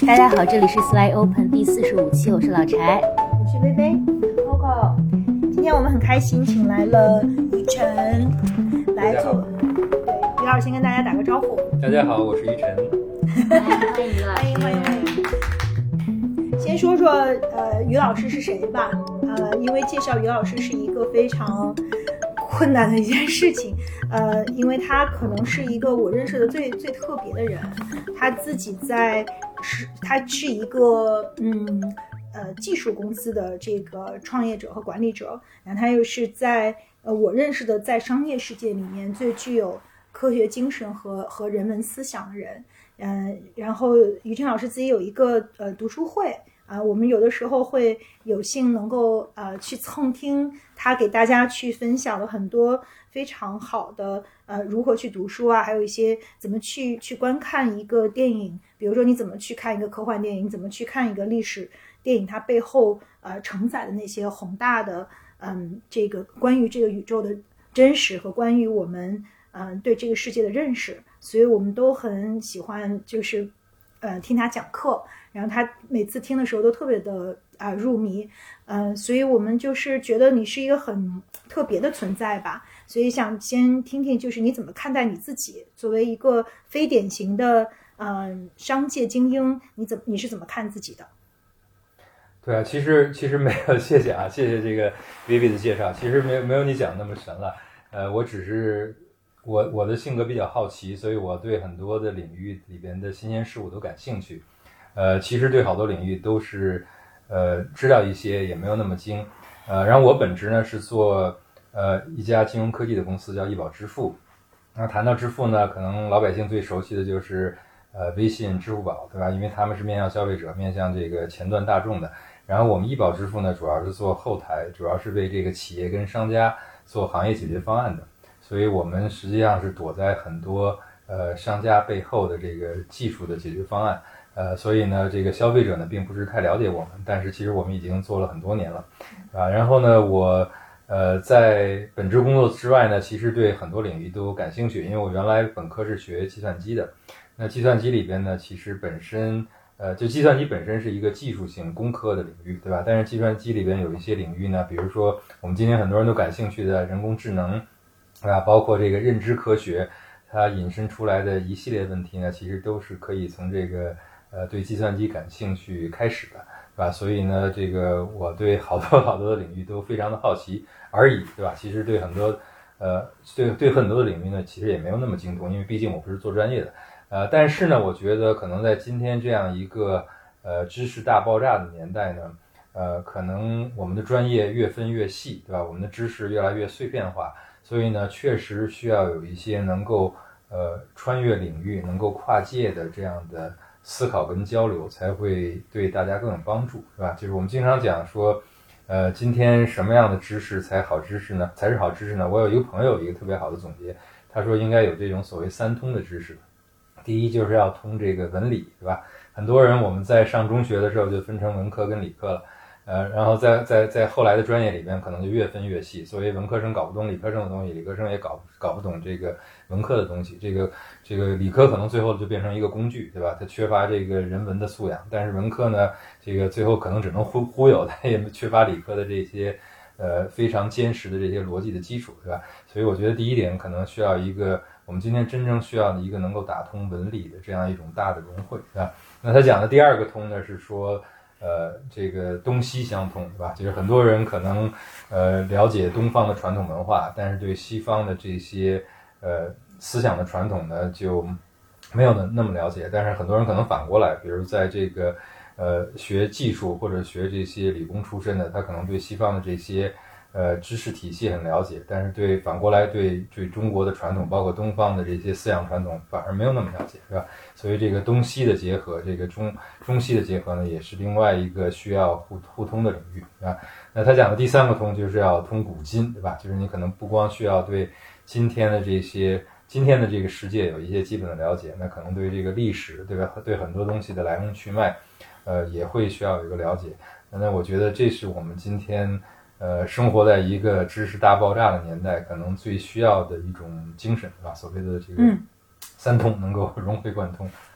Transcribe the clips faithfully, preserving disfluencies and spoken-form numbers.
大家好，这里是 Slide Open 第四十五期，我是老柴， 我是薇薇 Coco。今天我们很开心，请来了雨辰来做。对，于老师先跟大家打个招呼。 大家好，我是于晨。 欢迎于老师， 欢迎欢迎欢迎。先说说呃于老师是谁吧。呃，因为介绍于老师是一个非常困难的一件事情，呃，因为他可能是一个我认识的最最特别的人，他自己在是，他是一个嗯呃技术公司的这个创业者和管理者，然后他又是在呃我认识的在商业世界里面最具有科学精神和和人文思想的人，嗯、呃，然后于晨老师自己有一个呃读书会。啊、呃，我们有的时候会有幸能够呃去蹭听他给大家去分享了很多非常好的呃如何去读书啊，还有一些怎么去去观看一个电影，比如说你怎么去看一个科幻电影，怎么去看一个历史电影，它背后呃承载的那些宏大的嗯这个关于这个宇宙的真实和关于我们嗯、呃、对这个世界的认识，所以我们都很喜欢就是呃听他讲课。然后他每次听的时候都特别的啊、呃、入迷，嗯、呃，所以我们就是觉得你是一个很特别的存在吧，所以想先听听就是你怎么看待你自己，作为一个非典型的嗯、呃、商界精英，你怎么你是怎么看自己的？ 对啊，其实其实没有，谢谢啊，谢谢这个 Vivi 的介绍，其实没有没有你讲那么神了，呃，我只是我我的性格比较好奇，所以我对很多的领域里边的新鲜事物都感兴趣。呃，其实对好多领域都是，呃，知道一些，也没有那么精。呃，然后我本职呢是做呃一家金融科技的公司，叫易宝支付。那谈到支付呢，可能老百姓最熟悉的就是呃微信、支付宝，对吧？因为他们是面向消费者，面向这个前端大众的。然后我们易宝支付呢，主要是做后台，主要是为这个企业跟商家做行业解决方案的。所以我们实际上是躲在很多呃商家背后的这个技术的解决方案。呃，所以呢，这个消费者呢并不是太了解我们，但是其实我们已经做了很多年了，啊，然后呢，我呃在本职工作之外呢，其实对很多领域都感兴趣，因为我原来本科是学计算机的，那计算机里边呢，其实本身呃就计算机本身是一个技术性工科的领域，对吧？但是计算机里边有一些领域呢，比如说我们今天很多人都感兴趣的人工智能，啊，包括这个认知科学，它引申出来的一系列问题呢，其实都是可以从这个呃，对计算机感兴趣开始的，对吧？所以呢，这个我对好多好多的领域都非常的好奇而已，对吧？其实对很多，呃，对对很多的领域呢，其实也没有那么精通，因为毕竟我不是做专业的，呃，但是呢，我觉得可能在今天这样一个呃知识大爆炸的年代呢，呃，可能我们的专业越分越细，对吧？我们的知识越来越碎片化，所以呢，确实需要有一些能够呃穿越领域、能够跨界的这样的思考跟交流，才会对大家更有帮助，是吧？就是我们经常讲说，呃，今天什么样的知识才好知识呢？才是好知识呢？我有一个朋友有一个特别好的总结，他说应该有这种所谓三通的知识。第一就是要通这个文理，对吧？很多人我们在上中学的时候就分成文科跟理科了，呃，然后在在在后来的专业里面可能就越分越细，所以文科生搞不懂理科生的东西，理科生也搞搞不懂这个文科的东西，这个这个理科可能最后就变成一个工具，对吧？它缺乏这个人文的素养，但是文科呢，这个最后可能只能忽忽悠，它也缺乏理科的这些呃非常坚实的这些逻辑的基础，对吧？所以我觉得第一点可能需要一个我们今天真正需要的一个能够打通文理的这样一种大的融汇，对吧？那他讲的第二个通呢是说呃，这个东西相通，对吧？就是很多人可能呃了解东方的传统文化，但是对西方的这些呃思想的传统呢就没有那么了解。但是很多人可能反过来，比如在这个呃学技术或者学这些理工出身的，他可能对西方的这些呃知识体系很了解，但是对反过来对对中国的传统，包括东方的这些思想传统反而没有那么了解，是吧？所以这个东西的结合，这个中中西的结合呢，也是另外一个需要互互通的领域，对吧？那他讲的第三个通就是要通古今，对吧？就是你可能不光需要对今天的这些今天的这个世界有一些基本的了解，那可能对这个历史，对吧？对很多东西的来龙去脉，呃，也会需要有一个了解。那我觉得这是我们今天呃，生活在一个知识大爆炸的年代，可能最需要的一种精神，对吧？所谓的这个三通能够融会贯通。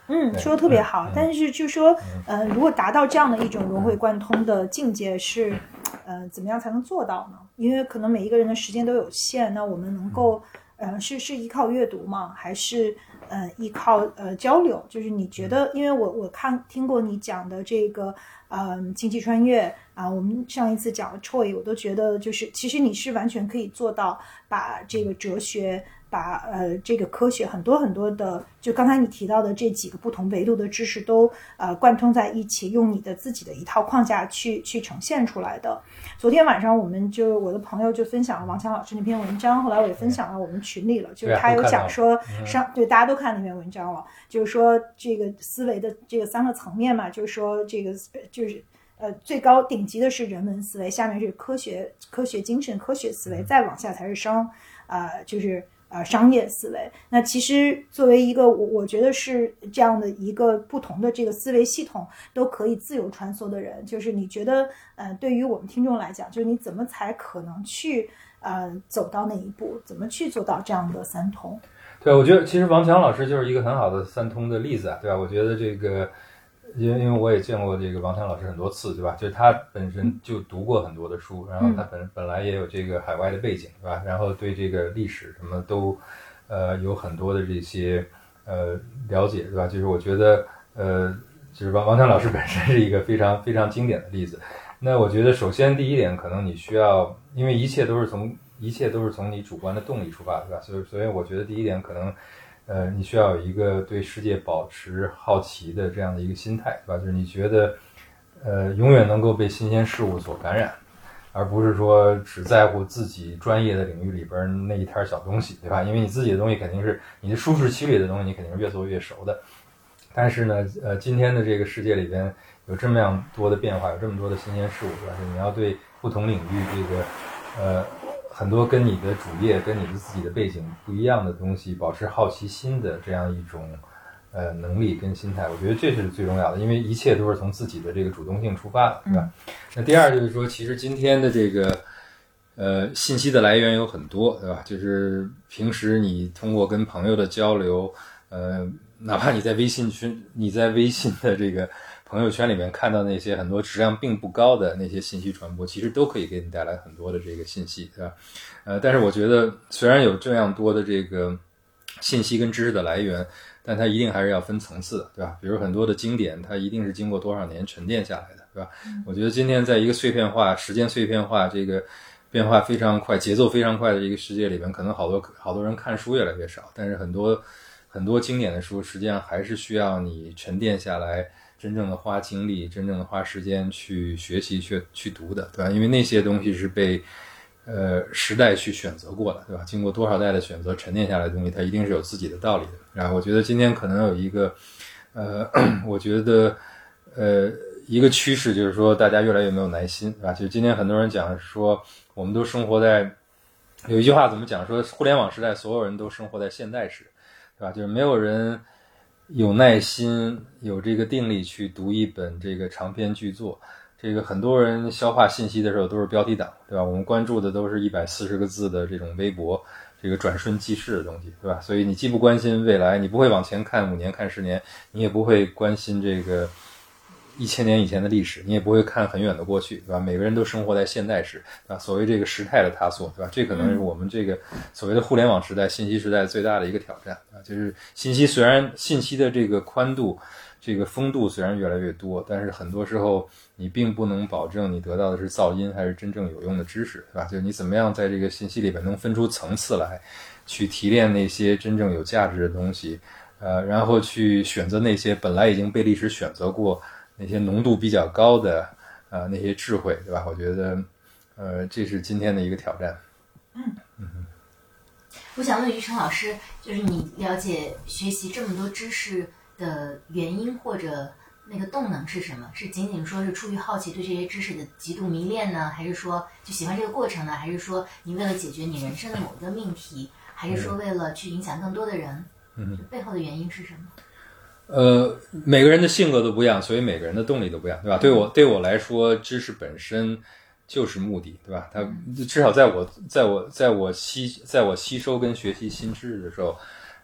嗯，说的特别好。嗯、但是就说，呃，如果达到这样的一种融会贯通的境界是，呃，怎么样才能做到呢？因为可能每一个人的时间都有限，那我们能够，呃，是是依靠阅读吗？还是呃依靠呃交流？就是你觉得，因为我我看听过你讲的这个，呃，星际穿越啊，我们上一次讲的 Troy， 我都觉得就是其实你是完全可以做到把这个哲学。把呃这个科学很多很多的，就刚才你提到的这几个不同维度的知识都呃贯通在一起，用你的自己的一套框架去去呈现出来的。昨天晚上我们就我的朋友就分享了王强老师那篇文章，后来我也分享到我们群里了，就是他有讲说上对大家都看那篇文章了，就是说这个思维的这个三个层面嘛，就是说这个就是呃最高顶级的是人文思维，下面是科学科学精神科学思维，再往下才是商呃就是呃，商业思维。那其实作为一个我我觉得是这样的一个不同的这个思维系统都可以自由穿梭的人，就是你觉得呃，对于我们听众来讲，就是你怎么才可能去呃走到那一步，怎么去做到这样的三通？ 对，我觉得其实王强老师就是一个很好的三通的例子啊，对吧？我觉得这个。因为因为我也见过这个王强老师很多次，对吧？就是他本身就读过很多的书，然后他本本来也有这个海外的背景，对吧？然后对这个历史什么都，呃，有很多的这些呃了解，对吧？就是我觉得，呃，就是王王强老师本身是一个非常非常经典的例子。那我觉得，首先第一点，可能你需要，因为一切都是从一切都是从你主观的动力出发，对吧？所以，所以我觉得第一点可能。呃，你需要有一个对世界保持好奇的这样的一个心态，对吧？就是你觉得，呃，永远能够被新鲜事物所感染，而不是说只在乎自己专业的领域里边那一摊小东西，对吧？因为你自己的东西肯定是你的舒适区里的东西，你肯定是越做越熟的。但是呢，呃，今天的这个世界里边有这么样多的变化，有这么多的新鲜事物，对吧？你要对不同领域这个，呃。很多跟你的主业、跟你的自己的背景不一样的东西，保持好奇心的这样一种呃能力跟心态，我觉得这是最重要的，因为一切都是从自己的这个主动性出发的，对吧？嗯、那第二就是说，其实今天的这个呃信息的来源有很多，对吧？就是平时你通过跟朋友的交流，呃，哪怕你在微信群、你在微信的这个。朋友圈里面看到那些很多质量并不高的那些信息传播，其实都可以给你带来很多的这个信息，对吧？呃，但是我觉得虽然有这样多的这个信息跟知识的来源，但它一定还是要分层次的，对吧？比如很多的经典，它一定是经过多少年沉淀下来的，对吧？嗯、我觉得今天在一个碎片化、时间碎片化、这个变化非常快、节奏非常快的一个世界里面，可能好多好多人看书越来越少，但是很多很多经典的书，实际上还是需要你沉淀下来。真正的花精力，真正的花时间去学习、去去读的，对吧？因为那些东西是被呃时代去选择过的，对吧？经过多少代的选择沉淀下来的东西，它一定是有自己的道理的。然后我觉得今天可能有一个呃，我觉得呃一个趋势就是说，大家越来越没有耐心，对吧？就是今天很多人讲说，我们都生活在有一句话怎么讲？说互联网时代，所有人都生活在现代时，对吧？就是没有人。有耐心，有这个定力去读一本这个长篇巨作。这个很多人消化信息的时候都是标题党，对吧？我们关注的都是一百四十个字的这种微博，这个转瞬即逝的东西，对吧？所以你既不关心未来，你不会往前看五年、看十年，你也不会关心这个一千年以前的历史，你也不会看很远的过去，对吧？每个人都生活在现代时，对吧？所谓这个时态的塌缩，对吧？这可能是我们这个所谓的互联网时代、信息时代最大的一个挑战啊！就是信息虽然信息的这个宽度、这个丰度虽然越来越多，但是很多时候你并不能保证你得到的是噪音还是真正有用的知识，对吧？就是你怎么样在这个信息里面能分出层次来，去提炼那些真正有价值的东西，呃，然后去选择那些本来已经被历史选择过。那些浓度比较高的呃那些智慧，对吧？我觉得呃这是今天的一个挑战。 嗯嗯，我想问于成老师，就是你了解学习这么多知识的原因或者那个动能是什么？是仅仅说是出于好奇对这些知识的极度迷恋呢，还是说就喜欢这个过程呢？还是说你为了解决你人生的某一个命题，还是说为了去影响更多的人？嗯，背后的原因是什么？ 呃，每个人的性格都不一样，所以每个人的动力都不一样，对吧？对我对我来说，知识本身就是目的，对吧？它至少在我在我在我吸在我吸收跟学习新知识的时候，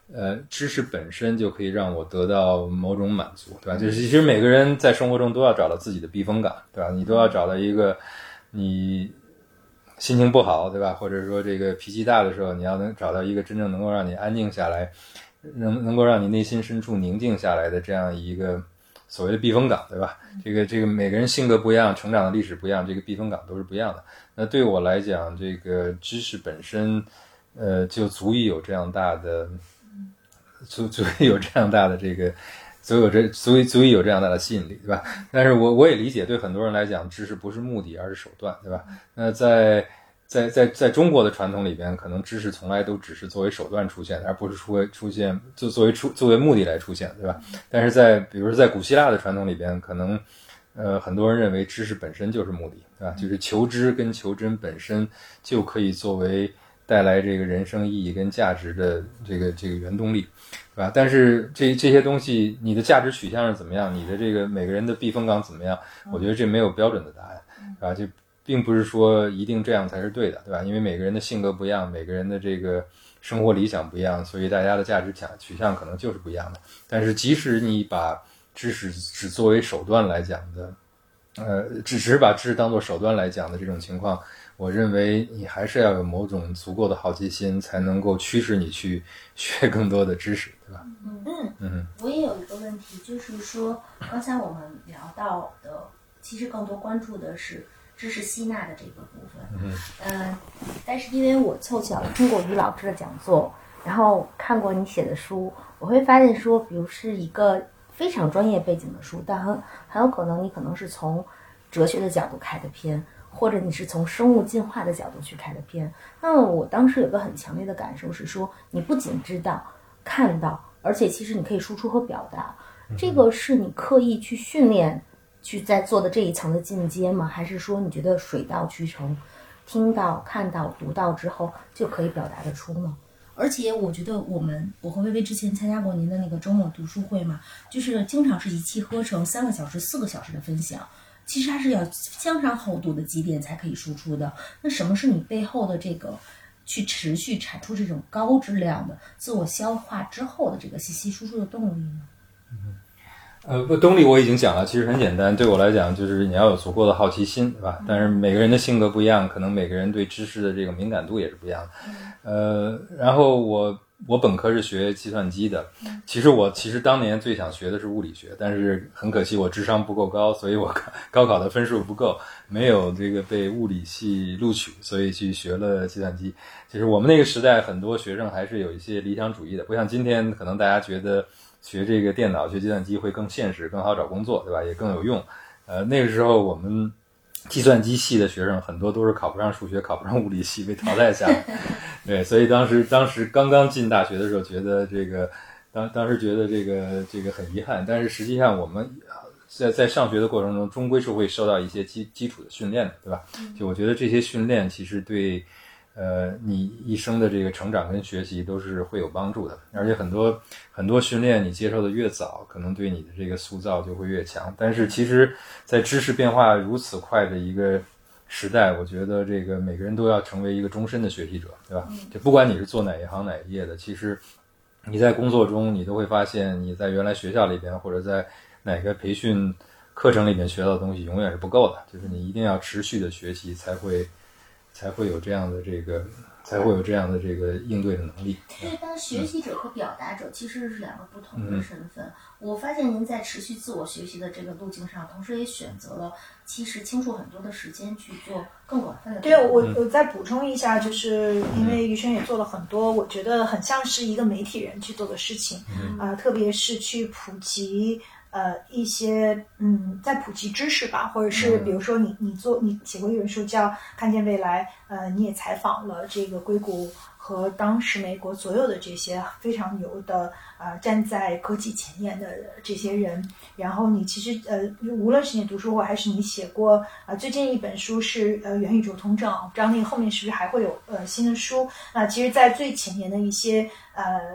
呃，知识本身就可以让我得到某种满足，对吧？就是其实每个人在生活中都要找到自己的避风港，对吧？你都要找到一个你心情不好，对吧？或者说这个脾气大的时候，你要能找到一个真正能够让你安静下来，能能够让你内心深处宁静下来的这样一个所谓的避风港，对吧？这个这个每个人性格不一样，成长的历史不一样，这个避风港都是不一样的。那对我来讲，这个知识本身，呃，就足以有这样大的。足足以有这样大的这个，足有这足以足以有这样大的吸引力，对吧？但是我我也理解，对很多人来讲，知识不是目的，而是手段，对吧？那在在在在中国的传统里边，可能知识从来都只是作为手段出现的，而不是出出现就作为出作为目的来出现，对吧？但是在比如说在古希腊的传统里边，可能呃很多人认为知识本身就是目的，对吧？就是求知跟求真本身就可以作为带来这个人生意义跟价值的这个这个原动力，对吧？但是这这些东西，你的价值取向是怎么样？你的这个每个人的避风港怎么样？我觉得这没有标准的答案，对吧？就并不是说一定这样才是对的，对吧？因为每个人的性格不一样，每个人的这个生活理想不一样，所以大家的价值取向可能就是不一样的。但是即使你把知识只作为手段来讲的，呃，只是把知识当作手段来讲的这种情况，我认为你还是要有某种足够的好奇心，才能够驱使你去学更多的知识，对吧？ 嗯嗯，我也有一个问题，就是说，刚才我们聊到的，其实更多关注的是知识吸纳的这个部分。嗯，呃，但是因为我凑巧听过于老师的讲座，然后看过你写的书，我会发现说，比如是一个非常专业背景的书，但很很有可能你可能是从哲学的角度开的篇。或者你是从生物进化的角度去开的篇，那么我当时有个很强烈的感受是说，你不仅知道、看到，而且其实你可以输出和表达，这个是你刻意去训练、去在做的这一层的进阶吗？还是说你觉得水到渠成，听到、看到、读到之后就可以表达得出呢？而且我觉得我们，我和薇薇之前参加过您的那个周末读书会嘛，就是经常是一气呵成，三个小时、四个小时的分享。其实它是要相当厚度的积淀才可以输出的。那什么是你背后的这个去持续产出这种高质量的自我消化之后的这个信息输出的动力呢？ 嗯，呃，动力我已经讲了，其实很简单，对我来讲就是你要有足够的好奇心，对吧？但是每个人的性格不一样，可能每个人对知识的这个敏感度也是不一样的。呃，然后我。我本科是学计算机的，其实我其实当年最想学的是物理学，但是很可惜我智商不够高，所以我高考的分数不够，没有这个被物理系录取，所以去学了计算机。其实我们那个时代很多学生还是有一些理想主义的，不像今天可能大家觉得学这个电脑学计算机会更现实，更好找工作，对吧？也更有用。呃，那个时候我们计算机系的学生很多都是考不上数学、考不上物理系被淘汰下来。对，所以当时当时刚刚进大学的时候，觉得这个当当时觉得这个这个很遗憾，但是实际上我们在在上学的过程中，终归是会受到一些基基础的训练的，对吧？就我觉得这些训练其实对呃你一生的这个成长跟学习都是会有帮助的，而且很多很多训练你接受的越早，可能对你的这个塑造就会越强。但是其实，在知识变化如此快的一个时代，我觉得这个每个人都要成为一个终身的学习者，对吧？就不管你是做哪一行哪一业的，其实你在工作中你都会发现，你在原来学校里边或者在哪个培训课程里面学到的东西永远是不够的，就是你一定要持续的学习，才会才会有这样的这个才会有这样的这个应对的能力。 对，但学习者和表达者其实是两个不同的身份。嗯、我发现您在持续自我学习的这个路径上，同时也选择了其实倾注很多的时间去做更广泛的。 对，我我再补充一下，就是因为于轩也做了很多，我觉得很像是一个媒体人去做的事情，啊、嗯呃，特别是去普及。呃，一些嗯，在普及知识吧，或者是比如说你你做你写过一本书叫《看见未来》，呃，你也采访了这个硅谷和当时美国所有的这些非常牛的呃站在科技前沿的这些人，然后你其实呃无论是你读书会还是你写过啊、呃，最近一本书是呃元宇宙通证，不知道那个后面是不是还会有呃新的书？那、呃、其实，在最前沿的一些呃。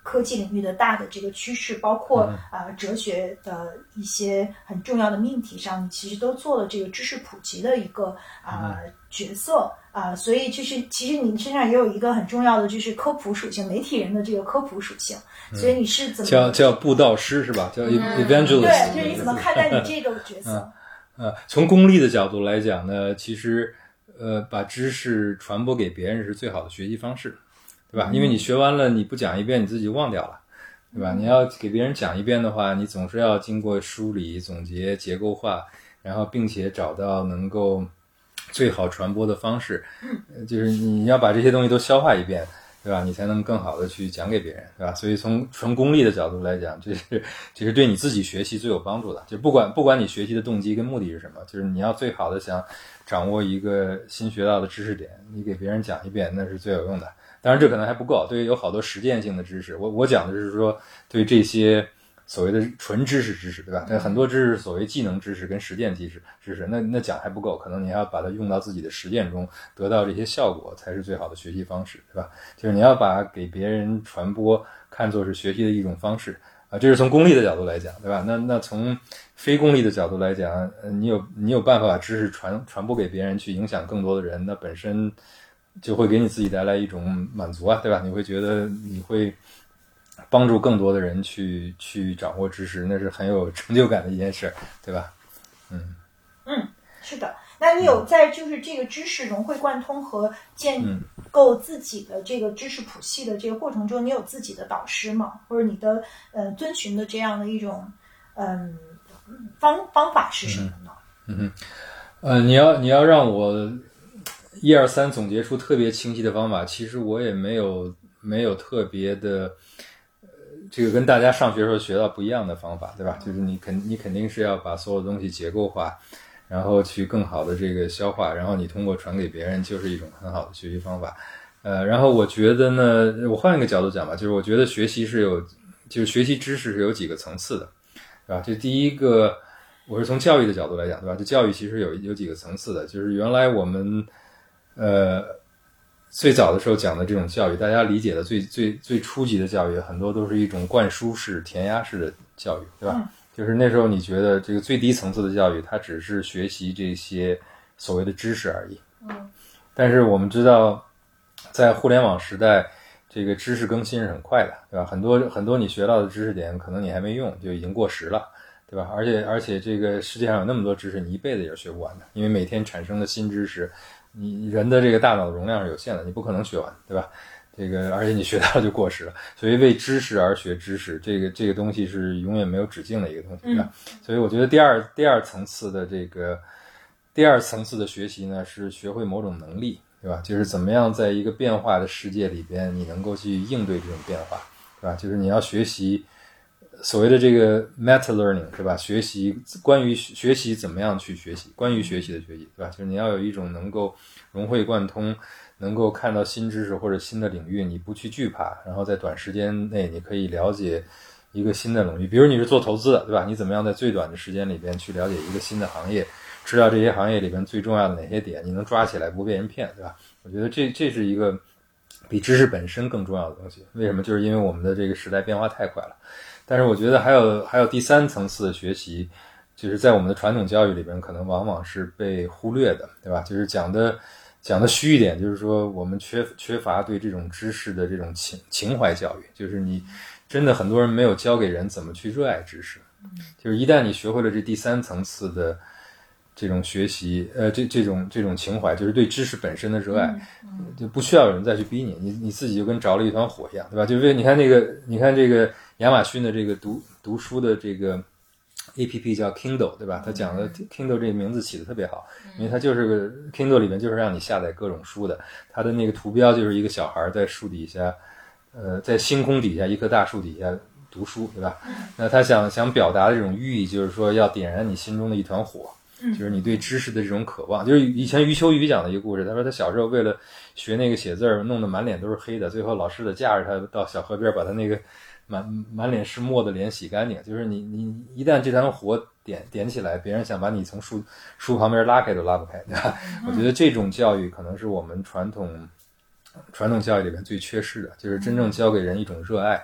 科技领域的大的这个趋势，包括嗯啊、呃、哲学的一些很重要的命题上，你其实都做了这个知识普及的一个啊、呃、角色啊、呃，所以就是其实你身上也有一个很重要的就是科普属性，媒体人的这个科普属性，所以你是怎么叫叫布道师是吧？叫 evangelist，、 对，就是你怎么看待你这个角色？ 呃，从功利的角度来讲呢，其实呃，把知识传播给别人是最好的学习方式，对吧？因为你学完了，你不讲一遍，你自己忘掉了，对吧？你要给别人讲一遍的话，你总是要经过梳理、总结、结构化，然后并且找到能够最好传播的方式，嗯，就是你要把这些东西都消化一遍，对吧？你才能更好的去讲给别人，对吧？所以从纯功利的角度来讲，这是这是对你自己学习最有帮助的。就不管不管你学习的动机跟目的是什么，就是你要最好的想掌握一个新学到的知识点，你给别人讲一遍，那是最有用的。当然这可能还不够，对于有好多实践性的知识，我我讲的是说对这些所谓的纯知识知识，对吧？但很多知识所谓技能知识跟实践知识知识，那那讲还不够，可能你还要把它用到自己的实践中，得到这些效果，才是最好的学习方式，对吧？就是你要把给别人传播看作是学习的一种方式啊，这是从功利的角度来讲，对吧？那那从非功利的角度来讲，呃，你有你有办法把知识传传播给别人，去影响更多的人，那本身就会给你自己带来一种满足啊，对吧？你会觉得你会帮助更多的人去去掌握知识，那是很有成就感的一件事，对吧？嗯嗯，是的。那你有在就是这个知识融会贯通和建构自己的这个知识谱系的这个过程中，你有自己的导师吗？或者你的呃遵循的这样的一种嗯方方法是什么呢？ 嗯哼，呃，你要你要让我一二三总结出特别清晰的方法，其实我也没有没有特别的。这个跟大家上学时候学到不一样的方法，对吧？就是你肯你肯定是要把所有东西结构化，然后去更好的这个消化，然后你通过传给别人，就是一种很好的学习方法。呃，然后我觉得呢，我换一个角度讲吧，就是我觉得学习是有，就是学习知识是有几个层次的，对吧？这第一个，我是从教育的角度来讲，对吧？这教育其实有有几个层次的，就是原来我们，呃。最早的时候讲的这种教育，大家理解的最最最初级的教育，很多都是一种灌输式、填鸭式的教育，对吧？嗯、就是那时候你觉得这个最低层次的教育，它只是学习这些所谓的知识而已。嗯。但是我们知道，在互联网时代，这个知识更新是很快的，对吧？很多很多你学到的知识点，可能你还没用就已经过时了，对吧？而且而且这个世界上有那么多知识，你一辈子也是学不完的，因为每天产生的新知识。你人的这个大脑容量是有限的，你不可能学完，对吧？这个而且你学到了就过时了，所以为知识而学知识，这个这个东西是永远没有止境的一个东西，对吧？嗯、所以我觉得第二第二层次的这个第二层次的学习呢，是学会某种能力，对吧？就是怎么样在一个变化的世界里边，你能够去应对这种变化，对吧？就是你要学习。所谓的这个 meta learning 是吧？学习关于学习怎么样去学习，关于学习的学习，对吧？就是你要有一种能够融会贯通，能够看到新知识或者新的领域，你不去惧怕，然后在短时间内你可以了解一个新的领域。比如你是做投资的，对吧？你怎么样在最短的时间里边去了解一个新的行业，知道这些行业里边最重要的哪些点，你能抓起来不被人骗，对吧？我觉得这这是一个比知识本身更重要的东西。为什么？就是因为我们的这个时代变化太快了。但是我觉得还有还有第三层次的学习，就是在我们的传统教育里边，可能往往是被忽略的，对吧？就是讲的讲的虚一点，就是说我们缺缺乏对这种知识的这种情情怀教育，就是你真的很多人没有教给人怎么去热爱知识，就是一旦你学会了这第三层次的这种学习，呃，这这种这种情怀，就是对知识本身的热爱，就不需要有人再去逼你，你你自己就跟着了一团火一样，对吧？就为你看那个，你看这个。亚马逊的这个读读书的这个 A P P 叫 Kindle， 对吧？它讲的 Kindle 这个名字起得特别好，因为它就是个 Kindle 里面就是让你下载各种书的。它的那个图标就是一个小孩在树底下，呃，在星空底下一棵大树底下读书，对吧？那他想想表达的这种寓意，就是说要点燃你心中的一团火，就是你对知识的这种渴望。就是以前余秋雨讲的一个故事，他说他小时候为了学那个写字儿，弄得满脸都是黑的，最后老师得架着他到小河边把他那个。满满脸是墨的脸洗干净，就是你你一旦这团火点点起来，别人想把你从书书旁边拉开都拉不开，对吧？我觉得这种教育可能是我们传统传统教育里面最缺失的，就是真正教给人一种热爱，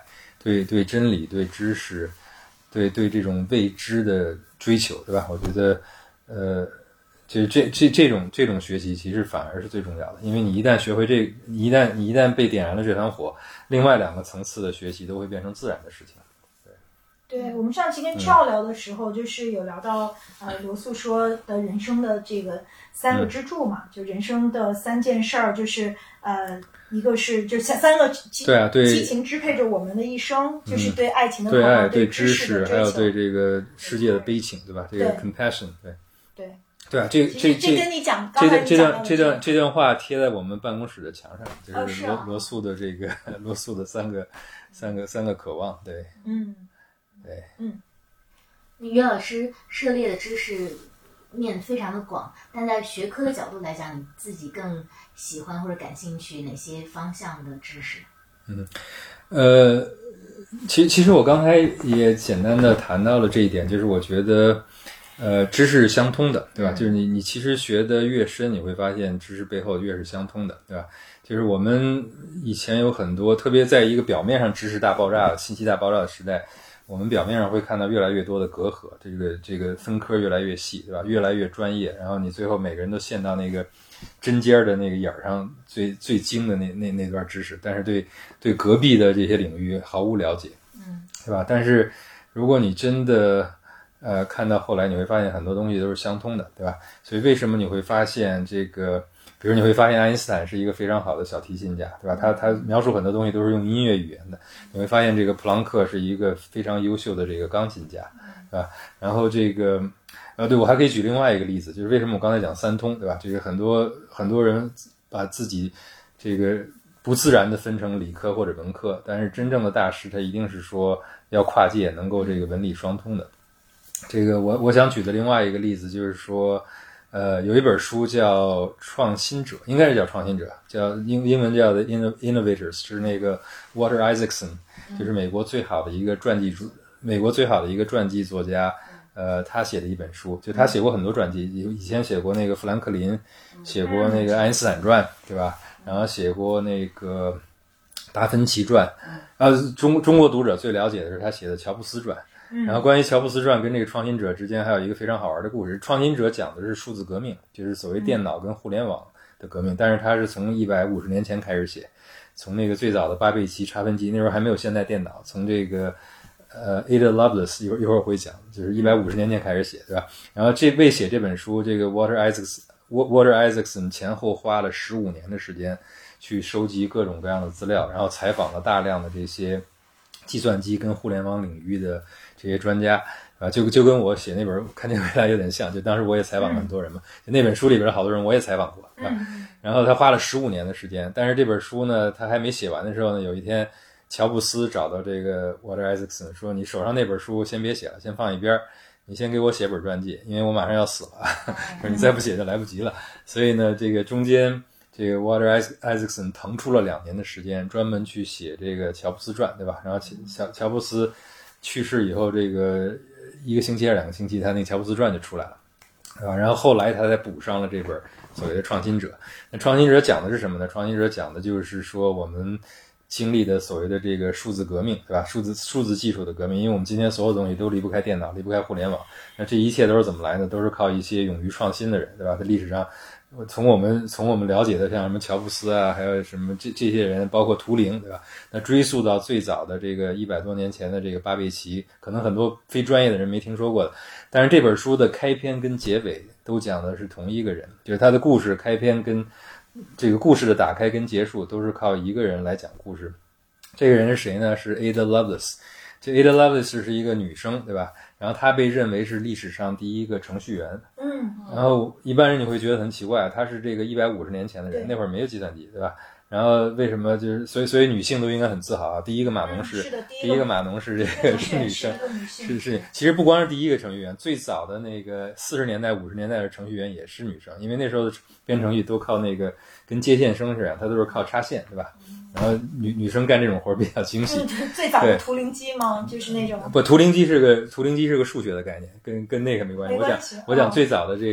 对对真理、对知识、对对这种未知的追求，对吧？我觉得，呃，这这这这种这种学习其实反而是最重要的，因为你一旦学会这，你一旦你一旦被点燃了这团火，另外两个层次的学习都会变成自然的事情。 对，我们上期跟赵聊的时候，就是有聊到呃罗素说的人生的这个三个支柱嘛，嗯、就人生的三件事儿，就是呃一个是就三三个激对啊对激情支配着我们的一生，嗯、就是对爱情的渴望、 望、 对知识的追求， 还有对这个世界的悲情，对吧？这个 compassion， 对对对啊，这这这跟你讲这段这段这段这段话贴在我们办公室的墙上，就是罗、 哦啊、 罗素的这个罗素的三个三个三个渴望，对， 嗯， 对， 嗯。 于老师涉猎的知识面非常的广，但在学科的角度来讲，你自己更喜欢或者感兴趣哪些方向的知识？ 嗯，呃，其其实我刚才也简单的谈到了这一点，就是我觉得，呃，知识是相通的，对吧？嗯、就是你你其实学的越深，你会发现知识背后越是相通的，对吧？就是我们以前有很多，特别在一个表面上知识大爆炸、信息大爆炸的时代。我们表面上会看到越来越多的隔阂，这个这个分科越来越细，对吧？越来越专业，然后你最后每个人都陷到那个针尖的那个眼儿上最最精的那那那段知识，但是对对隔壁的这些领域毫无了解， 嗯， 对吧？但是如果你真的呃看到后来，你会发现很多东西都是相通的，对吧？所以为什么你会发现这个？比如你会发现爱因斯坦是一个非常好的小提琴家，对吧？他他描述很多东西都是用音乐语言的。你会发现这个普朗克是一个非常优秀的这个钢琴家，对吧？然后这个呃，对，我还可以举另外一个例子，就是为什么我刚才讲三通，对吧？这个很多很多人把自己这个不自然的分成理科或者文科，但是真正的大师他一定是说要跨界，能够这个文理双通的。这个我我想举的另外一个例子就是说。呃，有一本书叫《创新者》，应该是叫《创新者》，叫英英文叫的 Innovators， 是那个 Walter Isaacson， 就是美国最好的一个传记主，美国最好的一个传记作家，呃，他写的一本书，就他写过很多传记，以前写过那个富兰克林，写过那个爱因斯坦传，对吧？然后写过那个达芬奇传，呃，中中国读者最了解的是他写的乔布斯传。然后关于乔布斯传跟这个创新者之间还有一个非常好玩的故事。创新者讲的是数字革命，就是所谓电脑跟互联网的革命，但是他是从一百五十年前开始写，从那个最早的巴贝奇查分机，那时候还没有现代电脑，从这个呃 Ada Lovelace 一会儿一会儿我会讲，就是一百五十年前开始写，对吧？然后这为写这本书，这个 Walter Isaacson Walter Isaacson 前后花了十五年的时间去收集各种各样的资料，然后采访了大量的这些计算机跟互联网领域的这些专家啊，就就跟我写那本看见未来有点像，就当时我也采访了很多人嘛，就那本书里边好多人我也采访过，对吧？然后他花了十五年的时间，但是这本书呢，他还没写完的时候呢，有一天乔布斯找到这个 Walter Isaacson 说：“你手上那本书先别写了，先放一边，你先给我写本传记，因为我马上要死了，说你再不写就来不及了。”所以呢，这个中间这个 Walter Isaacson 腾出了两年的时间，专门去写这个乔布斯传，对吧？然后乔乔布斯去世以后，这个一个星期还是两个星期，他那个乔布斯传就出来了，啊，然后后来他才补上了这本所谓的创新者。那创新者讲的是什么呢？创新者讲的就是说我们经历的所谓的这个数字革命，对吧？数字数字技术的革命，因为我们今天所有东西都离不开电脑，离不开互联网。那这一切都是怎么来的？都是靠一些勇于创新的人，对吧？在历史上，从我们从我们了解的像什么乔布斯啊，还有什么这这些人，包括图灵，对吧？那追溯到最早的这个一百多年前的这个巴贝奇，可能很多非专业的人没听说过的。但是这本书的开篇跟结尾都讲的是同一个人，就是他的故事开篇跟这个故事的打开跟结束都是靠一个人来讲故事。这个人是谁呢？是 Ada Lovelace。这 Ada Lovelace 是一个女生，对吧？然后她被认为是历史上第一个程序员。 嗯。 然后一般人你会觉得很奇怪，她是这个一百五十年前的人，那会儿没有计算机，对吧？然后为什么就是所以所以女性都应该很自豪啊？第一个码农是、 嗯、是的第一个码农是这个是女生，是是。其实不光是第一个程序员，最早的那个四十年代五十年代的程序员也是女生，因为那时候的编程序都靠那个跟接线生似的，它都是靠插线，对吧？然后女女生干这种活比较精细。 嗯、最早的图灵机吗？就是那种不，图灵机是个图灵机是个数学的概念，跟跟那个没关系。 没关系我讲、哦、我讲最早的这个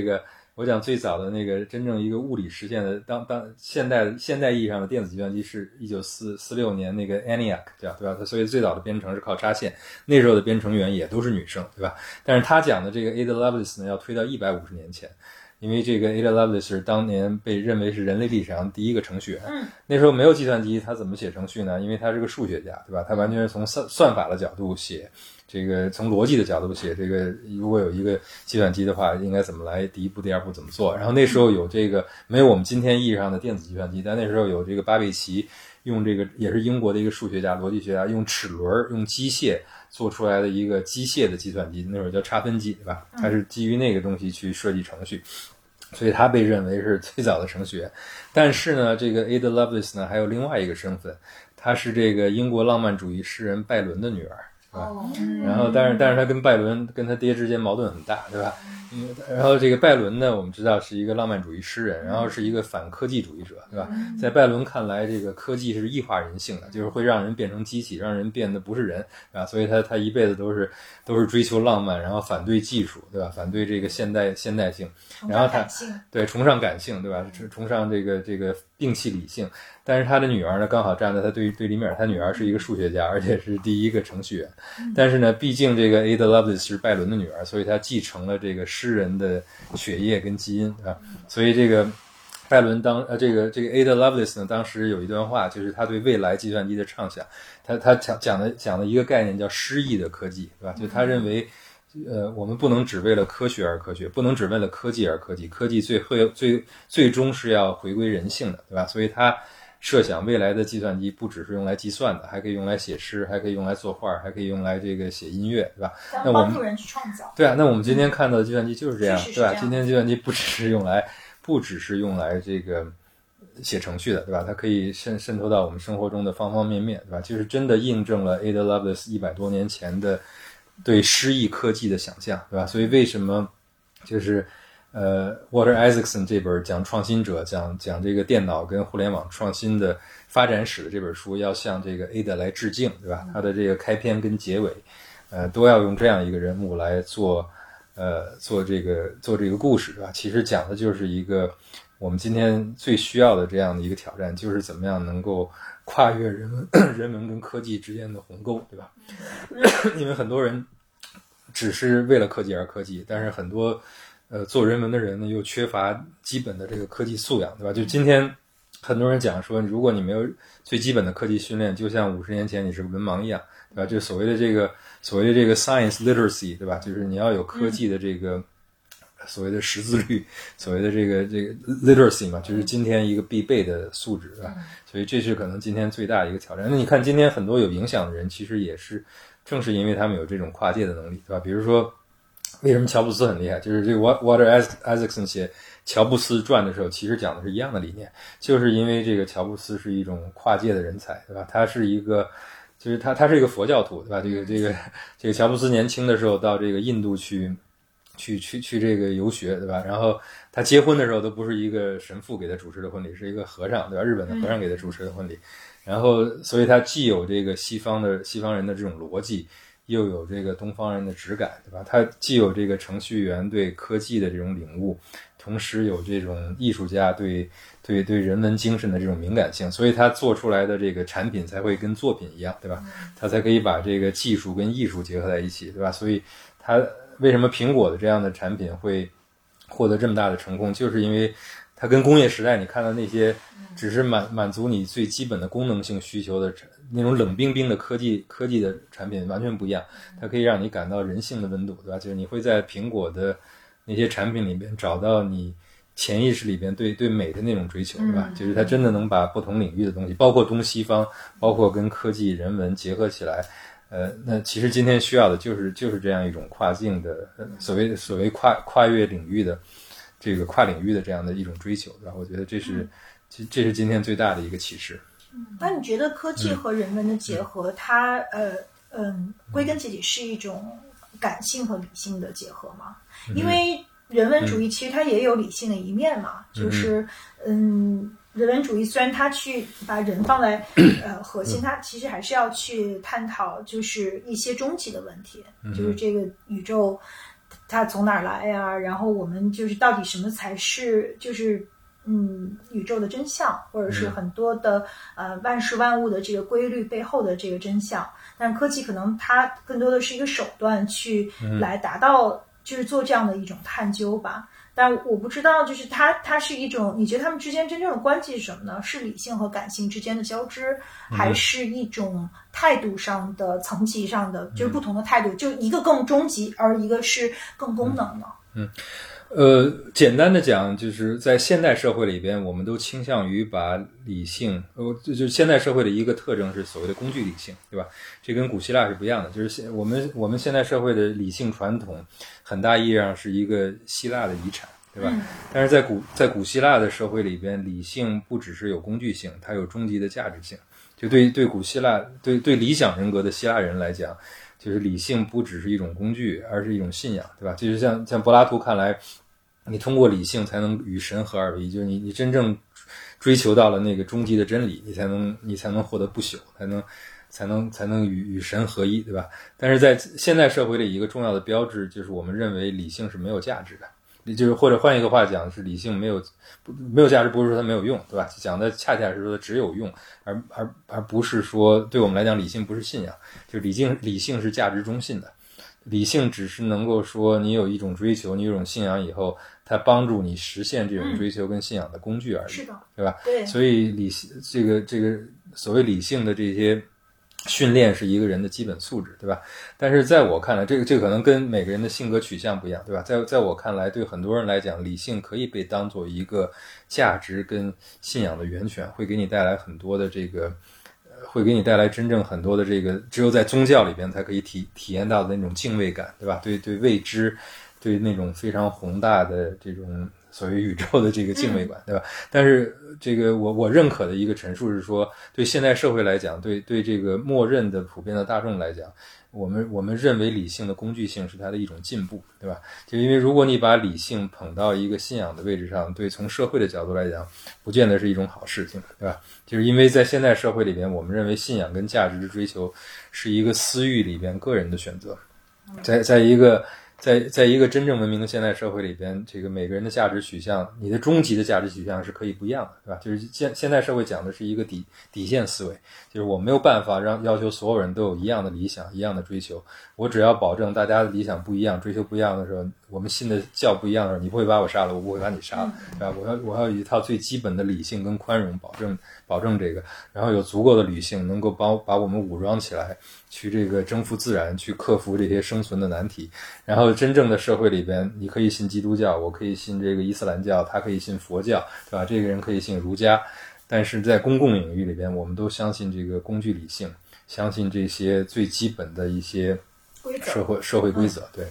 我讲最早的那个真正一个物理实现的，当当现代现代意义上的电子计算机是一九四四六年那个 ENIAC 叫对吧？它所以最早的编程是靠插线，那时候的编程员也都是女生，对吧？但是他讲的这个 Ada Lovelace 呢，要推到一百五十年前。因为这个 Ada Lovelace 是当年被认为是人类历史上第一个程序员， 嗯， 那时候没有计算机，他怎么写程序呢？因为他是个数学家，对吧？他完全是从算算法的角度写，这个从逻辑的角度写，这个如果有一个计算机的话，应该怎么来？第一步、第二步怎么做？然后那时候有这个没有我们今天意义上的电子计算机，但那时候有这个巴贝奇，用这个也是英国的一个数学家、逻辑学家，用齿轮、用机械做出来的一个机械的计算机，那会儿叫差分机，对吧？它是基于那个东西去设计程序。所以他被认为是最早的程序员，但是呢，这个 Ada Lovelace 呢还有另外一个身份，她是这个英国浪漫主义诗人拜伦的女儿，对吧？ 哦， 然后，但是但是他跟拜伦跟他爹之间矛盾很大，对吧？嗯，然后这个拜伦呢，我们知道是一个浪漫主义诗人，然后是一个反科技主义者，对吧？在拜伦看来，这个科技是异化人性的，就是会让人变成机器，让人变得不是人，对吧？所以他他一辈子都是都是追求浪漫，然后反对技术，对吧？反对这个现代现代性，然后他对崇尚感性，对吧？崇尚这个这个摒弃理性。但是他的女儿呢，刚好站在他对对立面，他女儿是一个数学家，而且是第一个程序员。但是呢，毕竟这个 Ada Lovelace 是拜伦的女儿，所以她继承了这个诗人的血液跟基因啊。所以这个拜伦当呃这个这个 Ada Lovelace 呢，当时有一段话，就是他对未来计算机的畅想。他他讲讲的讲的一个概念叫诗意的科技，对吧？就他认为。呃，我们不能只为了科学而科学，不能只为了科技而科技，科技最会最最终是要回归人性的，对吧？所以他设想未来的计算机不只是用来计算的，还可以用来写诗，还可以用来作画，还可以用来这个写音乐，对吧？那我们帮助人去创造。 对啊，那我们今天看到的计算机就是这样， 嗯、 对吧？今天计算机不只是用来不只是用来这个写程序的，对吧？它可以渗渗透到我们生活中的方方面面，对吧？就是真的印证了 Ada Lovelace 一百多年前的对诗意科技的想象，对吧？所以为什么就是呃 Walter Isaacson 这本讲创新者讲讲这个电脑跟互联网创新的发展史的这本书要向这个 Ada 来致敬，对吧？他的这个开篇跟结尾呃都要用这样一个人物来做呃做这个做这个故事，对吧？其实讲的就是一个我们今天最需要的这样的一个挑战，就是怎么样能够跨越人文人文跟科技之间的鸿沟，对吧？因为很多人只是为了科技而科技，但是很多呃做人文的人呢又缺乏基本的这个科技素养，对吧？就今天很多人讲说，如果你没有最基本的科技训练，就像五十年前你是个文盲一样，对吧？就所谓的这个所谓的这个 science literacy， 对吧？就是你要有科技的这个。所谓的识字率，所谓的这个这个 literacy 嘛，就是今天一个必备的素质啊，所以这是可能今天最大的一个挑战。那你看今天很多有影响的人，其实也是正是因为他们有这种跨界的能力，对吧？比如说，为什么乔布斯很厉害？就是这个 Walter Isaacson 写乔布斯传的时候，其实讲的是一样的理念，就是因为这个乔布斯是一种跨界的人才，对吧？他是一个。就是他，他是一个佛教徒，对吧？这个，这个，这个乔布斯年轻的时候到这个印度去。去去去这个游学，对吧？然后他结婚的时候都不是一个神父给他主持的婚礼，是一个和尚，对吧？日本的和尚给他主持的婚礼。然后，所以他既有这个西方的西方人的这种逻辑，又有这个东方人的质感，对吧？他既有这个程序员对科技的这种领悟，同时有这种艺术家对对对人文精神的这种敏感性，所以他做出来的这个产品才会跟作品一样，对吧？他才可以把这个技术跟艺术结合在一起，对吧？所以他。为什么苹果的这样的产品会获得这么大的成功，就是因为它跟工业时代你看到那些只是满满足你最基本的功能性需求的那种冷冰冰的科技科技的产品完全不一样，它可以让你感到人性的温度，对吧？就是你会在苹果的那些产品里边找到你潜意识里边对对美的那种追求，对吧？就是它真的能把不同领域的东西，包括东西方，包括跟科技人文结合起来。呃，那其实今天需要的就是就是这样一种跨境的，呃、所谓所谓跨跨越领域的这个跨领域的这样的一种追求，对吧？我觉得这是，这这是今天最大的一个启示。 那你觉得科技和人文的结合， 嗯、 它呃嗯，归根结底是一种感性和理性的结合吗？ 嗯、 因为人文主义其实它也有理性的一面嘛， 嗯、 就是嗯。人文主义虽然它去把人放在呃核心，它其实还是要去探讨就是一些终极的问题，就是这个宇宙它从哪儿来呀？然后我们就是到底什么才是就是嗯宇宙的真相，或者是很多的呃万事万物的这个规律背后的这个真相。但科技可能它更多的是一个手段去来达到就是做这样的一种探究吧。但我不知道，就是它它是一种，你觉得它们之间真正的关系是什么呢？是理性和感性之间的交织，还是一种态度上的层级上的，就是不同的态度，就一个更终极，而一个是更功能呢？ 嗯，呃，简单的讲，就是在现代社会里边，我们都倾向于把理性，呃，就就现代社会的一个特征是所谓的工具理性，对吧？这跟古希腊是不一样的，就是现我们我们现代社会的理性传统，很大意义上是一个希腊的遗产，对吧？嗯、但是在古在古希腊的社会里边，理性不只是有工具性，它有终极的价值性。就对对古希腊对对理想人格的希腊人来讲，就是理性不只是一种工具，而是一种信仰，对吧？就是像像柏拉图看来，你通过理性才能与神合二为一，就是你你真正追求到了那个终极的真理，你才能你才能获得不朽，才能才能才能与与神合一，对吧？但是在现代社会里，一个重要的标志就是我们认为理性是没有价值的。就是或者换一个话讲，是理性没有没有价值，不是说它没有用，对吧？讲的恰恰是说它只有用，而而而不是说对我们来讲，理性不是信仰，就是理性理性是价值中性的，理性只是能够说你有一种追求，你有一种信仰以后，它帮助你实现这种追求跟信仰的工具而已， 是的， 对吧？ 对， 所以理性这个这个所谓理性的这些训练是一个人的基本素质，对吧？但是在我看来，这个这个可能跟每个人的性格取向不一样，对吧？在在我看来，对很多人来讲，理性可以被当做一个价值跟信仰的源泉，会给你带来很多的这个，呃，会给你带来真正很多的这个，只有在宗教里边才可以体体验到的那种敬畏感，对吧？对对未知，对那种非常宏大的这种所谓宇宙的这个敬畏感，对吧？但是这个我我认可的一个陈述是说，对现代社会来讲，对对这个默认的普遍的大众来讲，我们我们认为理性的工具性是它的一种进步，对吧？就因为如果你把理性捧到一个信仰的位置上，对从社会的角度来讲，不见得是一种好事情，对吧？就是因为在现代社会里边，我们认为信仰跟价值的追求是一个私欲里边个人的选择，在在一个在在一个真正文明的现代社会里边，这个每个人的价值取向，你的终极的价值取向是可以不一样的，对吧？就是现现代社会讲的是一个底底线思维，就是我没有办法让要求所有人都有一样的理想，一样的追求。我只要保证大家的理想不一样，追求不一样的时候，我们信的教不一样的时候，你不会把我杀了，我不会把你杀了，对吧？我要我要有一套最基本的理性跟宽容，保证保证这个，然后有足够的理性能够帮把我们武装起来，去这个征服自然，去克服这些生存的难题。然后真正的社会里边，你可以信基督教，我可以信这个伊斯兰教，他可以信佛教，对吧？这个人可以信儒家，但是在公共领域里边，我们都相信这个工具理性，相信这些最基本的一些社会社会规则，对。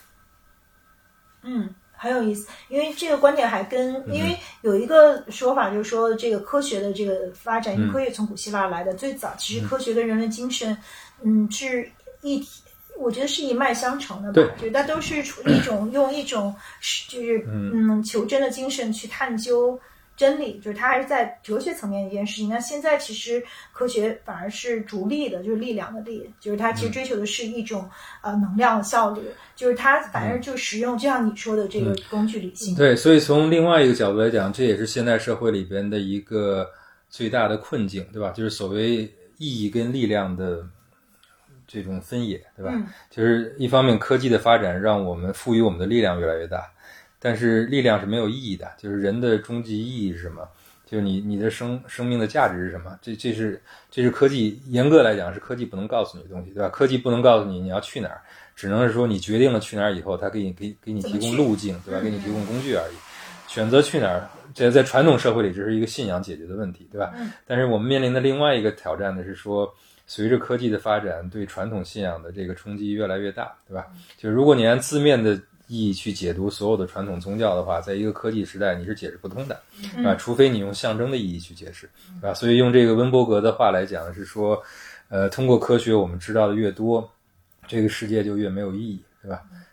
嗯，很有意思，因为这个观点还跟，因为有一个说法就是说，这个科学的这个发展，因为科学从古希腊来的，最早其实科学跟人文精神，嗯，是一体。我觉得是一脉相承的吧，就是它都是一种用一种就是嗯求真的精神去探究真理，就是它还是在哲学层面的一件事情。那现在其实科学反而是逐利的，就是力量的力，就是它其实追求的是一种呃能量的效率，就是它反而就使用，就像你说的这个工具理性。 对，所以从另外一个角度来讲，这也是现代社会里边的一个最大的困境，对吧？就是所谓意义跟力量的这种分野，对吧？嗯、就是一方面科技的发展让我们赋予我们的力量越来越大，但是力量是没有意义的。就是人的终极意义是什么？就是你你的生生命的价值是什么？这这是这是科技严格来讲是科技不能告诉你的东西，对吧？科技不能告诉你你要去哪儿，只能是说你决定了去哪儿以后，它给你给给你提供路径，对吧？给你提供工具而已。选择去哪儿，这在传统社会里这是一个信仰解决的问题，对吧？嗯、但是我们面临的另外一个挑战呢是说，随着科技的发展，对传统信仰的这个冲击越来越大，对吧？就如果你按字面的意义去解读所有的传统宗教的话，在一个科技时代你是解释不通的，对吧？除非你用象征的意义去解释，对吧？所以用这个温伯格的话来讲是说，呃，通过科学我们知道的越多，这个世界就越没有意义，对吧？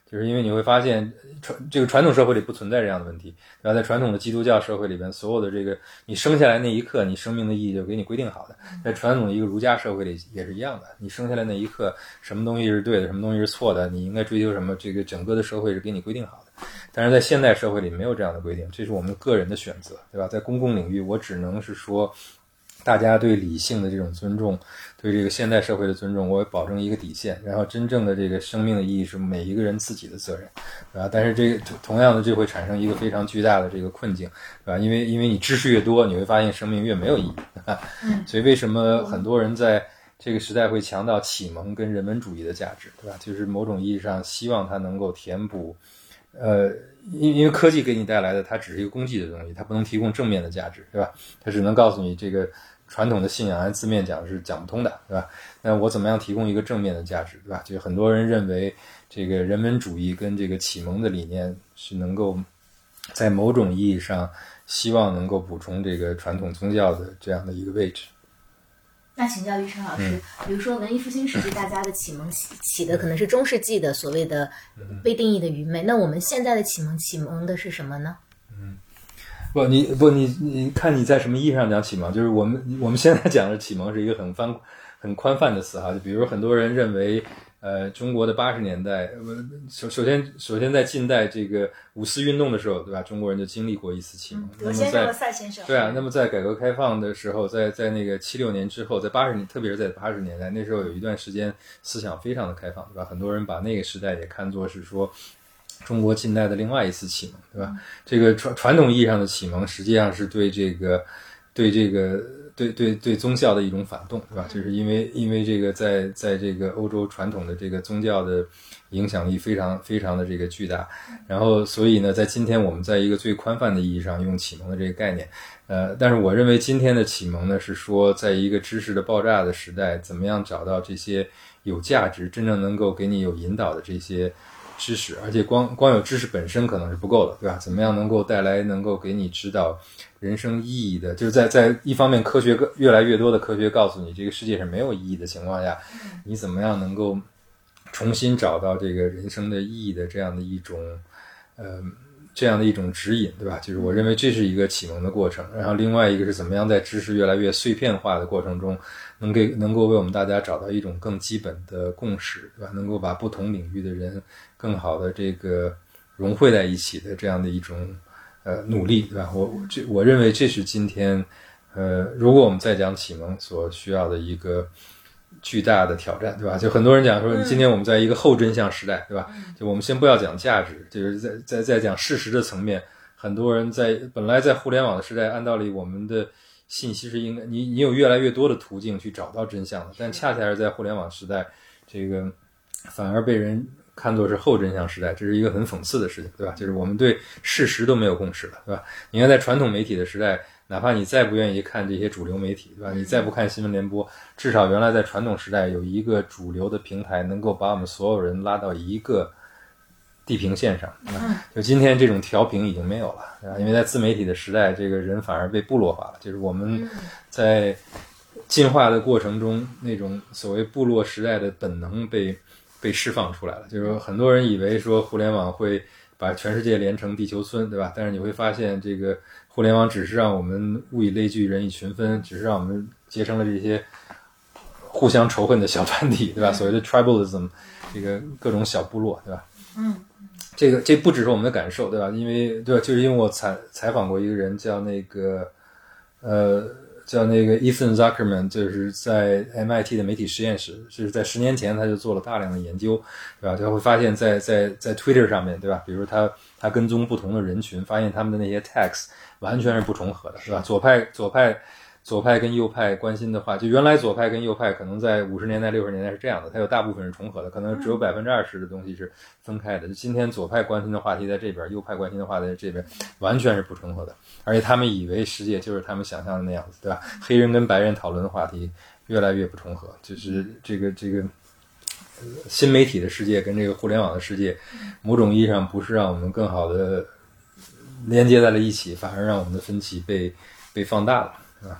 就是因为你会发现传这个传统社会里不存在这样的问题，对吧？在传统的基督教社会里边，所有的这个你生下来那一刻，你生命的意义就给你规定好的。在传统的一个儒家社会里也是一样的，你生下来那一刻，什么东西是对的，什么东西是错的，你应该追求什么，这个整个的社会是给你规定好的。但是在现代社会里没有这样的规定，这是我们个人的选择，对吧？在公共领域，我只能是说大家对理性的这种尊重，对这个现代社会的尊重，我保证一个底线，然后真正的这个生命的意义是每一个人自己的责任，对吧？但是这个同样的这会产生一个非常巨大的这个困境，对吧？因为因为你知识越多，你会发现生命越没有意义，对吧？所以为什么很多人在这个时代会强调启蒙跟人文主义的价值，对吧？就是某种意义上希望它能够填补呃，因因为科技给你带来的，它只是一个工具的东西，它不能提供正面的价值，对吧？它只能告诉你这个传统的信仰按字面讲是讲不通的，对吧？那我怎么样提供一个正面的价值，对吧？就很多人认为这个人文主义跟这个启蒙的理念是能够在某种意义上希望能够补充这个传统宗教的这样的一个位置。 那请教于晨老师， 嗯、 比如说文艺复兴时期大家的启蒙起起的可能是中世纪的所谓的被定义的愚昧，那我们现在的启蒙启蒙的是什么呢？ 嗯，不，你不你你看你在什么意义上讲启蒙？就是我们我们现在讲的启蒙是一个很宽很宽泛的词哈，就比如很多人认为。呃，中国的八十年代，首首先首先在近代这个五四运动的时候，对吧？中国人就经历过一次启蒙。 德先生和赛先生。 对啊，那么在改革开放的时候，在在那个七六年之后，在八十年，特别是在八十年代，那时候有一段时间思想非常的开放，对吧？很多人把那个时代也看作是说中国近代的另外一次启蒙，对吧？嗯、这个传传统意义上的启蒙，实际上是对这个对这个。对对对宗教的一种反动，对吧？就是因为因为这个在在这个欧洲传统的这个宗教的影响力非常非常的这个巨大，然后所以呢，在今天我们在一个最宽泛的意义上用启蒙的这个概念，呃，但是我认为今天的启蒙呢，是说在一个知识的爆炸的时代，怎么样找到这些有价值、真正能够给你有引导的这些知识，而且光光有知识本身可能是不够的，对吧？怎么样能够带来能够给你指导人生意义的，就是在在一方面科学越来越多的科学告诉你这个世界是没有意义的情况下，你怎么样能够重新找到这个人生的意义的这样的一种呃这样的一种指引，对吧？就是我认为这是一个启蒙的过程。然后另外一个是怎么样在知识越来越碎片化的过程中，能给能够为我们大家找到一种更基本的共识，对吧？能够把不同领域的人更好的这个融汇在一起的这样的一种呃，努力，对吧？我我这我认为这是今天，呃，如果我们再讲启蒙所需要的一个巨大的挑战，对吧？就很多人讲说，今天我们在一个后真相时代，对吧？就我们先不要讲价值，就是在在在讲事实的层面，很多人在本来在互联网的时代，按道理我们的信息是应该你你有越来越多的途径去找到真相的，但恰恰是在互联网时代，这个反而被人看作是后真相时代，这是一个很讽刺的事情，对吧？就是我们对事实都没有共识了，对吧？你看在传统媒体的时代，哪怕你再不愿意看这些主流媒体，对吧？你再不看新闻联播，至少原来在传统时代有一个主流的平台能够把我们所有人拉到一个地平线上，对吧？就今天这种调平已经没有了，对吧？因为在自媒体的时代，这个人反而被部落化了，就是我们在进化的过程中，那种所谓部落时代的本能被被释放出来了。就是说很多人以为说互联网会把全世界连成地球村，对吧？但是你会发现这个互联网只是让我们物以类聚，人以群分，只是让我们结成了这些互相仇恨的小团体，对吧？所谓的 tribalism， 这个各种小部落，对吧？ 嗯， 这个这不只是我们的感受，对吧？因为对吧，就是因为我采采访过一个人叫那个呃叫那个 Ethan Zuckerman， 就是在 M I T 的媒体实验室，就是在十年前他就做了大量的研究，对吧？他会发现在在在 Twitter 上面，对吧？比如他他跟踪不同的人群，发现他们的那些 tags 完全是不重合的，对吧？左派左派左派跟右派关心的话，就原来左派跟右派可能在五十年代六十年代是这样的，它有大部分是重合的，可能只有百分之二十的东西是分开的。今天左派关心的话题在这边，右派关心的话题在这边，完全是不重合的。而且他们以为世界就是他们想象的那样子，对吧？黑人跟白人讨论的话题越来越不重合，就是这个这个新媒体的世界跟这个互联网的世界，某种意义上不是让我们更好的连接在了一起，反而让我们的分歧被被放大了。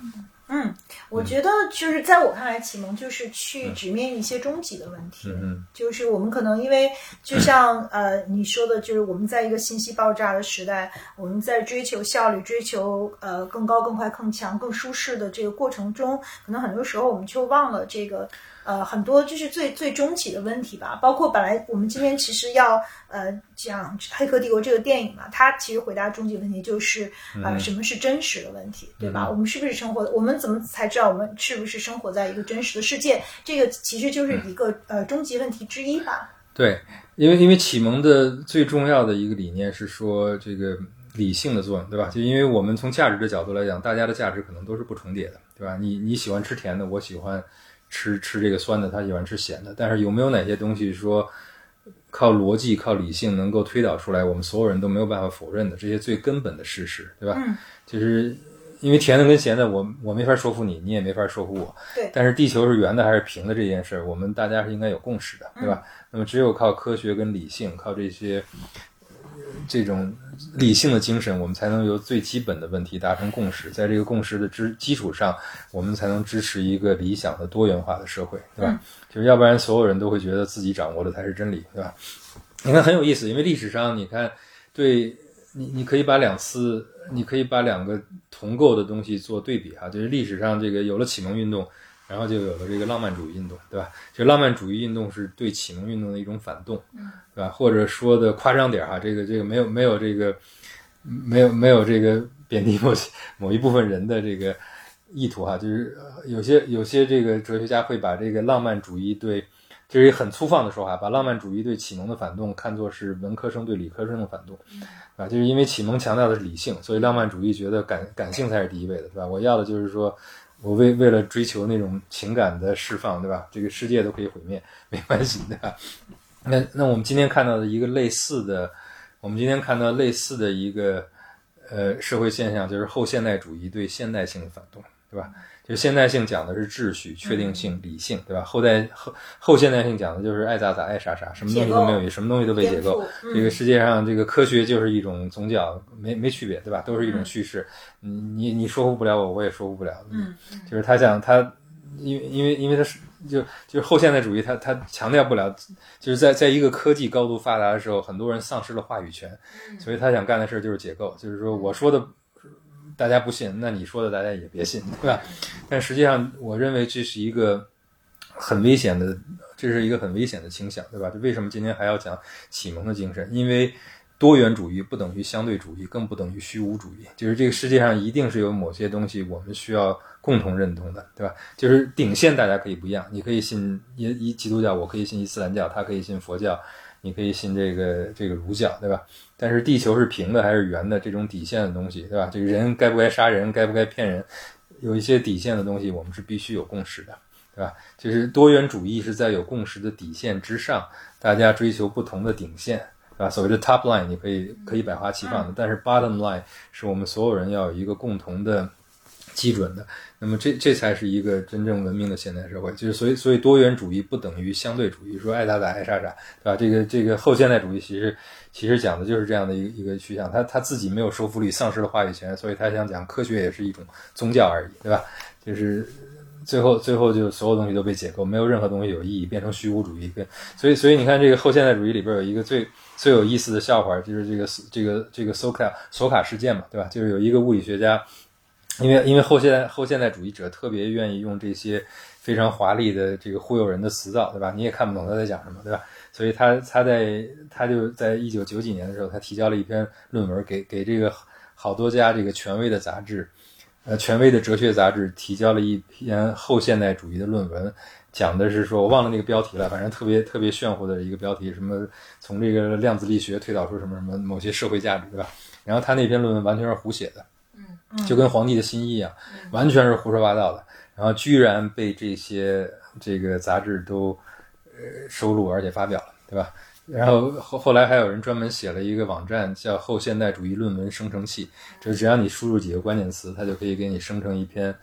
嗯，我觉得就是在我看来，启蒙就是去直面一些终极的问题。 嗯， 就是我们可能因为就像呃你说的，就是我们在一个信息爆炸的时代，我们在追求效率、追求呃更高、更快、更强、更舒适的这个过程中，可能很多时候我们就忘了这个呃很多就是最最终极的问题吧。包括本来我们今天其实要呃讲《黑客帝国》这个电影嘛，它其实回答终极问题就是呃什么是真实的问题，对吧？ 嗯、 我们是不是生活的？我们怎么才知道我们是不是生活在一个真实的世界？这个其实就是一个呃终极问题之一吧。 对，因为因为启蒙的最重要的一个理念是说这个理性的作用，对吧？就因为我们从价值的角度来讲，大家的价值可能都是不重叠的，对吧？你你喜欢吃甜的，我喜欢吃吃这个酸的，他喜欢吃咸的，但是有没有哪些东西说靠逻辑、靠理性能够推导出来，我们所有人都没有办法否认的这些最根本的事实，对吧？ 嗯， 就是因为甜的跟咸的，我我没法说服你，你也没法说服我。 对。 但是地球是圆的还是平的这件事，我们大家是应该有共识的，对吧？嗯、那么只有靠科学跟理性，靠这些这种理性的精神，我们才能由最基本的问题达成共识，在这个共识的支基础上，我们才能支持一个理想的多元化的社会，对吧？嗯、就是要不然所有人都会觉得自己掌握的才是真理，对吧？你看很有意思，因为历史上你看，对你你可以把两次，你可以把两个同构的东西做对比哈，就是历史上这个有了启蒙运动，然后就有了这个浪漫主义运动，对吧？就浪漫主义运动是对启蒙运动的一种反动，对吧？或者说的夸张点哈，这个这个没有没有这个没有没有这个贬低某某一部分人的这个意图哈，就是有些有些这个哲学家会把这个浪漫主义对，这是一个很粗放的说法，把浪漫主义对启蒙的反动看作是文科生对理科生的反动，啊，就是因为启蒙强调的是理性，所以浪漫主义觉得感感性才是第一位的，对吧？我要的就是说，我为为了追求那种情感的释放，对吧？这个世界都可以毁灭，没关系，对吧？那那我们今天看到的一个类似的，我们今天看到类似的一个呃社会现象，就是后现代主义对现代性的反动，对吧？就是现代性讲的是秩序、确定性、理性，对吧？后代后后现代性讲的就是爱咋咋爱啥啥，什么东西都没有，什么东西都被解构。 嗯、 这个世界上，这个科学就是一种宗教，没没区别，对吧？都是一种叙事。嗯、你你说服不了我，我也说服不了。 嗯， 就是他讲他，因为因为因为他是就就是后现代主义他，他他强调不了，就是在在一个科技高度发达的时候，很多人丧失了话语权，所以他想干的事就是解构，就是说我说的。大家不信，那你说的大家也别信，对吧？但实际上，我认为这是一个很危险的，这是一个很危险的倾向，对吧？为什么今天还要讲启蒙的精神？因为多元主义不等于相对主义，更不等于虚无主义。就是这个世界上一定是有某些东西我们需要共同认同的，对吧？就是顶线大家可以不一样，你可以信一基督教，我可以信伊斯兰教，他可以信佛教。你可以信这个这个儒教，对吧？但是地球是平的还是圆的，这种底线的东西，对吧？这个人该不该杀人，该不该骗人，有一些底线的东西，我们是必须有共识的，对吧？就是多元主义是在有共识的底线之上，大家追求不同的顶线，对吧？所谓的 top line 你可以可以百花齐放的，但是 bottom line 是我们所有人要有一个共同的基准的。那么这这才是一个真正文明的现代社会，就是所以所以多元主义不等于相对主义，说爱咋咋爱啥啥，对吧？这个这个后现代主义其实其实讲的就是这样的一个一个趋向，他他自己没有说服力，丧失了话语权，所以他想讲科学也是一种宗教而已，对吧？就是最后最后就所有东西都被解构，没有任何东西有意义，变成虚无主义。所以所以你看这个后现代主义里边有一个最最有意思的笑话，就是这个这个这个索卡索卡事件嘛，对吧？就是有一个物理学家。因为因为后现代后现代主义者特别愿意用这些非常华丽的这个忽悠人的词藻，对吧？你也看不懂他在讲什么，对吧？所以他他在他就在一九九几年的时候，他提交了一篇论文给给这个好多家这个权威的杂志，呃，权威的哲学杂志提交了一篇后现代主义的论文，讲的是说我忘了那个标题了，反正特别特别炫乎的一个标题，什么从这个量子力学推导出什么什么某些社会价值，对吧？然后他那篇论文完全是胡写的。就跟皇帝的新衣一样，完全是胡说八道的，然后居然被这些这个杂志都呃收录而且发表了，对吧？然后后后来还有人专门写了一个网站叫后现代主义论文生成器，就是只要你输入几个关键词，它就可以给你生成一篇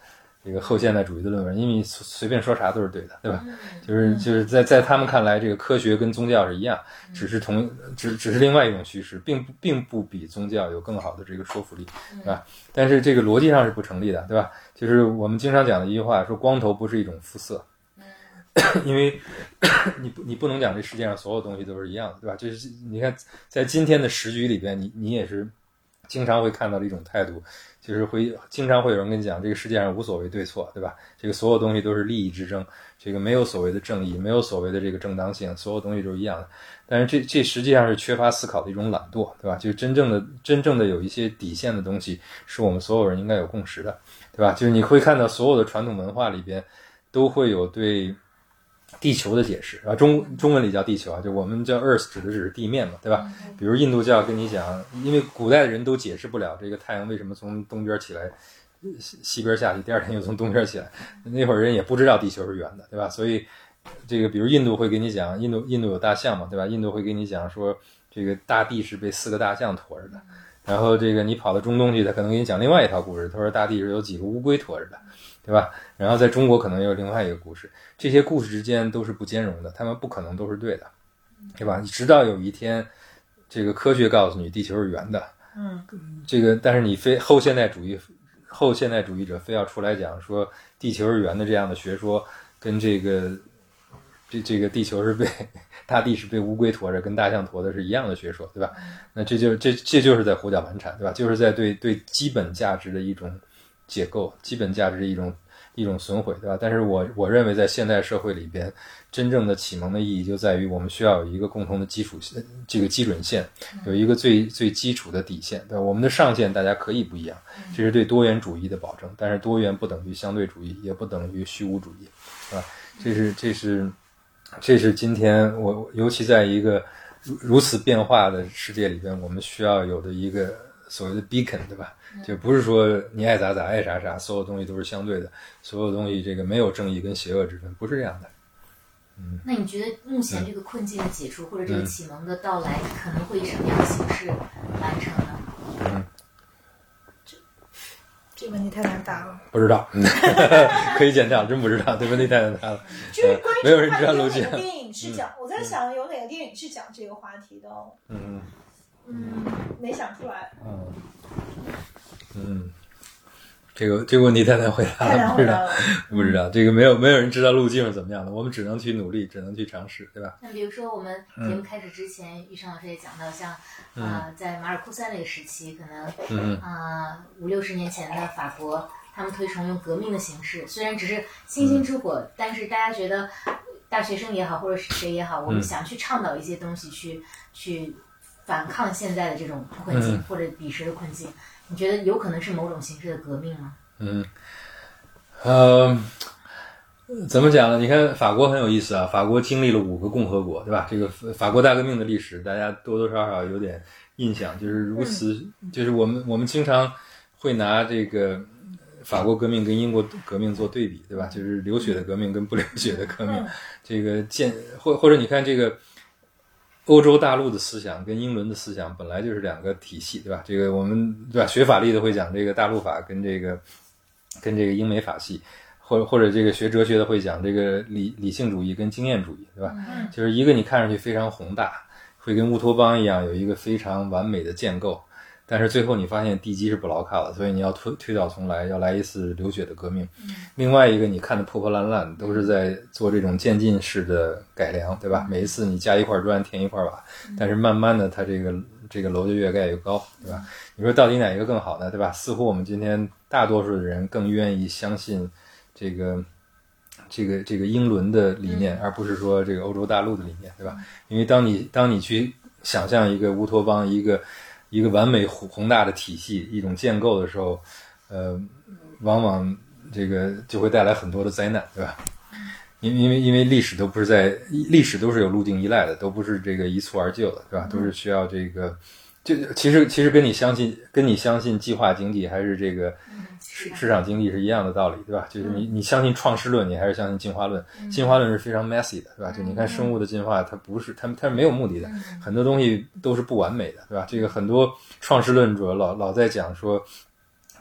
这个后现代主义的论文，因为你随便说啥都是对的，对吧？就是就是在在他们看来，这个科学跟宗教是一样，只是同只只是另外一种叙事，并不并不比宗教有更好的这个说服力，对吧？但是这个逻辑上是不成立的，对吧？就是我们经常讲的一句话，说光头不是一种肤色，因为你不你不能讲这世界上所有东西都是一样的，对吧？就是你看在今天的时局里边，你你也是经常会看到的一种态度。就是会经常会有人跟你讲，这个世界上无所谓对错，对吧？这个所有东西都是利益之争，这个没有所谓的正义，没有所谓的这个正当性，所有东西都是一样的。但是这这实际上是缺乏思考的一种懒惰，对吧？就是真正的真正的有一些底线的东西，是我们所有人应该有共识的，对吧？就是你会看到所有的传统文化里边都会有对地球的解释啊，中中文里叫地球啊，就我们叫 Earth 指的只是地面嘛，对吧？比如印度教跟你讲，因为古代的人都解释不了这个太阳为什么从东边起来，西西边下去，第二天又从东边起来，那会儿人也不知道地球是圆的，对吧？所以这个比如印度会给你讲，印度印度有大象嘛，对吧？印度会给你讲说这个大地是被四个大象驮着的，然后这个你跑到中东去，他可能给你讲另外一套故事，他说大地是有几个乌龟驮着的，对吧？然后在中国可能有另外一个故事，这些故事之间都是不兼容的，他们不可能都是对的，对吧？直到有一天，这个科学告诉你地球是圆的， 嗯， 这个但是你非后现代主义后现代主义者非要出来讲说地球是圆的这样的学说，跟这个这这个地球是被大地是被乌龟驮着，跟大象驮的是一样的学说，对吧？那这就这这就是在胡搅蛮缠，对吧？就是在对对基本价值的一种解构，基本价值的一种一种损毁，对吧？但是我我认为在现代社会里边，真正的启蒙的意义就在于我们需要有一个共同的基础这个基准线，有一个最最基础的底线，对吧？我们的上限大家可以不一样，这是对多元主义的保证，但是多元不等于相对主义，也不等于虚无主义，对吧？这是这是这是今天我尤其在一个如此变化的世界里边，我们需要有的一个所谓的 beacon， 对吧？就不是说你爱咋咋爱啥啥，所有东西都是相对的，所有东西这个没有正义跟邪恶之分，不是这样的。嗯， 那你觉得目前这个困境的解除、嗯、或者这个启蒙的到来，可能会以什么样的形式完成呢？ 嗯， 这这问题太难答了， 不知道，可以检查，真不知道，这问题太难答了。 就是关于没有人知道有哪个电影是讲，嗯、我在想有哪个电影是讲这个话题的。 嗯嗯，没想出来。 嗯嗯，这个这个问题太难回答了，不知道，不知道，这个没有没有人知道路径是怎么样的，我们只能去努力，只能去尝试，对吧？ 那比如说我们节目开始之前，嗯、玉成老师也讲到像，像啊、呃，在马尔库塞那个时期，可能嗯啊五六十年前的法国，他们推崇用革命的形式，虽然只是星星之火，嗯、但是大家觉得大学生也好，或者是谁也好，我们想去倡导一些东西去，去去反抗现在的这种困境， 嗯、 或者彼时的困境。你觉得有可能是某种形式的革命吗？ 嗯，呃，怎么讲呢？你看法国很有意思啊，法国经历了五个共和国，对吧？这个法国大革命的历史，大家多多少少有点印象，就是如此，嗯、就是我们我们经常会拿这个法国革命跟英国革命做对比，对吧？就是流血的革命跟不流血的革命， 嗯、 这个建或或者你看这个。欧洲大陆的思想跟英伦的思想本来就是两个体系，对吧？这个我们对吧？学法律的会讲这个大陆法跟这个跟这个英美法系，或者或者这个学哲学的会讲这个理理性主义跟经验主义，对吧？ 嗯、 就是一个你看上去非常宏大，会跟乌托邦一样有一个非常完美的建构，但是最后你发现地基是不牢靠的，所以你要推推倒重来，要来一次流血的革命。 嗯、 另外一个你看的破破烂烂，都是在做这种渐进式的改良，对吧？每一次你加一块砖填一块瓦，但是慢慢的它这个这个楼就越盖越高，对吧？你说到底哪一个更好呢？对吧？似乎我们今天大多数的人更愿意相信这个这个这个英伦的理念，而不是说这个欧洲大陆的理念，对吧？因为当你当你去想象一个乌托邦，一个一个完美宏大的体系，一种建构的时候，呃，往往这个就会带来很多的灾难，对吧？因因为因为历史都不是在历史都是有路径依赖的，都不是这个一蹴而就的，对吧？都是需要这个，就其实其实跟你相信跟你相信计划经济还是这个市市场经济是一样的道理，对吧？就是你你相信创世论，你还是相信进化论？进化论是非常 messy 的，对吧？就你看生物的进化，它不是它它是没有目的的，很多东西都是不完美的，对吧？这个很多创世论者老老在讲说，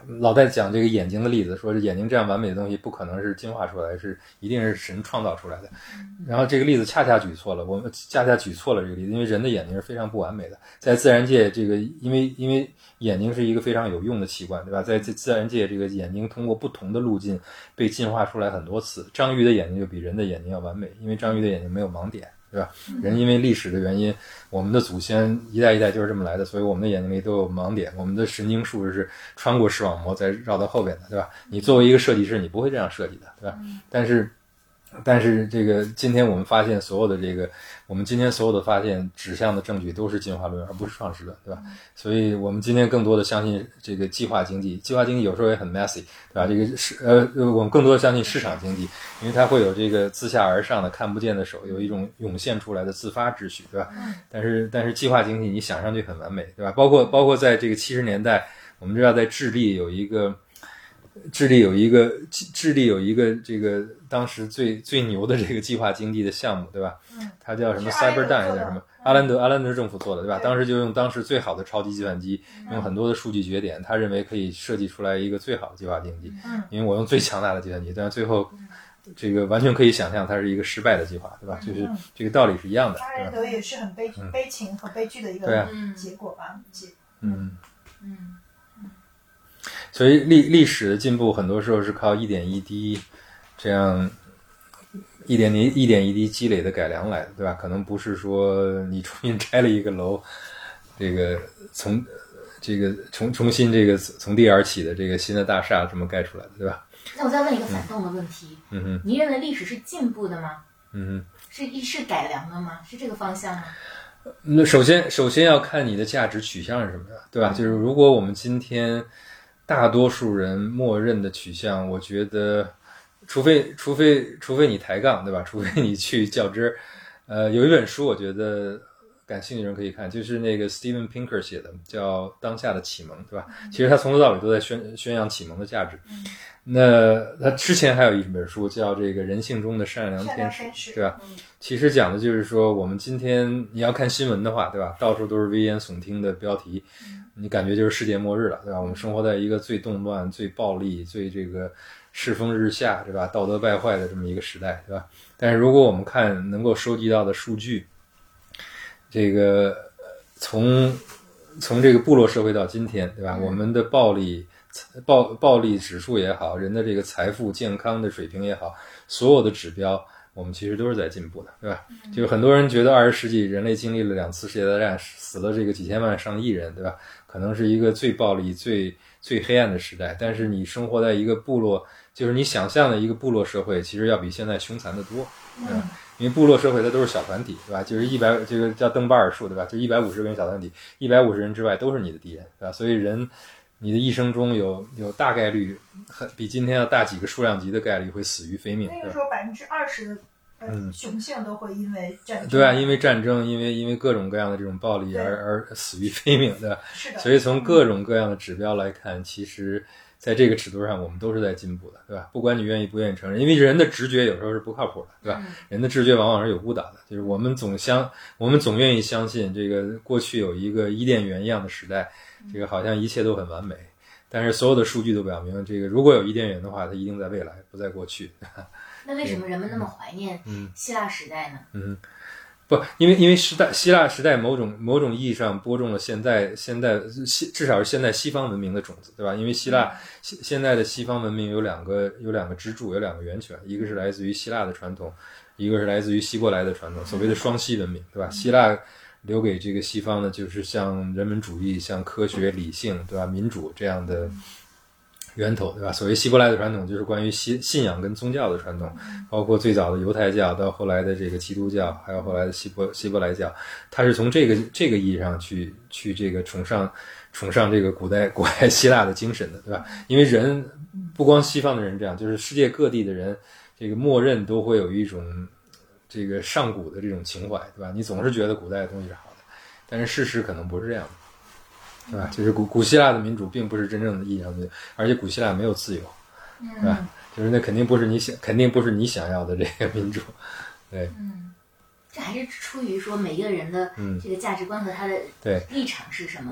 老在讲这个眼睛的例子，说眼睛这样完美的东西不可能是进化出来，是一定是神创造出来的。然后这个例子恰恰举错了，我们恰恰举错了这个例子，因为人的眼睛是非常不完美的，在自然界这个，因为因为眼睛是一个非常有用的器官，对吧？在自然界这个眼睛通过不同的路径被进化出来很多次。章鱼的眼睛就比人的眼睛要完美，因为章鱼的眼睛没有盲点。对吧？人因为历史的原因，我们的祖先一代一代就是这么来的，所以我们的眼睛里都有盲点，我们的神经束是穿过视网膜再绕到后边的，对吧？你作为一个设计师，你不会这样设计的，对吧？但是，但是这个今天我们发现所有的这个，我们今天所有的发现指向的证据都是进化论，而不是创始论，对吧？所以我们今天更多的相信这个计划经济，计划经济有时候也很 messy， 对吧？这个是呃，我们更多的相信市场经济，因为它会有这个自下而上的看不见的手，有一种涌现出来的自发秩序，对吧？但是但是计划经济你想上去很完美，对吧？包括包括在这个七十年代，我们知道在智利有一个。智利有一个智利有一个这个当时最最牛的这个计划经济的项目，对吧？它叫什么 Cyberdyne 还是什么？阿兰德阿兰德政府做的，对吧？当时就用当时最好的超级计算机，用很多的数据节点，他认为可以设计出来一个最好的计划经济。因为我用最强大的计算机，但是最后这个完全可以想象它是一个失败的计划，对吧？就是这个道理是一样的。 阿兰德也是很悲悲情和悲剧的一个结果吧？ 嗯嗯。所以历历史的进步很多时候是靠一点一滴这样一点一一点一滴积累的改良来的，对吧？可能不是说你重新拆了一个楼，这个从这个重重新这个从地而起的这个新的大厦这么盖出来的，对吧？ 那我再问一个反动的问题， 嗯哼， 您认为历史是进步的吗？ 嗯哼， 是是改良的吗？是这个方向吗？ 那首先首先要看你的价值取向是什么呀，对吧？就是如果我们今天大多数人默认的取向，我觉得，除非除非除非你抬杠，对吧？除非你去较真儿。呃，有一本书，我觉得感兴趣的人可以看，就是那个 Steven Pinker 写的，叫《当下的启蒙》，对吧？其实他从头到尾都在宣宣扬启蒙的价值。那他之前还有一本书叫《这个人性中的善良天使》，对吧？其实讲的就是说，我们今天你要看新闻的话，对吧？到处都是危言耸听的标题。你感觉就是世界末日了，对吧？我们生活在一个最动乱、最暴力、最这个世风日下，对吧？道德败坏的这么一个时代，对吧？但是如果我们看能够收集到的数据，这个从从这个部落社会到今天，对吧？我们的暴力暴暴力指数也好，人的这个财富、健康的水平也好，所有的指标，我们其实都是在进步的，对吧？就是很多人觉得二十世纪人类经历了两次世界大战，死了这个几千万上亿人，对吧？可能是一个最暴力、最最黑暗的时代。但是你生活在一个部落，就是你想象的一个部落社会，其实要比现在凶残的多，对吧？因为部落社会它都是小团体，对吧？就是一百这个叫邓巴尔数，对吧？就一百五十个人小团体，一百五十人之外都是你的敌人，对吧？所以人。你的一生中有有大概率，很比今天要大几个数量级的概率会死于非命。 那个时候百分之二十的呃雄性都会因为战争， 对啊，因为战争，因为因为各种各样的这种暴力而而死于非命，对吧？ 是的。 所以从各种各样的指标来看，其实在这个尺度上，我们都是在进步的，对吧？不管你愿意不愿意承认，因为人的直觉有时候是不靠谱的，对吧？人的直觉往往是有误导的，就是我们总相我们总愿意相信这个过去有一个伊甸园一样的时代。这个好像一切都很完美，但是所有的数据都表明，这个如果有伊甸园的话，它一定在未来，不在过去。 那为什么人们那么怀念希腊时代呢？ 嗯，不，因为因为时代希腊时代某种某种意义上播种了现在现在至少是现在西方文明的种子，对吧？因为希腊现现在的西方文明有两个有两个支柱，有两个源泉，一个是来自于希腊的传统，一个是来自于希伯来的传统，所谓的双希文明，对吧？希腊留给这个西方呢，就是像人文主义、像科学、理性，对吧？民主这样的源头，对吧？所谓希伯来的传统，就是关于信信仰跟宗教的传统，包括最早的犹太教，到后来的这个基督教，还有后来的希伯希伯来教，它是从这个这个意义上去去这个崇尚崇尚这个古代古代希腊的精神的，对吧？因为人不光西方的人这样，就是世界各地的人，这个默认都会有一种。这个上古的这种情怀，对吧？你总是觉得古代的东西是好的，但是事实可能不是这样的，对吧？就是古古希腊的民主并不是真正的意义上的，而且古希腊没有自由，对吧？就是那肯定不是你想，肯定不是你想要的这个民主，对。 嗯，这还是出于说每一个人的这个价值观和他的立场是什么嘛？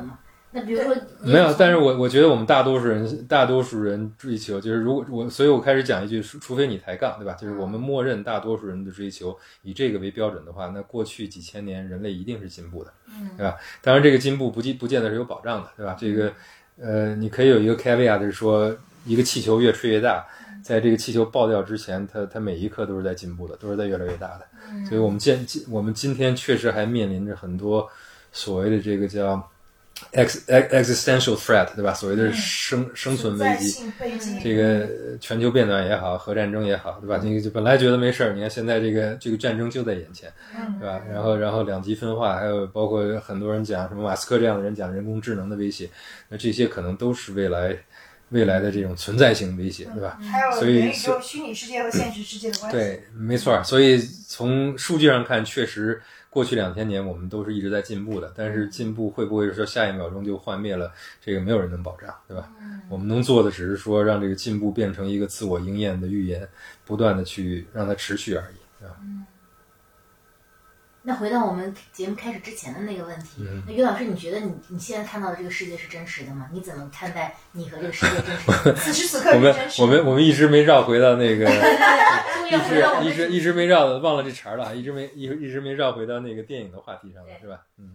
那比如说没有，但是我我觉得我们大多数人大多数人追求就是如果我，所以我开始讲一句，除非你抬杠，对吧？就是我们默认大多数人的追求以这个为标准的话，那过去几千年人类一定是进步的，对吧？当然这个进步不不见得是有保障的，对吧？这个呃，你可以有一个 caveat， 就是说一个气球越吹越大，在这个气球爆掉之前，它它每一刻都是在进步的，都是在越来越大的。所以我们今我们今天确实还面临着很多所谓的这个叫Ex existential threat， 对吧？所谓的生、嗯、生存危机，这个全球变暖也好，核战争也好，对吧？这个就本来觉得没事儿，你看现在这个这个战争就在眼前，对吧？然后然后两极分化，还有包括很多人讲什么马斯克这样的人讲人工智能的威胁，那这些可能都是未来未来的这种存在性威胁，对吧？ 还有元宇宙虚拟世界和现实世界的关系。 对，没错。所以从数据上看，确实。过去两千年我们都是一直在进步的，但是进步会不会说下一秒钟就幻灭了，这个没有人能保障，对吧？我们能做的只是说让这个进步变成一个自我应验的预言，不断的去让它持续而已，对吧？ 嗯。那回到我们节目开始之前的那个问题，嗯、那于老师，你觉得你你现在看到的这个世界是真实的吗？你怎么看待你和这个世界真实的？ 此时此刻是真实的。 我们我们我们一直没绕回到那个，一直一直一直没绕，忘了这茬了，一直没一一直没绕回到那个电影的话题上了，是吧？嗯。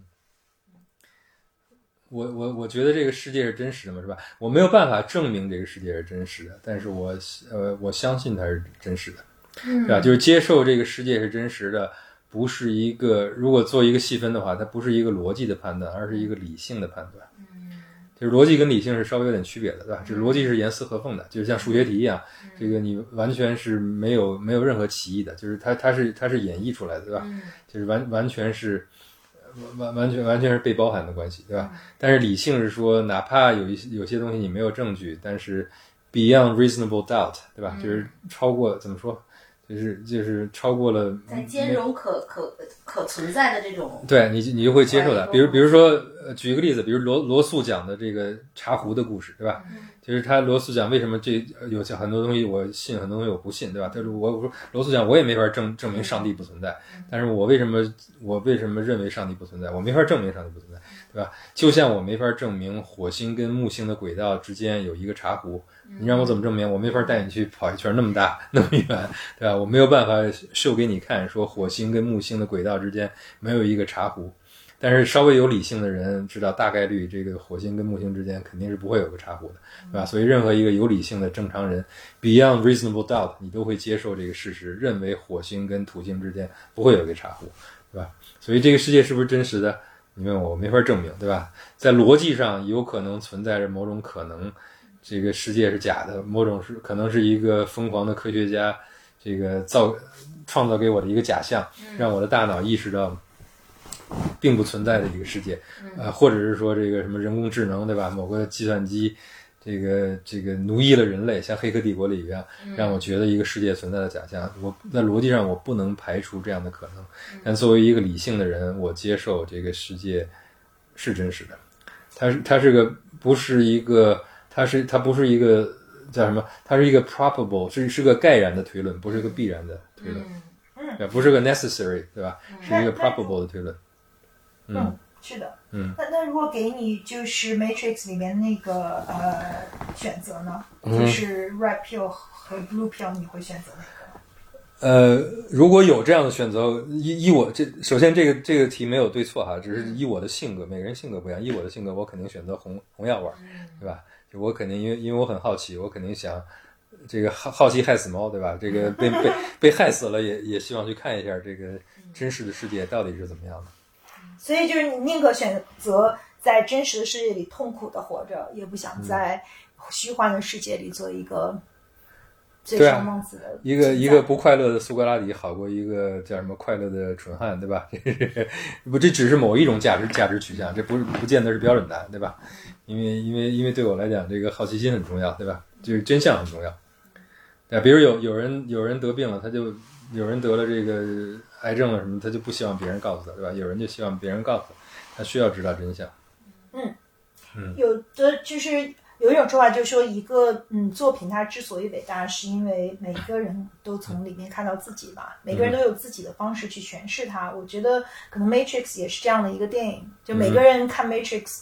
我我我觉得这个世界是真实的嘛，是吧？我没有办法证明这个世界是真实的，但是我呃我相信它是真实的，是吧？就是接受这个世界是真实的。不是一个，如果做一个细分的话，它不是一个逻辑的判断，而是一个理性的判断。嗯，就是逻辑跟理性是稍微有点区别的，对吧？这逻辑是严丝合缝的，就是像数学题一样，这个你完全是没有没有任何歧义的，就是它它是它是演绎出来的，对吧？就是完完全是完完全完全是被包含的关系，对吧？但是理性是说，哪怕有一些有些东西你没有证据，但是 beyond reasonable doubt， 对吧？就是超过怎么说？就是就是超过了， 在兼容可可可存在的这种， 对你你就会接受的。比如比如说，呃，举一个例子，比如罗罗素讲的这个茶壶的故事，对吧？嗯、就是他罗素讲为什么这有很多东西我信，很多东西我不信，对吧？他说我我说罗素讲我也没法证证明上帝不存在，但是我为什么我为什么认为上帝不存在？我没法证明上帝不存在，对吧？就像我没法证明火星跟木星的轨道之间有一个茶壶。你让我怎么证明？我没法带你去跑一圈那么大那么远，对吧？我没有办法秀给你看，说火星跟木星的轨道之间没有一个茶壶。但是稍微有理性的人知道，大概率这个火星跟木星之间肯定是不会有个茶壶的，对吧？所以任何一个有理性的正常人 ，beyond reasonable doubt， 你都会接受这个事实，认为火星跟土星之间不会有一个茶壶，对吧？所以这个世界是不是真实的？你问我，我没法证明，对吧？在逻辑上有可能存在着某种可能。这个世界是假的，某种是可能是一个疯狂的科学家，这个造创造给我的一个假象，让我的大脑意识到并不存在的一个世界，呃，或者是说这个什么人工智能，对吧？某个计算机，这个这个奴役了人类，像《黑客帝国》里一样，让我觉得一个世界存在的假象。我在逻辑上我不能排除这样的可能，但作为一个理性的人，我接受这个世界是真实的。它是它是个不是一个。它是它不是一个叫什么？它是一个 probable， 是是个概然的推论，不是个必然的推论，嗯，对，不是个 necessary， 对吧？是一个 probable 的推论。 嗯，嗯是的。嗯，那那如果给你就是 Matrix 里面那个呃选择呢，就是 Red Pill 和 Blue Pill， 你会选择哪个？ 呃，如果有这样的选择，依依我这首先这个这个题没有对错哈，只是依我的性格，每个人性格不一样。依我的性格，我肯定选择红红药丸，对吧？我肯定因为因为我很好奇，我肯定想这个好好奇害死猫，对吧？这个被被被害死了也也希望去看一下这个真实的世界到底是怎么样的。 所以就是你宁可选择在真实的世界里痛苦的活着，也不想在虚幻的世界里做一个醉生梦死的、啊、 一个一个不快乐的苏格拉底好过一个叫什么快乐的蠢汉，对吧？不，这只是某一种价值价值取向，这不是不见得是标准答案，对吧？因为因为因为对我来讲，这个好奇心很重要，对吧？就是真相很重要。对，比如有有人有人得病了，他就有人得了这个癌症了什么，他就不希望别人告诉他，对吧？有人就希望别人告诉他，他需要知道真相。 嗯嗯，有的就是有一种说法，就是说一个嗯作品它之所以伟大，是因为每个人都从里面看到自己吧，每个人都有自己的方式去诠释它。我觉得可能 Matrix 也是这样的一个电影，就每个人看 Matrix。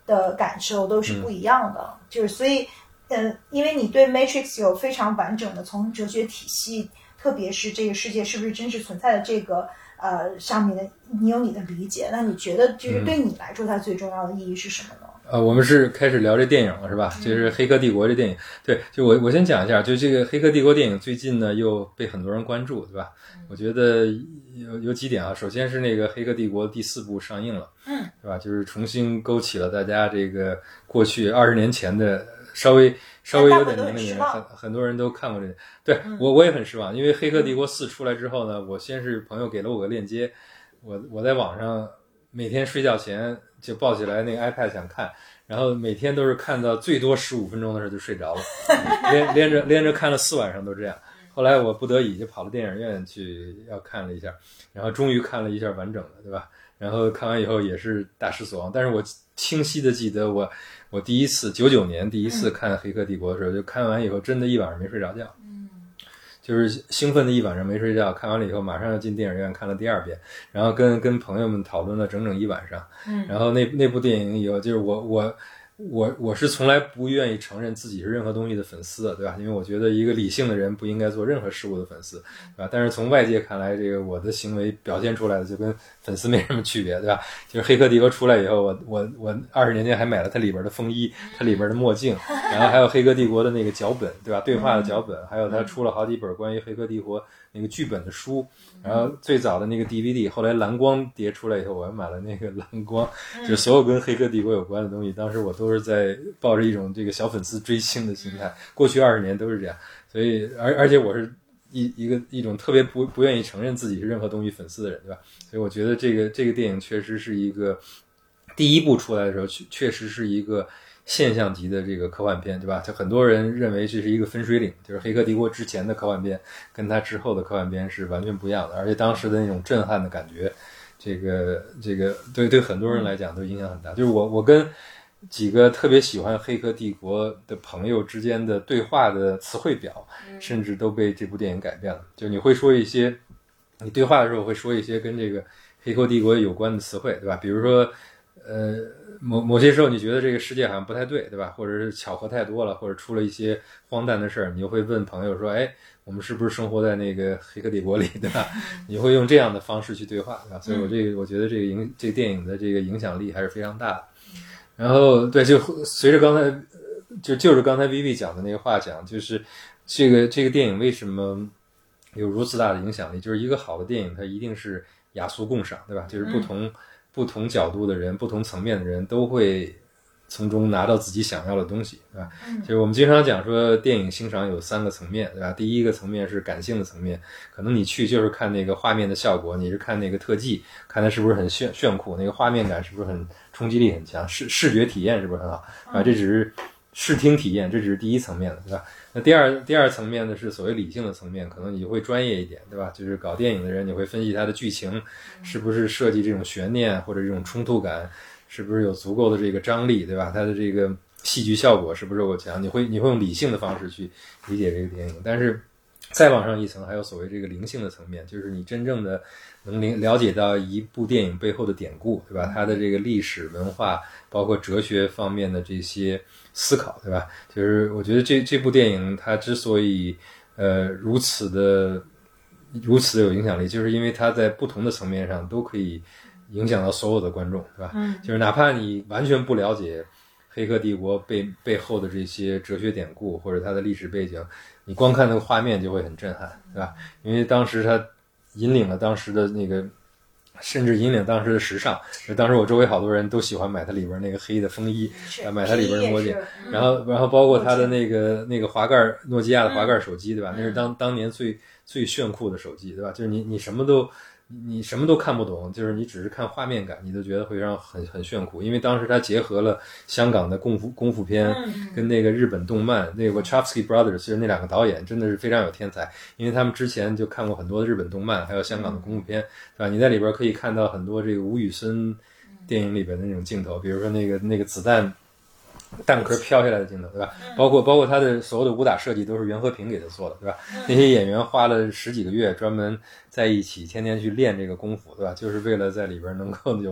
的感受都是不一样的。嗯、就是所以，嗯、呃，因为你对 Matrix 有非常完整的从哲学体系，特别是这个世界是不是真实存在的这个呃上面的，你有你的理解。那你觉得就是对你来说，它最重要的意义是什么呢？ 呃，我们是开始聊这电影了，是吧？就是《黑客帝国》这电影。对，就我我先讲一下，就这个《黑客帝国》电影最近呢又被很多人关注，对吧？我觉得有有几点啊，首先是那个《黑客帝国》第四部上映了， 嗯， 对吧？就是重新勾起了大家这个过去二十年前的稍微稍微有点年龄的人，很很多人都看过这个。对、嗯、我我也很失望，因为《黑客帝国四》出来之后呢，我先是朋友给了我个链接，我我在网上每天睡觉前就抱起来那个 iPad 想看，然后每天都是看到最多十五分钟的时候就睡着了，连连着连着看了四晚上都这样。后来我不得已就跑到电影院去要看了一下，然后终于看了一下完整的，对吧？然后看完以后也是大失所望。但是我清晰的记得我我第一次九九年第一次看《黑客帝国》的时候，就看完以后真的一晚上没睡着觉。就是兴奋的一晚上没睡觉，看完了以后马上要进电影院看了第二遍，然后跟跟朋友们讨论了整整一晚上。 嗯， 然后那那部电影以后，就是我我我我是从来不愿意承认自己是任何东西的粉丝的，对吧？因为我觉得一个理性的人不应该做任何事物的粉丝，对吧？但是从外界看来，这个我的行为表现出来的就跟粉丝没什么区别，对吧？就是《黑客帝国》出来以后，我我我二十年前还买了它里边的风衣，它里边的墨镜，然后还有《黑客帝国》的那个脚本，对吧？对话的脚本，还有它出了好几本关于《黑客帝国》那个剧本的书，然后最早的那个 D V D， 后来蓝光碟出来以后，我还买了那个蓝光，就是所有跟《黑客帝国》有关的东西，当时我都是在抱着一种这个小粉丝追星的心态，过去二十年都是这样，所以而而且我是一一个一种特别不不愿意承认自己是任何东西粉丝的人，对吧？所以我觉得这个这个电影确实是一个第一部出来的时候，确实是一个现象级的这个科幻片，对吧？就很多人认为这是一个分水岭，就是《黑客帝国》之前的科幻片跟它之后的科幻片是完全不一样的，而且当时的那种震撼的感觉，这个这个对对很多人来讲都影响很大。就是我我跟几个特别喜欢《黑客帝国》的朋友之间的对话的词汇表，甚至都被这部电影改变了。就你会说一些，你对话的时候会说一些跟这个《黑客帝国》有关的词汇，对吧？比如说，呃，某某些时候你觉得这个世界好像不太对，对吧？或者是巧合太多了，或者出了一些荒诞的事儿，你就会问朋友说：“哎，我们是不是生活在那个《黑客帝国》里，对吧？”你会用这样的方式去对话，对吧？所以我这个我觉得这个影这个电影的这个影响力还是非常大的。然后对，就随着刚才就就是刚才 Vivi 讲的那个话讲，就是这个这个电影为什么有如此大的影响力？就是一个好的电影，它一定是雅俗共赏，对吧？就是不同、嗯、不同角度的人、不同层面的人都会从中拿到自己想要的东西，对吧？ 嗯、 就是我们经常讲说电影欣赏有三个层面，对吧？第一个层面是感性的层面，可能你去就是看那个画面的效果，你是看那个特技，看它是不是很炫炫酷，那个画面感是不是很冲击力很强，视视觉体验是不是很好啊？这只是视听体验，这只是第一层面的，对吧？那第二第二层面呢是所谓理性的层面，可能你会专业一点，对吧？就是搞电影的人，你会分析它的剧情是不是设计这种悬念或者这种冲突感，是不是有足够的这个张力，对吧？它的这个戏剧效果是不是够强？你会你会用理性的方式去理解这个电影，但是再往上一层，还有所谓这个灵性的层面，就是你真正的能了解到一部电影背后的典故，对吧？它的这个历史文化，包括哲学方面的这些思考，对吧？就是我觉得这这部电影它之所以呃如此的如此的有影响力，就是因为它在不同的层面上都可以影响到所有的观众，对吧？ 嗯， 就是哪怕你完全不了解黑客帝国背背后的这些哲学典故或者它的历史背景，你光看那个画面就会很震撼，对吧？因为当时它引领了当时的那个，甚至引领当时的时尚。就当时我周围好多人都喜欢买它里边那个黑的风衣，买它里边的墨镜，然后然后包括它的那个那个滑盖，诺基亚的滑盖手机，对吧？那是当当年最最炫酷的手机，对吧？就是你你什么都。你什么都看不懂，就是你只是看画面感，你都觉得会让很很炫酷。因为当时它结合了香港的功夫功夫片跟那个日本动漫，那个 Wachowski Brothers 就是那两个导演真的是非常有天才，因为他们之前就看过很多的日本动漫，还有香港的功夫片，对吧？你在里边可以看到很多这个吴宇森电影里边的那种镜头，比如说那个那个子弹弹壳飘下来的镜头，对吧？包括包括他的所有的武打设计都是袁和平给他做的，对吧？那些演员花了十几个月专门在一起，天天去练这个功夫，对吧？就是为了在里边能够有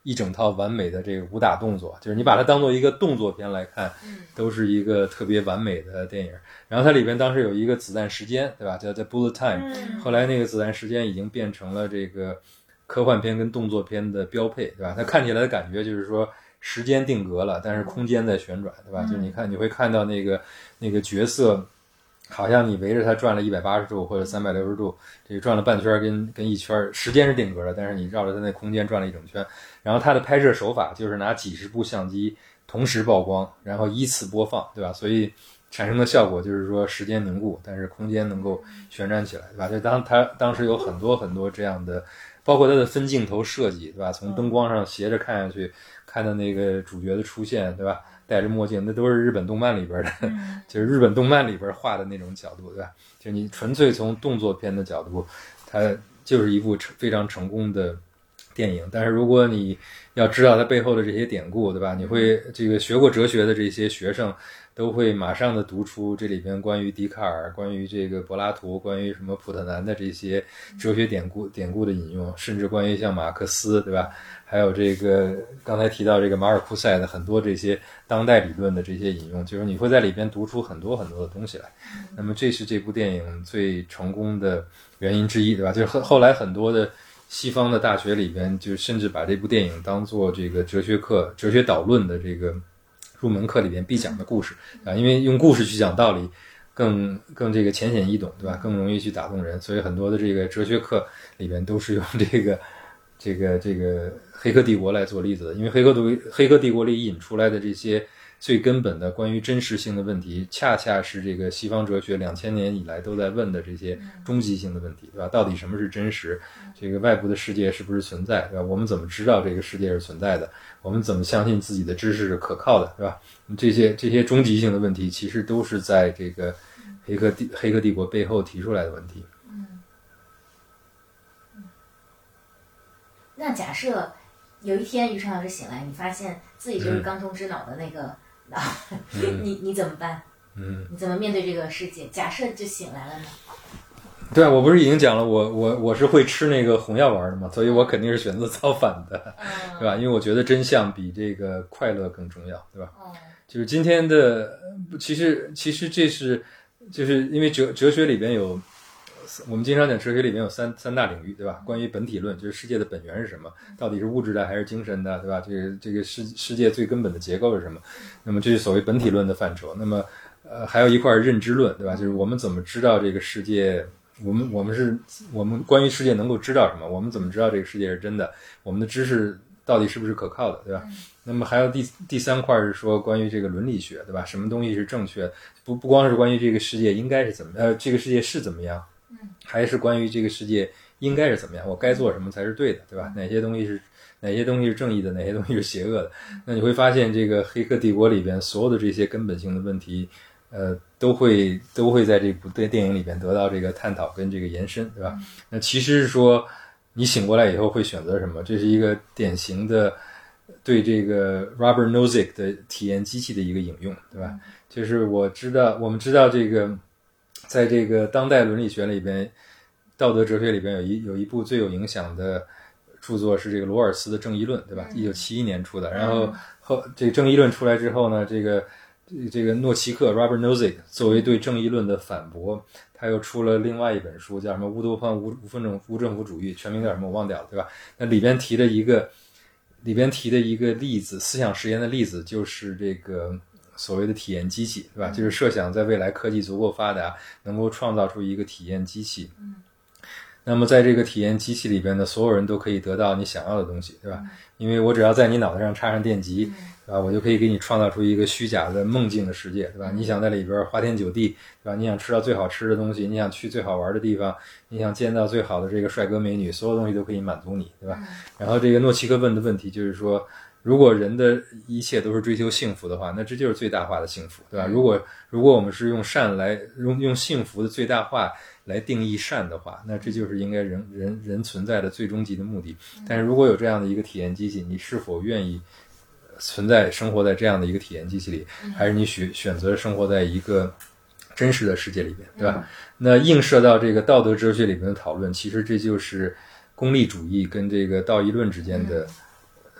一整套完美的这个武打动作，就是你把它当做一个动作片来看，都是一个特别完美的电影。然后它里边当时有一个子弹时间，对吧？叫叫 Bullet Time，后来那个子弹时间已经变成了这个科幻片跟动作片的标配，对吧？它看起来的感觉就是说时间定格了，但是空间在旋转，对吧？就你看你会看到那个那个角色好像你围着它转了一百八十度或者三百六十度，这个转了半圈跟跟一圈，时间是定格的，但是你绕着它那空间转了一整圈。然后它的拍摄手法就是拿几十部相机同时曝光，然后依次播放，对吧？所以产生的效果就是说时间凝固，但是空间能够旋转起来，对吧？就当它当时有很多很多这样的，包括它的分镜头设计，对吧？从灯光上斜着看下去，看到那个主角的出现，对吧？戴着墨镜，那都是日本动漫里边的，就是日本动漫里边画的那种角度，对吧？就是你纯粹从动作片的角度，它就是一部非常成功的电影。但是如果你要知道它背后的这些典故，对吧？你会这个学过哲学的这些学生都会马上的读出这里边关于笛卡尔、关于这个柏拉图、关于什么普特南的这些哲学典故典故的引用，甚至关于像马克思，对吧？还有这个刚才提到这个马尔库塞的很多这些当代理论的这些引用，就是你会在里边读出很多很多的东西来。那么这是这部电影最成功的原因之一，对吧？就是后来很多的西方的大学里边，就甚至把这部电影当做这个哲学课、哲学导论的这个入门课里边必讲的故事啊，因为用故事去讲道理更更这个浅显易懂，对吧？更容易去打动人，所以很多的这个哲学课里边都是用这个这个这个黑客帝国来做例子的，因为黑客帝黑客帝国里引出来的这些最根本的关于真实性的问题，恰恰是这个西方哲学两千年以来都在问的这些终极性的问题，对吧？到底什么是真实？这个外部的世界是不是存在，对吧？我们怎么知道这个世界是存在的？我们怎么相信自己的知识是可靠的，对吧？这些这些终极性的问题，其实都是在这个黑客帝黑客帝国背后提出来的问题。 那假设有一天于晨老师醒来，你发现自己就是刚通之脑的那个脑，嗯、你你怎么办？嗯，你怎么面对这个世界？假设就醒来了呢？ 对啊，我不是已经讲了，我我我是会吃那个红药丸的嘛，所以我肯定是选择造反的，嗯、对吧？因为我觉得真相比这个快乐更重要，对吧？嗯、就是今天的，其实其实这是就是因为哲哲学里边有。我们经常讲哲学里面有三三大领域，对吧？关于本体论，就是世界的本源是什么，到底是物质的还是精神的，对吧？这个这个世世界最根本的结构是什么？那么这是所谓本体论的范畴。那么呃，还有一块认知论，对吧？就是我们怎么知道这个世界，我们我们是我们关于世界能够知道什么？我们怎么知道这个世界是真的？我们的知识到底是不是可靠的，对吧？那么还有第第三块是说关于这个伦理学，对吧？什么东西是正确的？不不光是关于这个世界应该是怎么呃，这个世界是怎么样？还是关于这个世界应该是怎么样，我该做什么才是对的，对吧？哪些东西是哪些东西是正义的，哪些东西是邪恶的？那你会发现，这个《黑客帝国》里边所有的这些根本性的问题，呃，都会都会在这部电影里边得到这个探讨跟这个延伸，对吧？那其实是说，你醒过来以后会选择什么？这是一个典型的对这个 Robert Nozick 的体验机器的一个引用，对吧？就是我知道，我们知道这个。在这个当代伦理学里边，道德哲学里边有一有一部最有影响的著作是这个罗尔斯的《正义论》，对吧？一九七一年出的。然后后这个《正义论》出来之后呢，这个这个诺奇克 Robert Nozick 作为对正义论的反驳，他又出了另外一本书，叫什么《乌托邦无无分政无政府主义》，全名叫什么我忘掉了，对吧？那里边提的一个里边提的一个例子，思想实验的例子就是这个。所谓的体验机器，对吧？就是设想在未来科技足够发达，能够创造出一个体验机器。嗯，那么在这个体验机器里边呢，所有人都可以得到你想要的东西，对吧？因为我只要在你脑袋上插上电极，对吧？我就可以给你创造出一个虚假的梦境的世界，对吧？你想在里边花天酒地，对吧？你想吃到最好吃的东西，你想去最好玩的地方，你想见到最好的这个帅哥美女，所有东西都可以满足你，对吧？然后这个诺奇克问的问题就是说。如果人的一切都是追求幸福的话，那这就是最大化的幸福，对吧？如果如果我们是用善来用用幸福的最大化来定义善的话，那这就是应该人人人存在的最终极的目的。但是如果有这样的一个体验机器，你是否愿意存在生活在这样的一个体验机器里，还是你选选择生活在一个真实的世界里边，对吧？那映射到这个道德哲学里面的讨论，其实这就是功利主义跟这个道义论之间的。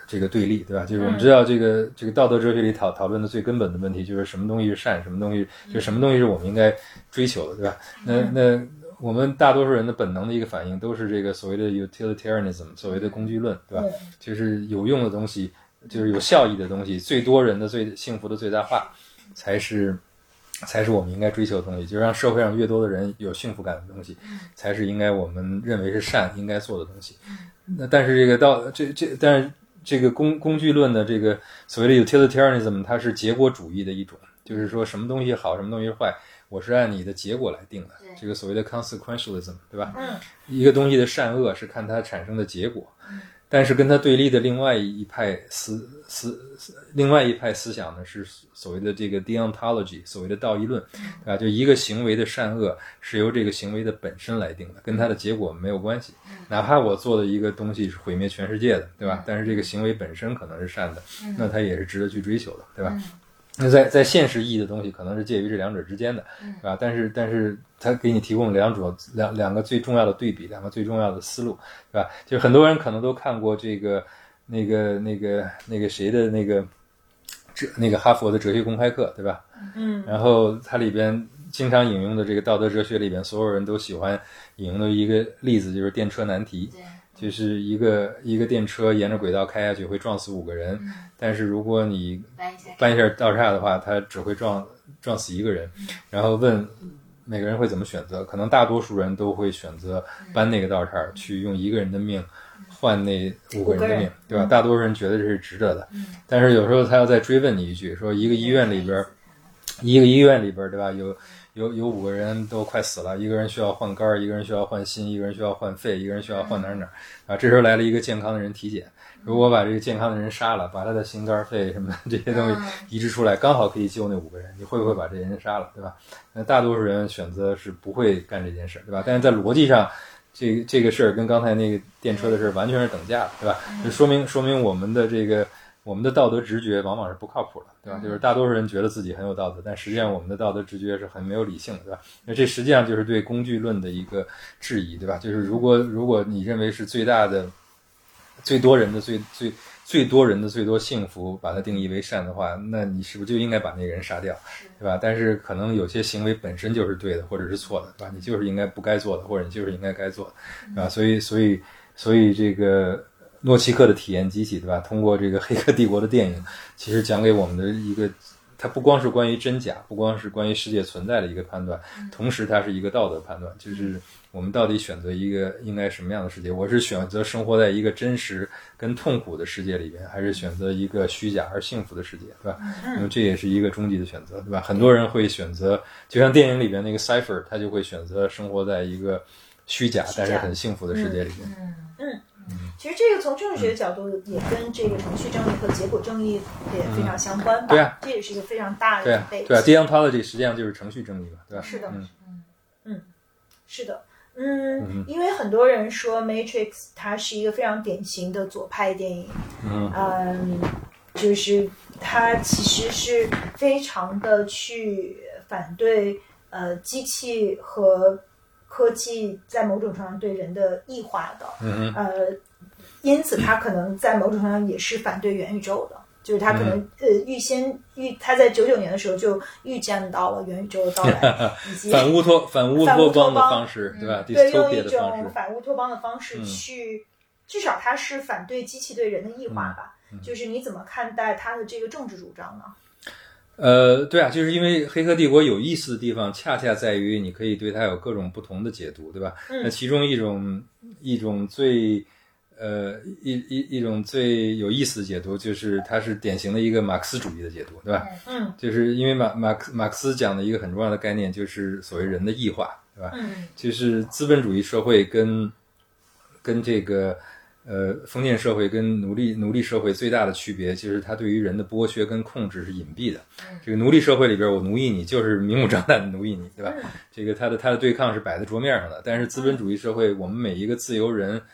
这个对立，对吧？就是我们知道这个这个道德哲学里讨讨论的最根本的问题，就是什么东西是善，什么东西就是什么东西是我们应该追求的，对吧？那那我们大多数人的本能的一个反应都是这个所谓的 utilitarianism， 所谓的工具论，对吧？就是有用的东西，就是有效益的东西，最多人的最幸福的最大化，才是才是我们应该追求的东西。就让社会上越多的人有幸福感的东西，才是应该我们认为是善应该做的东西。那但是这个到这这，但是这个工工具论的这个所谓的 utilitarianism， 它是结果主义的一种，就是说什么东西好，什么东西坏，我是按你的结果来定的。这个所谓的 consequentialism， 对吧？嗯，一个东西的善恶是看它产生的结果。嗯，但是跟它对立的另外一派思思另外一派思想呢，是所谓的这个 deontology， 所谓的道义论，对吧？就一个行为的善恶是由这个行为的本身来定的，跟它的结果没有关系。哪怕我做的一个东西是毁灭全世界的，对吧？但是这个行为本身可能是善的，那它也是值得去追求的，对吧？那在在现实意义的东西可能是介于这两者之间的，对吧？但是但是它给你提供两种两两个最重要的对比，两个最重要的思路，对吧？就是很多人可能都看过这个那个那个那个谁的那个这那个哈佛的哲学公开课，对吧？嗯，然后它里边经常引用的这个道德哲学里边，所有人都喜欢引用的一个例子就是电车难题。就是一个一个电车沿着轨道开下去会撞死五个人，嗯、但是如果你搬一下道岔的话，它只会撞撞死一个人。嗯、然后问每个人会怎么选择，可能大多数人都会选择搬那个道岔，嗯、去用一个人的命换那五个人的命，对吧？嗯、大多数人觉得这是值得的。嗯、但是有时候他要再追问你一句，说一个医院里边，一个医院里边，对吧？有。有有五个人都快死了，一个人需要换肝，一个人需要换心，一个人需要换肺，一个人需要换哪儿哪儿啊！这时候来了一个健康的人体检，如果把这个健康的人杀了，把他的心肝肺什么这些东西移植出来，刚好可以救那五个人，你会不会把这人杀了，对吧？那大多数人选择是不会干这件事，对吧？但是在逻辑上，这这个事儿跟刚才那个电车的事儿完全是等价的，对吧？就说明说明我们的这个。我们的道德直觉往往是不靠谱的，对吧？就是大多数人觉得自己很有道德，但实际上我们的道德直觉是很没有理性的，对吧？那这实际上就是对工具论的一个质疑，对吧？就是如果如果你认为是最大的、最多人的最最最多人的最多幸福，把它定义为善的话，那你是不是就应该把那个人杀掉，对吧？但是可能有些行为本身就是对的，或者是错的，对吧？你就是应该不该做的，或者你就是应该该做的，对吧？所以所以所以这个。诺奇克的体验机器，对吧？通过这个《黑客帝国》的电影，其实讲给我们的一个，它不光是关于真假，不光是关于世界存在的一个判断，同时它是一个道德判断，就是我们到底选择一个应该什么样的世界？我是选择生活在一个真实跟痛苦的世界里边，还是选择一个虚假而幸福的世界，对吧？那么这也是一个终极的选择，对吧？很多人会选择，就像电影里边那个 Cipher， 他就会选择生活在一个虚假但是很幸福的世界里边。 嗯嗯。其实这个从政治学的角度也跟这个程序正义和结果正义也非常相关吧？ 对啊， 这也是一个非常大的背景。 对啊，对啊 ，deontology 实际上就是程序正义嘛，对吧？ 是的，嗯嗯，是的，嗯，因为很多人说 Matrix 它是一个非常典型的左派电影，嗯嗯，就是它其实是非常的去反对呃机器和。科技在某种程度上对人的异化的，嗯、呃，因此他可能在某种程度上也是反对元宇宙的，就是他可能、嗯、呃预先预他在九九年的时候就预见到了元宇宙的到来，以及反乌托反乌托邦的方式， 嗯、 对吧？ 对，用一种反乌托邦的方式去，嗯、至少他是反对机器对人的异化吧？嗯、就是你怎么看待他的这个政治主张呢？ 呃，对啊，就是因为《黑客帝国》有意思的地方，恰恰在于你可以对它有各种不同的解读，对吧？嗯、那其中一种一种最呃一一一种最有意思的解读，就是它是典型的一个马克思主义的解读，对吧？嗯，就是因为马马克马克思讲的一个很重要的概念，就是所谓人的异化，对吧？嗯，就是资本主义社会跟跟这个。呃，封建社会跟奴隶奴隶社会最大的区别，就是它对于人的剥削跟控制是隐蔽的。这个奴隶社会里边，我奴役你就是明目张胆的奴役你，对吧？这个它的它的对抗是摆在桌面上的。但是资本主义社会，我们每一个自由人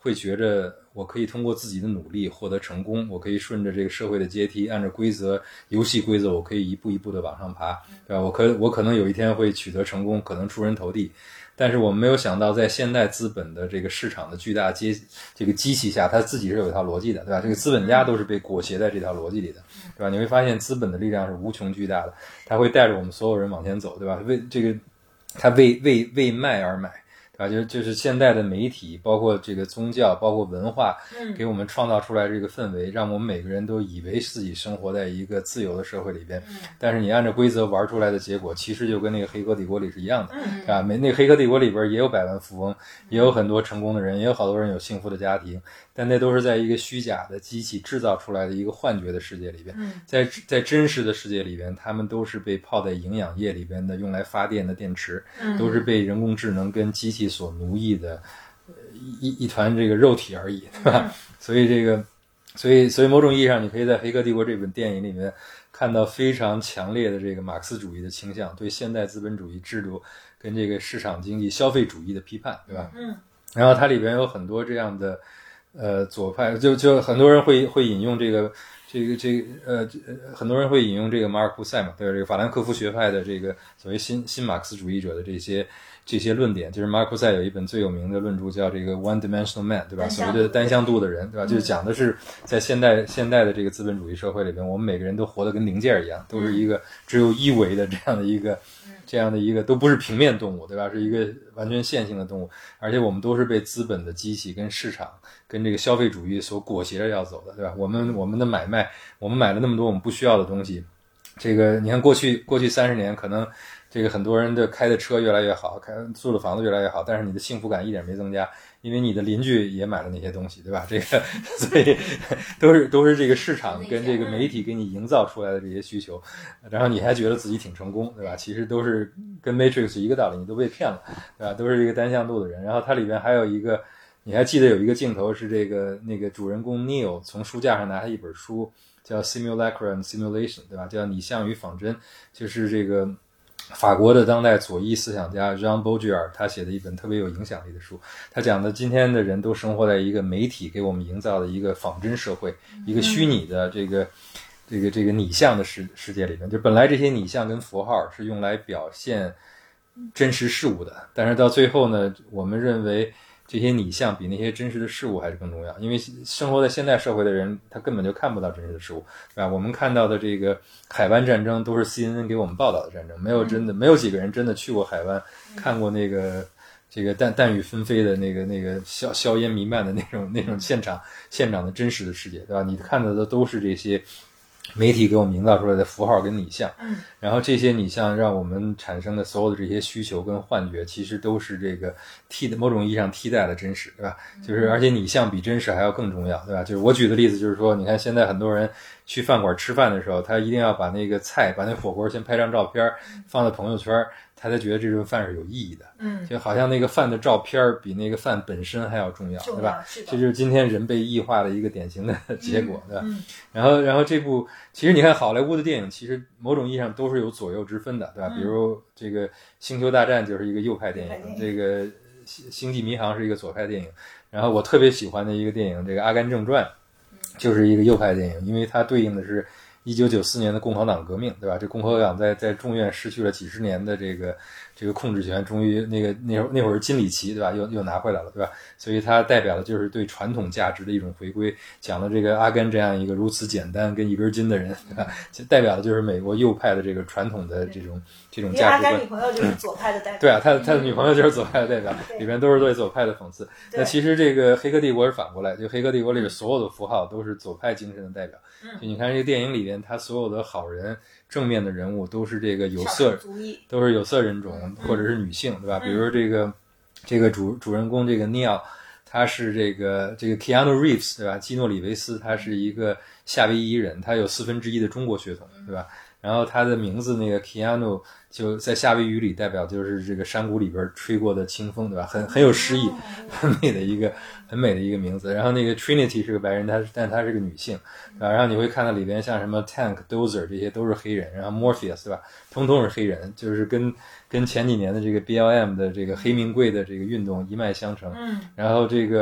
会觉着我可以通过自己的努力获得成功，我可以顺着这个社会的阶梯，按照规则游戏规则，我可以一步一步的往上爬，对吧？我可我可能有一天会取得成功，可能出人头地。但是我们没有想到，在现代资本的这个市场的巨大机这个机器下，它自己是有一套逻辑的，对吧？这个资本家都是被裹挟在这条逻辑里的，对吧？你会发现资本的力量是无穷巨大的，它会带着我们所有人往前走，对吧？为这个，它为为为卖而买。啊，就就是现代的媒体，包括这个宗教，包括文化，给我们创造出来这个氛围，让我们每个人都以为自己生活在一个自由的社会里边。但是你按照规则玩出来的结果，其实就跟那个黑客帝国里是一样的，啊，没那个黑客帝国里边也有百万富翁，也有很多成功的人，也有好多人有幸福的家庭，但那都是在一个虚假的机器制造出来的一个幻觉的世界里边。在在真实的世界里边，他们都是被泡在营养液里边的，用来发电的电池，都是被人工智能跟机器所奴役的一一团这个肉体而已，对吧？所以这个，所以所以某种意义上，你可以在《黑客帝国》这本电影里面看到非常强烈的这个马克思主义的倾向，对现代资本主义制度跟这个市场经济、消费主义的批判，对吧？嗯。然后它里边有很多这样的呃左派，就就很多人会会引用这个。这个这个呃，很多人会引用这个马尔库塞嘛，对吧？这个法兰克福学派的这个所谓新新马克思主义者的这些这些论点，就是马尔库塞有一本最有名的论著叫这个 One Dimensional Man， 对吧？所谓的单向度的人，对吧？就是讲的是在现代现代的这个资本主义社会里边，我们每个人都活得跟零件一样，都是一个只有一维的这样的一个这样的一个，都不是平面动物，对吧？是一个完全线性的动物，而且我们都是被资本的机器跟市场跟这个消费主义所裹挟着要走的，对吧？我们我们的买卖，我们买了那么多我们不需要的东西，这个你看过去过去三十年，可能这个很多人的开的车越来越好，开住的房子越来越好，但是你的幸福感一点没增加，因为你的邻居也买了那些东西，对吧？这个所以都是都是这个市场跟这个媒体给你营造出来的这些需求，然后你还觉得自己挺成功，对吧？其实都是跟 Matrix 一个道理，你都被骗了，对吧？都是一个单向度的人。然后它里边还有一个，你还记得有一个镜头是这个那个主人公 Neo 从书架上拿下一本书，叫 Simulacra and Simulation， 对吧？叫拟像与仿真，就是这个法国的当代左翼思想家 Jean Baudrillard 他写的一本特别有影响力的书，他讲的今天的人都生活在一个媒体给我们营造的一个仿真社会，一个虚拟的这个这个这个拟像的世世界里面，就本来这些拟像跟符号是用来表现真实事物的，但是到最后呢，我们认为这些拟像比那些真实的事物还是更重要，因为生活在现代社会的人，他根本就看不到真实的事物，对吧？我们看到的这个海湾战争都是 C N N 给我们报道的战争，没有真的，没有几个人真的去过海湾，看过那个这个弹弹雨纷飞的那个那个硝硝烟弥漫的那种那种现场现场的真实的世界，对吧？你看到的都是这些媒体给我们营造出来的符号跟拟像，嗯，然后这些拟像让我们产生的所有的这些需求跟幻觉，其实都是这个替的某种意义上替代了真实，对吧？就是而且拟像比真实还要更重要，对吧？就是我举的例子就是说，你看现在很多人去饭馆吃饭的时候，他一定要把那个菜，把那火锅先拍张照片放在朋友圈，他才觉得这顿饭是有意义的，嗯，就好像那个饭的照片比那个饭本身还要重要，对吧？这就是今天人被异化的一个典型的结果，对吧？嗯，然后然后这部其实你看好莱坞的电影，其实某种意义上都是有左右之分的，对吧？比如这个《星球大战》就是一个右派电影，这个《星际迷航》是一个左派电影，然后我特别喜欢的一个电影，这个《阿甘正传》就是一个右派电影，因为它对应的是一九九四年的共和党革命，对吧？这共和党在在众院失去了几十年的这个这个控制权，终于那个那会儿那会儿金里奇，对吧？又又拿回来了，对吧？所以它代表的就是对传统价值的一种回归，讲了这个阿甘这样一个如此简单跟一根筋的人，对吧？就代表的就是美国右派的这个传统的这种这种价值观。 阿甘女朋友就是左派的代表。 对啊，他他的女朋友就是左派的代表，里边都是对左派的讽刺。那其实这个《黑客帝国》是反过来，就《黑客帝国》里边所有的符号都是左派精神的代表。就你看这个电影里边，他所有的好人、正面的人物都是这个有色，都是有色人种或者是女性，对吧？比如说这个这个主主人公这个 Neo， 他是这个这个 Keanu Reeves， 对吧？基诺里维斯，他是一个夏威夷人，他有四分之一的中国血统，对吧？然后他的名字那个 Keanu 就在夏威夷语里代表就是这个山谷里边吹过的清风，对吧？很很有诗意，很美的一个很美的一个名字。然后那个 Trinity 是个白人，他但他是个女性，对吧？然后你会看到里边像什么 Tank、Dozer 这些都是黑人，然后 Morpheus， 对吧？通通是黑人，就是跟跟前几年的这个 B L M 的这个黑名贵的这个运动一脉相承。嗯，然后这个。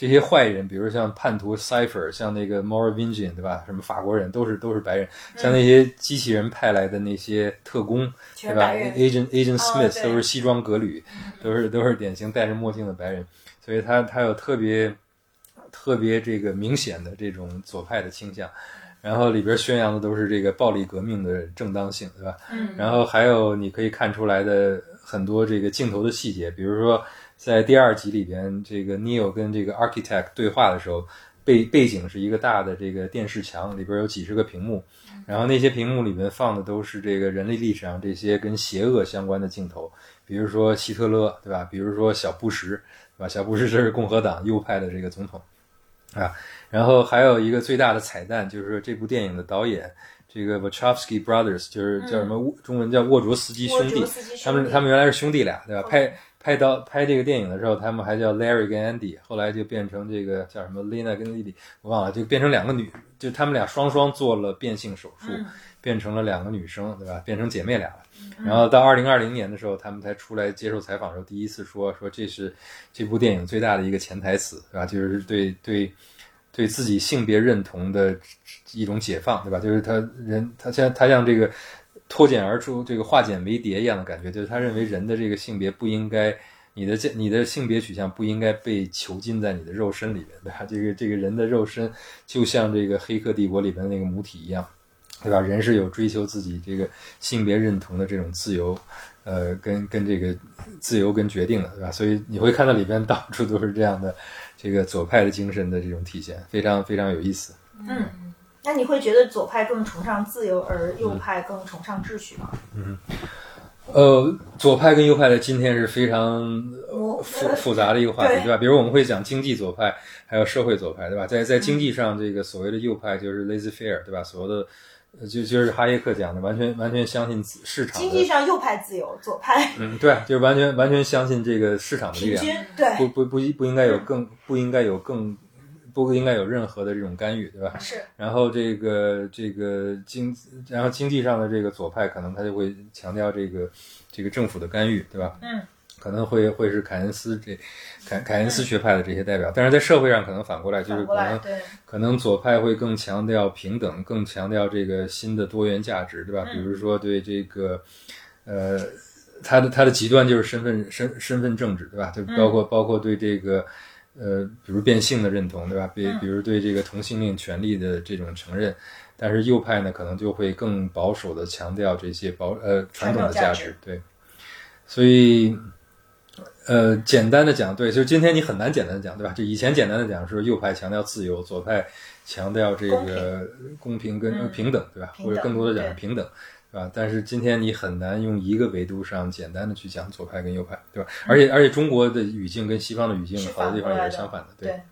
这些坏人，比如像叛徒 Cipher， 像那个 Merovingian， 对吧？什么法国人都是都是白人，像那些机器人派来的那些特工，对吧 ？Agent Agent Smith、哦、都是西装革履，都是都是典型戴着墨镜的白人，所以他他有特别特别这个明显的这种左派的倾向。然后里边宣扬的都是这个暴力革命的正当性，对吧？ 嗯。 然后还有你可以看出来的很多这个镜头的细节，比如说在第二集里边，这个 Neo 跟这个 Architect 对话的时候，背背景是一个大的这个电视墙，里边有几十个屏幕，然后那些屏幕里面放的都是这个人类历史上这些跟邪恶相关的镜头，比如说希特勒，对吧？比如说小布什，对吧？小布什是共和党右派的这个总统。啊，然后还有一个最大的彩蛋，就是说这部电影的导演，这个 Wachowski Brothers， 就是叫什么、嗯、中文叫沃卓斯基兄弟，他们他们原来是兄弟俩，对吧？拍拍到拍这个电影的时候，他们还叫 Larry 跟 Andy， 后来就变成这个叫什么 Lena 跟 Lily， 我忘了，就变成两个女，就他们俩双双做了变性手术， 嗯、 变成了两个女生，对吧？变成姐妹俩了。嗯、然后到二零二零年的时候，他们才出来接受采访的时候，第一次说说这是这部电影最大的一个潜台词，对吧？就是对对。对自己性别认同的一种解放，对吧？就是他人，他像他像这个脱茧而出，这个化茧为蝶一样的感觉，就是他认为人的这个性别不应该，你的你的性别取向不应该被囚禁在你的肉身里面，对吧？这个这个人的肉身就像这个《黑客帝国》里边的那个母体一样，对吧？人是有追求自己这个性别认同的这种自由，呃，跟跟这个自由跟决定的，对吧？所以你会看到里边到处都是这样的。这个左派的精神的这种体现非常非常有意思。 嗯，那你会觉得左派更崇尚自由，而右派更崇尚秩序吗？ 嗯，呃，左派跟右派的今天是非常复复杂的一个话题，对吧？比如我们会讲经济左派，还有社会左派，对吧？在在经济上，这个所谓的右派就是 laissez-faire， 对吧？所有的就就是哈耶克讲的，完全完全相信市场的。 经济上右派自由，左派嗯，对，就是完全完全相信这个市场的力量， 平均对， 不不不不应该有更不应该有更不应该有任何的这种干预，对吧？ 是。 然后这个这个经，然后经济上的这个左派可能他就会强调这个这个政府的干预，对吧？ 嗯。 可能会会是凯恩斯这凯凯恩斯学派的这些代表，但是在社会上可能反过来，就是可能可能左派会更强调平等，更强调这个新的多元价值，对吧？比如说对这个呃，他的他的极端就是身份身身份政治，对吧？就包括包括对这个呃，比如变性的认同，对吧？比比如对这个同性恋权利的这种承认，但是右派呢，可能就会更保守的强调这些保呃传统的价值，对，所以。呃，简单的讲，对，就是今天你很难简单的讲，对吧？就以前简单的讲是右派强调自由，左派强调这个公平跟嗯、 平等，对吧？或者更多的讲是平等，对吧？但是今天你很难用一个维度上简单的去讲左派跟右派，对吧？ 嗯、 而且而且中国的语境跟西方的语境好的地方也是相反的， 对。 对,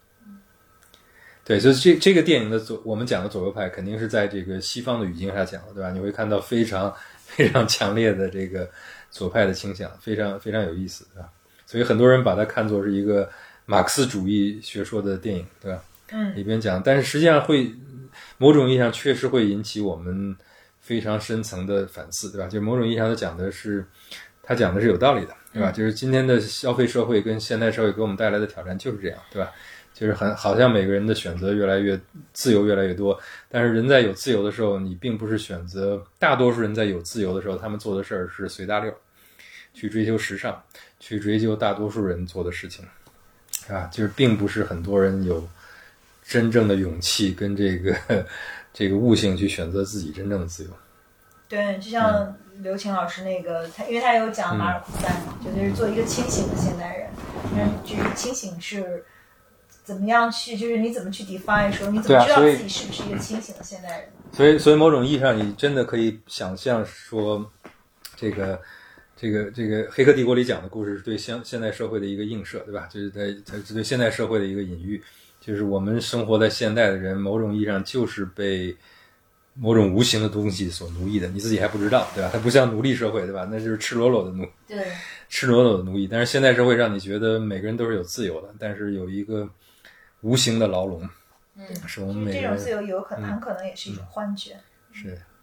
对，所以这这个电影的左我们讲的左右派肯定是在这个西方的语境下讲的，对吧？你会看到非常非常强烈的这个。左派的倾向非常非常有意思，对吧？所以很多人把它看作是一个马克思主义学说的电影，对吧？ 嗯， 里边讲，但是实际上会某种意义上确实会引起我们非常深层的反思，对吧？就是某种意义上他讲的是，他讲的是有道理的，对吧？ 嗯、 就是今天的消费社会跟现代社会给我们带来的挑战就是这样，对吧？就是很好像每个人的选择越来越自由越来越多，但是人在有自由的时候，你并不是选择，大多数人在有自由的时候，他们做的事儿是随大溜，去追求时尚，去追求大多数人做的事情，啊，就是并不是很多人有真正的勇气跟这个这个悟性去选择自己真正的自由。 对，就像刘擎老师那个，他因为他有讲马尔库塞嘛，嗯、就是做一个清醒的现代人，嗯，就是清醒是。怎么样去，就是你怎么去 define 说你怎么知道自己是不是一个清醒的现代人？ 所以，所以某种意义上，你真的可以想象说，这个，这个，这个《黑客帝国》里讲的故事是对现现代社会的一个映射，对吧？就是在它是对现代社会的一个隐喻，就是我们生活在现代的人，某种意义上就是被某种无形的东西所奴役的，你自己还不知道，对吧？它不像奴隶社会，对吧？那就是赤裸裸的奴， 对， 赤裸裸的奴役。但是现代社会让你觉得每个人都是有自由的，但是有一个。无形的牢笼， 嗯， 是我们每个人这种自由有可能、嗯、很可能也是一种幻觉。 是，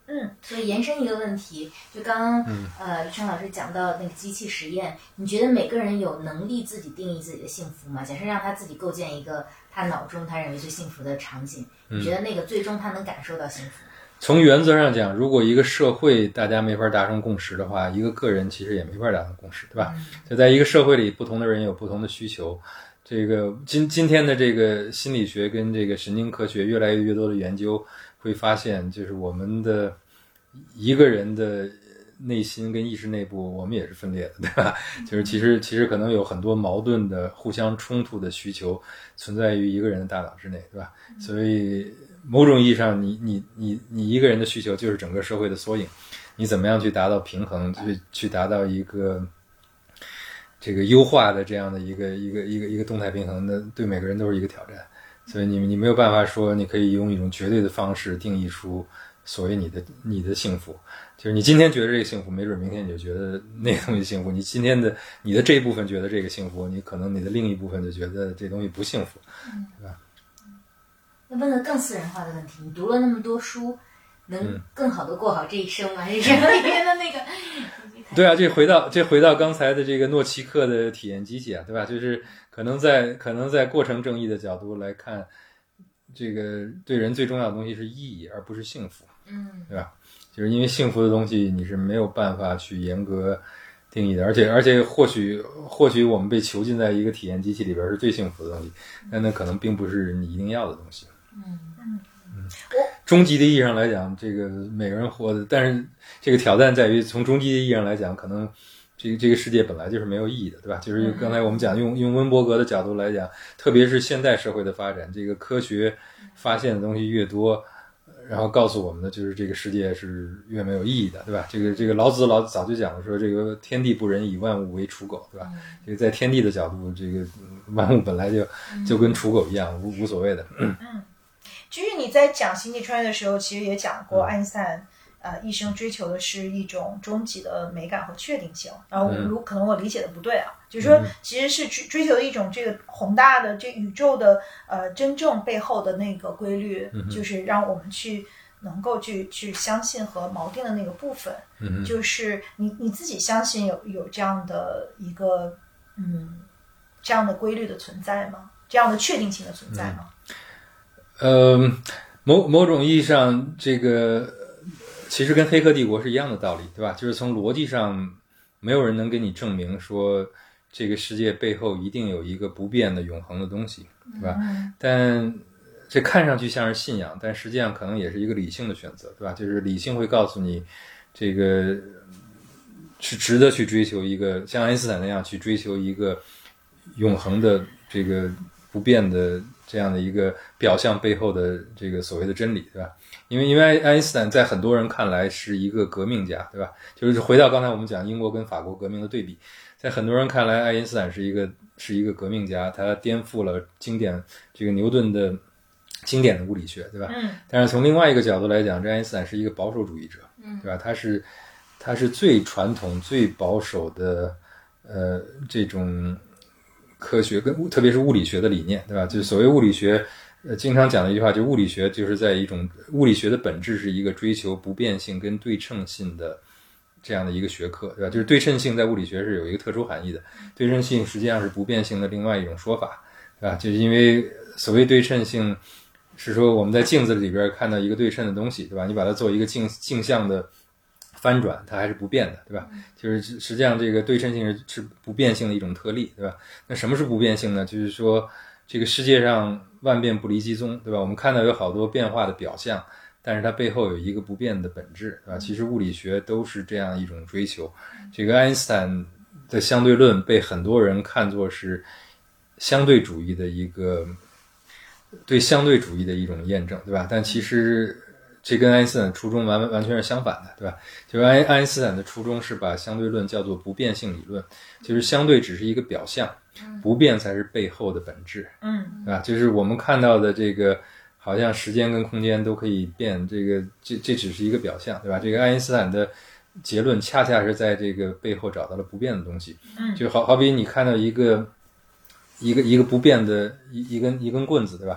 嗯， 所以延伸一个问题，就刚刚、嗯、呃，于晨老师讲到那个机器实验，你觉得每个人有能力自己定义自己的幸福吗？假设让他自己构建一个他脑中他认为最幸福的场景，你觉得那个最终他能感受到幸福？ 从原则上讲，如果一个社会大家没法达成共识的话，一个个人其实也没法达成共识，对吧？嗯、就在一个社会里，不同的人有不同的需求。这个今今天的这个心理学跟这个神经科学越来越多的研究会发现，就是我们的一个人的内心跟意识内部，我们也是分裂的，对吧？就是其实其实可能有很多矛盾的、互相冲突的需求存在于一个人的大脑之内，对吧？所以某种意义上，你你你你一个人的需求就是整个社会的缩影。你怎么样去达到平衡，去去达到一个这个优化的这样的一个一个一个一个动态平衡的，对每个人都是一个挑战。所以你你没有办法说你可以用一种绝对的方式定义出所谓你的你的幸福。就是你今天觉得这个幸福，没准明天你就觉得那个东西幸福。你今天的你的这一部分觉得这个幸福，你可能你的另一部分就觉得这东西不幸福，对吧？ 那问个更私人化的问题，你读了那么多书，能更好的过好这一生吗？这生里面的那个对啊，这回到这回到刚才的这个诺奇克的体验机器啊，对吧？就是可能在可能在过程正义的角度来看，这个对人最重要的东西是意义，而不是幸福， 嗯， 对吧？就是因为幸福的东西你是没有办法去严格定义的，而且而且或许或许我们被囚禁在一个体验机器里边是最幸福的东西，但那可能并不是你一定要的东西。 嗯嗯嗯，终极的意义上来讲，这个每个人活的，但是这个挑战在于，从终极的意义上来讲，可能这个这个世界本来就是没有意义的，对吧？就是刚才我们讲，用用温伯格的角度来讲，特别是现代社会的发展，这个科学发现的东西越多，然后告诉我们的就是这个世界是越没有意义的，对吧？这个这个老子老早就讲了说，这个天地不仁，以万物为刍狗，对吧？这个在天地的角度，这个万物本来就就跟刍狗一样，无无所谓的。嗯。 其实你在讲星际穿越的时候，其实也讲过爱因斯坦呃一生追求的是一种终极的美感和确定性。然后如可能我理解的不对啊，就是说其实是追追求的一种这个宏大的这宇宙的呃真正背后的那个规律，就是让我们去能够去去相信和锚定的那个部分。 嗯， 就是你你自己相信有有这样的一个嗯这样的规律的存在吗？这样的确定性的存在吗？ 呃，某某种意义上，这个其实跟《黑客帝国》是一样的道理，对吧？就是从逻辑上，没有人能给你证明说这个世界背后一定有一个不变的永恒的东西，对吧？ 嗯、 但这看上去像是信仰，但实际上可能也是一个理性的选择，对吧？就是理性会告诉你，这个是值得去追求一个像爱因斯坦那样去追求一个永恒的这个不变的这样的一个表象背后的这个所谓的真理，对吧？因为因为爱因斯坦在很多人看来是一个革命家，对吧？就是回到刚才我们讲英国跟法国革命的对比，在很多人看来，爱因斯坦是一个是一个革命家，他颠覆了经典这个牛顿的经典的物理学，对吧？ 嗯。 但是从另外一个角度来讲，这爱因斯坦是一个保守主义者， 嗯， 对吧？他是他是最传统、最保守的呃这种科学跟特别是物理学的理念，对吧？就是所谓物理学，呃，经常讲的一句话，就是物理学就是在一种物理学的本质是一个追求不变性跟对称性的这样的一个学科，对吧？就是对称性在物理学是有一个特殊含义的，对称性实际上是不变性的另外一种说法，对吧？就是因为所谓对称性是说我们在镜子里边看到一个对称的东西，对吧？你把它做一个镜镜像的翻转，它还是不变的，对吧？就是实际上这个对称性是是不变性的一种特例，对吧？那什么是不变性呢？就是说这个世界上万变不离其宗，对吧？我们看到有好多变化的表象，但是它背后有一个不变的本质，对吧？其实物理学都是这样一种追求。这个爱因斯坦的相对论被很多人看作是相对主义的一个对相对主义的一种验证，对吧？但其实这跟爱因斯坦的初衷完完全是相反的，对吧？就是爱爱因斯坦的初衷是把相对论叫做不变性理论，就是相对只是一个表象，不变才是背后的本质， 嗯， 对吧？就是我们看到的这个好像时间跟空间都可以变，这个这这只是一个表象，对吧？这个爱因斯坦的结论恰恰是在这个背后找到了不变的东西， 嗯， 就好好比你看到一个一个一个不变的一一根一根棍子，对吧？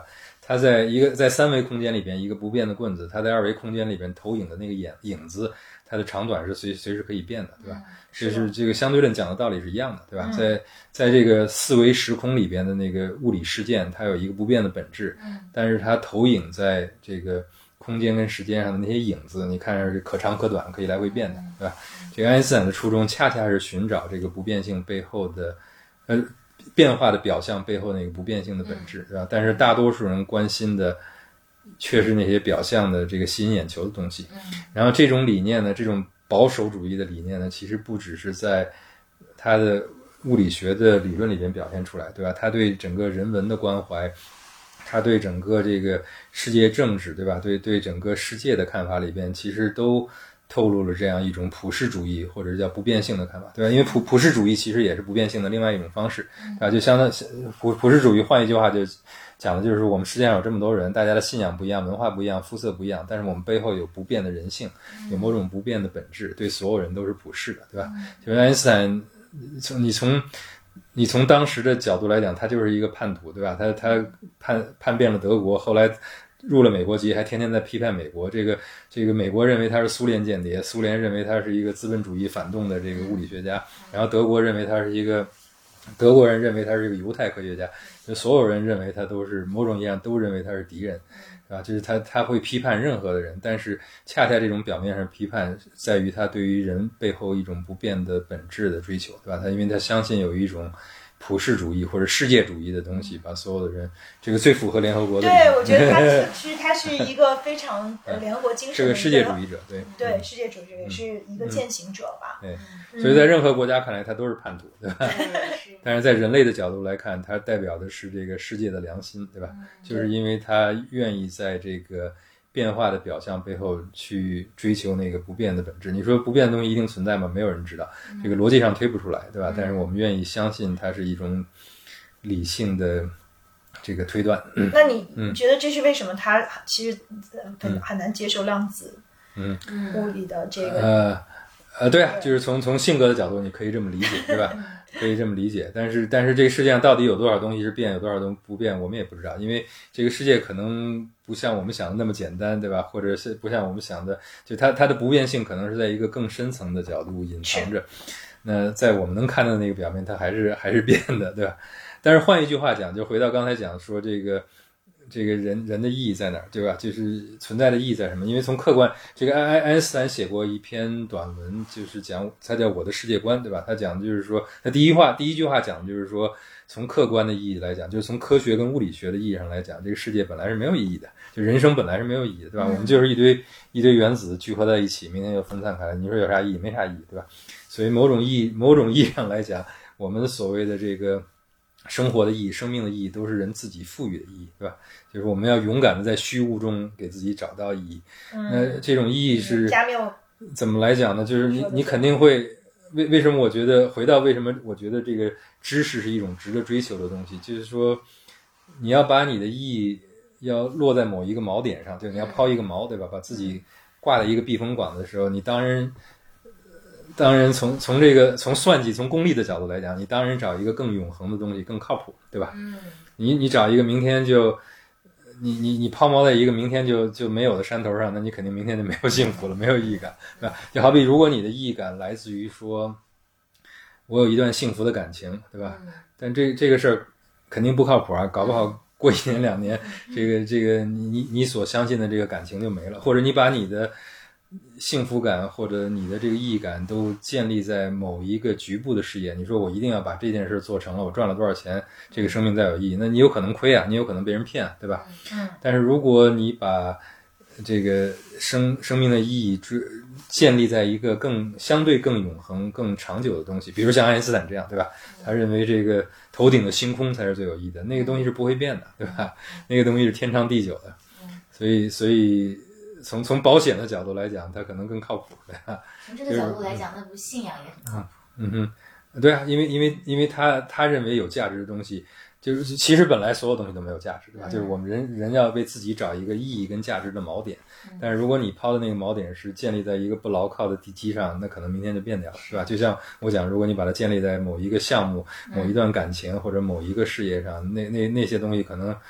它在一个在三维空间里边一个不变的棍子，它在二维空间里边投影的那个影影子，它的长短是随随时可以变的，对吧？这是这个相对论讲的道理是一样的，对吧？在在这个四维时空里边的那个物理事件，它有一个不变的本质，但是它投影在这个空间跟时间上的那些影子，你看是可长可短，可以来回变的，对吧？这个爱因斯坦的初衷恰恰是寻找这个不变性背后的呃变化的表象背后那个不变性的本质，对吧？但是大多数人关心的却是那些表象的这个吸引眼球的东西。然后这种理念呢，这种保守主义的理念呢，其实不只是在他的物理学的理论里边表现出来，对吧？他对整个人文的关怀，他对整个这个世界政治，对吧？对对整个世界的看法里边，其实都透露了这样一种普世主义或者叫不变性的看法，对吧？因为普普世主义其实也是不变性的另外一种方式，啊，就相当普普世主义，换一句话就讲的就是我们世界上有这么多人，大家的信仰不一样，文化不一样，肤色不一样，但是我们背后有不变的人性，有某种不变的本质，对所有人都是普世的，对吧？就是爱因斯坦，从你从你从当时的角度来讲，他就是一个叛徒，对吧？他他叛叛变了德国，后来入了美国籍，还天天在批判美国。这个这个美国认为他是苏联间谍，苏联认为他是一个资本主义反动的这个物理学家，然后德国认为他是一个德国人认为他是一个犹太科学家，就所有人认为他都是某种意义上都认为他是敌人，是吧？就是他他会批判任何的人，但是恰恰这种表面上批判在于他对于人背后一种不变的本质的追求，对吧？他因为他相信有一种普世主义或者世界主义的东西，把所有的人，这个最符合联合国的。 对，我觉得他是他是一个非常联合国精神的是个世界主义者，对对，世界主义者也是一个践行者吧。 对，所以在任何国家看来，他都是叛徒，对吧？但是在人类的角度来看，他代表的是这个世界的良心，对吧？就是因为他愿意在这个变化的表象背后去追求那个不变的本质。你说不变的东西一定存在吗？没有人知道，这个逻辑上推不出来，对吧？但是我们愿意相信它是一种理性的这个推断。 那你觉得这是为什么他其实很很难接受量子物理的这个？ 呃呃，对啊，就是从从性格的角度，你可以这么理解，对吧？可以这么理解，但是但是这个世界上到底有多少东西是变，有多少东西不变，我们也不知道，因为这个世界可能不像我们想的那么简单，对吧？或者是不像我们想的，就它它的不变性可能是在一个更深层的角度隐藏着。那在我们能看到的那个表面，它还是还是变的，对吧？但是换一句话讲，就回到刚才讲说这个。这个人人的意义在哪儿，对吧？就是存在的意义在什么？因为从客观，这个爱爱因斯坦写过一篇短文，就是讲他叫我的世界观，对吧？他讲的就是说，他第一话第一句话讲的就是说，从客观的意义来讲，就是从科学跟物理学的意义上来讲，这个世界本来是没有意义的，就人生本来是没有意义的，对吧？我们就是一堆一堆原子聚合在一起，明天又分散开来，你说有啥意义？没啥意义，对吧？所以某种意义某种意义上来讲，我们所谓的这个生活的意义、生命的意义，都是人自己赋予的意义，对吧？就是我们要勇敢的在虚无中给自己找到意义。嗯、那这种意义是怎么来讲呢？就是你你肯定会为为什么？我觉得回到为什么我觉得这个知识是一种值得追求的东西，就是说你要把你的意义要落在某一个锚点上，就你要抛一个锚，对吧？把自己挂在一个避风港的时候，你当然。当然从从这个从算计从功利的角度来讲，你当然找一个更永恒的东西更靠谱，对吧？嗯，你你找一个明天就你你你抛锚在一个明天就就没有的山头上，那你肯定明天就没有幸福了，没有意义感，对吧？就好比如果你的意义感来自于说我有一段幸福的感情，对吧？但这这个事儿肯定不靠谱啊，搞不好过一年两年，这个这个你你你所相信的这个感情就没了，或者你把你的幸福感或者你的这个意义感都建立在某一个局部的事业，你说我一定要把这件事做成了，我赚了多少钱，这个生命才有意义，那你有可能亏啊，你有可能被人骗，对吧？嗯。但是如果你把这个生生命的意义建立在一个更相对更永恒更长久的东西，比如像爱因斯坦这样，对吧？他认为这个头顶的星空才是最有意义的，那个东西是不会变的，对吧？那个东西是天长地久的，所以所以从从保险的角度来讲，它可能更靠谱，对吧？ 从这个角度来讲，那不信仰也很靠谱。 嗯哼，对啊，因为因为因为他他认为有价值的东西，就是其实本来所有东西都没有价值，对吧？嗯、就是我们人人要为自己找一个意义跟价值的锚点，嗯、但是如果你抛的那个锚点是建立在一个不牢靠的地基上，那可能明天就变掉了，是吧？就像我讲，如果你把它建立在某一个项目、某一段感情或者某一个事业上，那那那些东西可能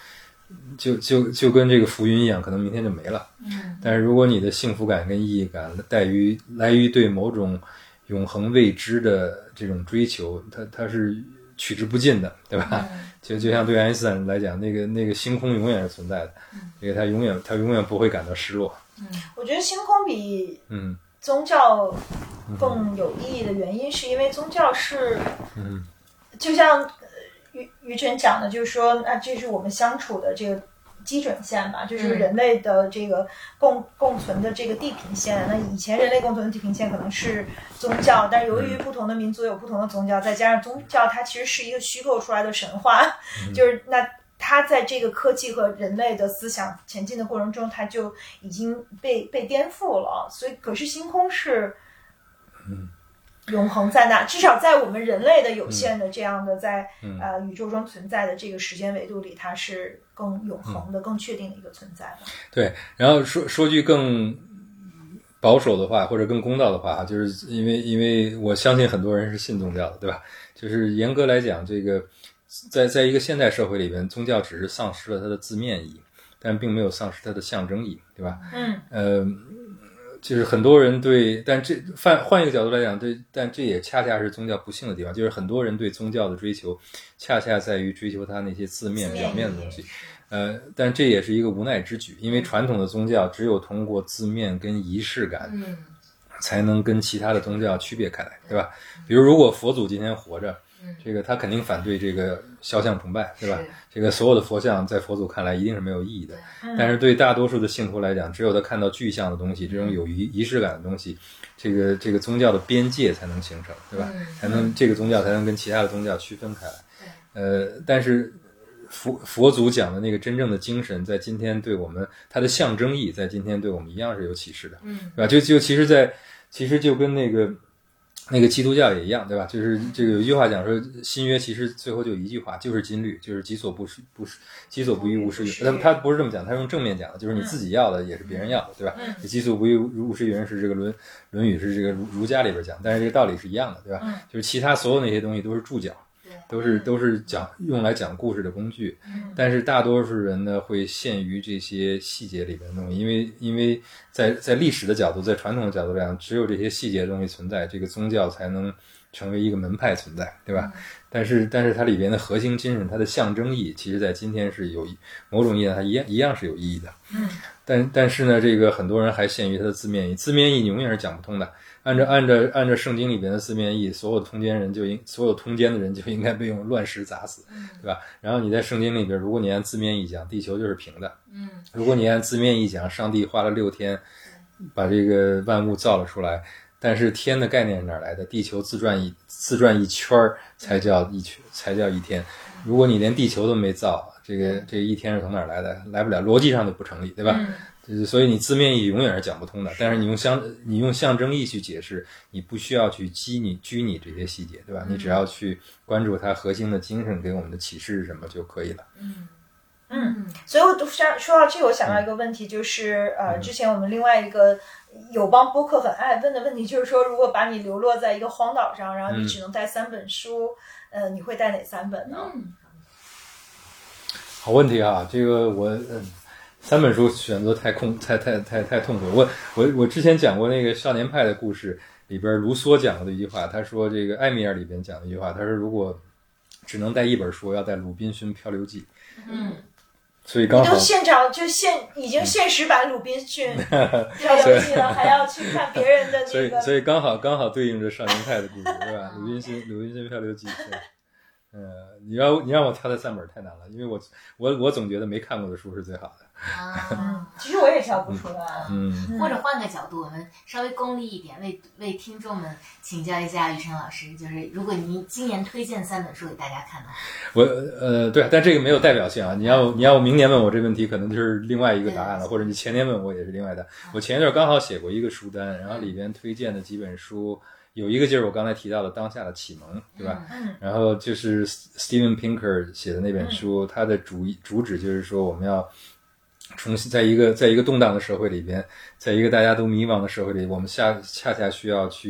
就就就跟这个浮云一样，可能明天就没了。 嗯， 但是如果你的幸福感跟意义感来于来于对某种永恒未知的这种追求，它它是取之不尽的，对吧？ 嗯、 就就像对爱因斯坦来讲，那个那个星空永远是存在的，这个他永远他永远不会感到失落。 嗯，我觉得星空比嗯宗教更有意义的原因，是因为宗教是， 嗯， 就像于于晨讲的，就是说，那这是我们相处的这个基准线吧，就是人类的这个共共存的这个地平线。那以前人类共存的地平线可能是宗教，但是由于不同的民族有不同的宗教，再加上宗教它其实是一个虚构出来的神话，就是那它在这个科技和人类的思想前进的过程中，它就已经被被颠覆了。所以，可是星空是， 嗯。 永恒在那，至少在我们人类的有限的这样的在、 嗯、 呃宇宙中存在的这个时间维度里，它是更永恒的、嗯、更确定的一个存在的。 对，然后说说句更保守的话，或者更公道的话，就是因为因为我相信很多人是信宗教的，对吧？就是严格来讲，这个在在一个现代社会里边，宗教只是丧失了它的字面意义，但并没有丧失它的象征意义，对吧？ 嗯， 呃。就是很多人对，但这换换一个角度来讲，对，但这也恰恰是宗教不幸的地方，就是很多人对宗教的追求，恰恰在于追求它那些字面表面的东西，呃，但这也是一个无奈之举，因为传统的宗教只有通过字面跟仪式感， 嗯， 才能跟其他的宗教区别开来，对吧？比如如果佛祖今天活着，这个他肯定反对这个肖像崇拜，对吧？这个所有的佛像在佛祖看来一定是没有意义的，但是对大多数的信徒来讲，只有他看到具象的东西，这种有仪仪式感的东西，这个这个宗教的边界才能形成，对吧？才能这个宗教才能跟其他的宗教区分开来。呃，但是佛佛祖讲的那个真正的精神，在今天对我们，它的象征意，在今天对我们一样是有启示的，嗯，对吧？就就其实在，其实就跟那个。那个基督教也一样，对吧？就是这个有一句话讲说，新约其实最后就一句话，就是金律，就是己所不是不是己所不欲勿施于人。他不是这么讲，他用正面讲的，就是你自己要的也是别人要的，对吧？ 嗯， 己所不欲勿施于人是这个论论语是这个儒儒家里边讲，但是这个道理是一样的，对吧？ 嗯， 就是其他所有那些东西都是注脚。都是都是讲用来讲故事的工具，但是大多数人呢会陷于这些细节里边的东西，因为因为在在历史的角度，在传统的角度来讲，只有这些细节的东西存在，这个宗教才能成为一个门派存在，对吧？嗯、但是但是它里边的核心精神，它的象征意义，其实在今天是有某种意义上它一样一样是有意义的。 嗯， 但但是呢，这个很多人还陷于它的字面意，字面意永远是讲不通的。按照按照按照圣经里边的字面意，所有通奸人就应所有通奸的人就应该被用乱石砸死，对吧？然后你在圣经里边，如果你按字面意讲，地球就是平的，嗯，如果你按字面意讲，上帝花了六天把这个万物造了出来，但是天的概念是哪来的？地球自转一自转一圈才叫一圈，才叫一天。如果你连地球都没造，这个这一天是从哪来的？来不了，逻辑上就不成立，对吧？嗯，所以你字面意永远是讲不通的，但是你用象你用象征意去解释，你不需要去拘泥拘泥这些细节，对吧？你只要去关注它核心的精神给我们的启示是什么就可以了。 嗯嗯，所以我说到这个，我想到一个问题，就是呃，之前我们另外一个友邦播客很爱问的问题，就是说，如果把你流落在一个荒岛上，然后你只能带三本书，嗯、呃，你会带哪三本呢？嗯， 好问题啊，这个我嗯。三本书选择太痛太太太太痛苦。我我我之前讲过那个少年派的故事里边，卢梭讲过的一句话，他说这个艾米尔里边讲的一句话，他说如果只能带一本书，要带鲁滨逊漂流记。 嗯， 所以刚好你都现场就现已经现实版鲁滨逊漂流记了，还要去看别人的那个， 所以所以刚好刚好对应着少年派的故事，对吧？鲁滨逊鲁滨逊漂流记。呃，你让你让我挑这三本太难了，因为我我我总觉得没看过的书是最好的。 啊，其实我也挑不出来。 嗯， 或者换个角度，我们稍微功利一点，为为听众们请教一下于晨老师，就是如果您今年推荐三本书给大家看的话， 我呃对，但这个没有代表性啊。你要你要明年问我这问题，可能就是另外一个答案了，或者你前年问我也是另外的。我前一段刚好写过一个书单，然后里边推荐的几本书。有一个就是我刚才提到的当下的启蒙，对吧？ 嗯， 然后就是 Steven Pinker 写的那本书，它的主主旨就是说我们要重新在一个在一个动荡的社会里边，在一个大家都迷茫的社会里，我们下恰恰需要去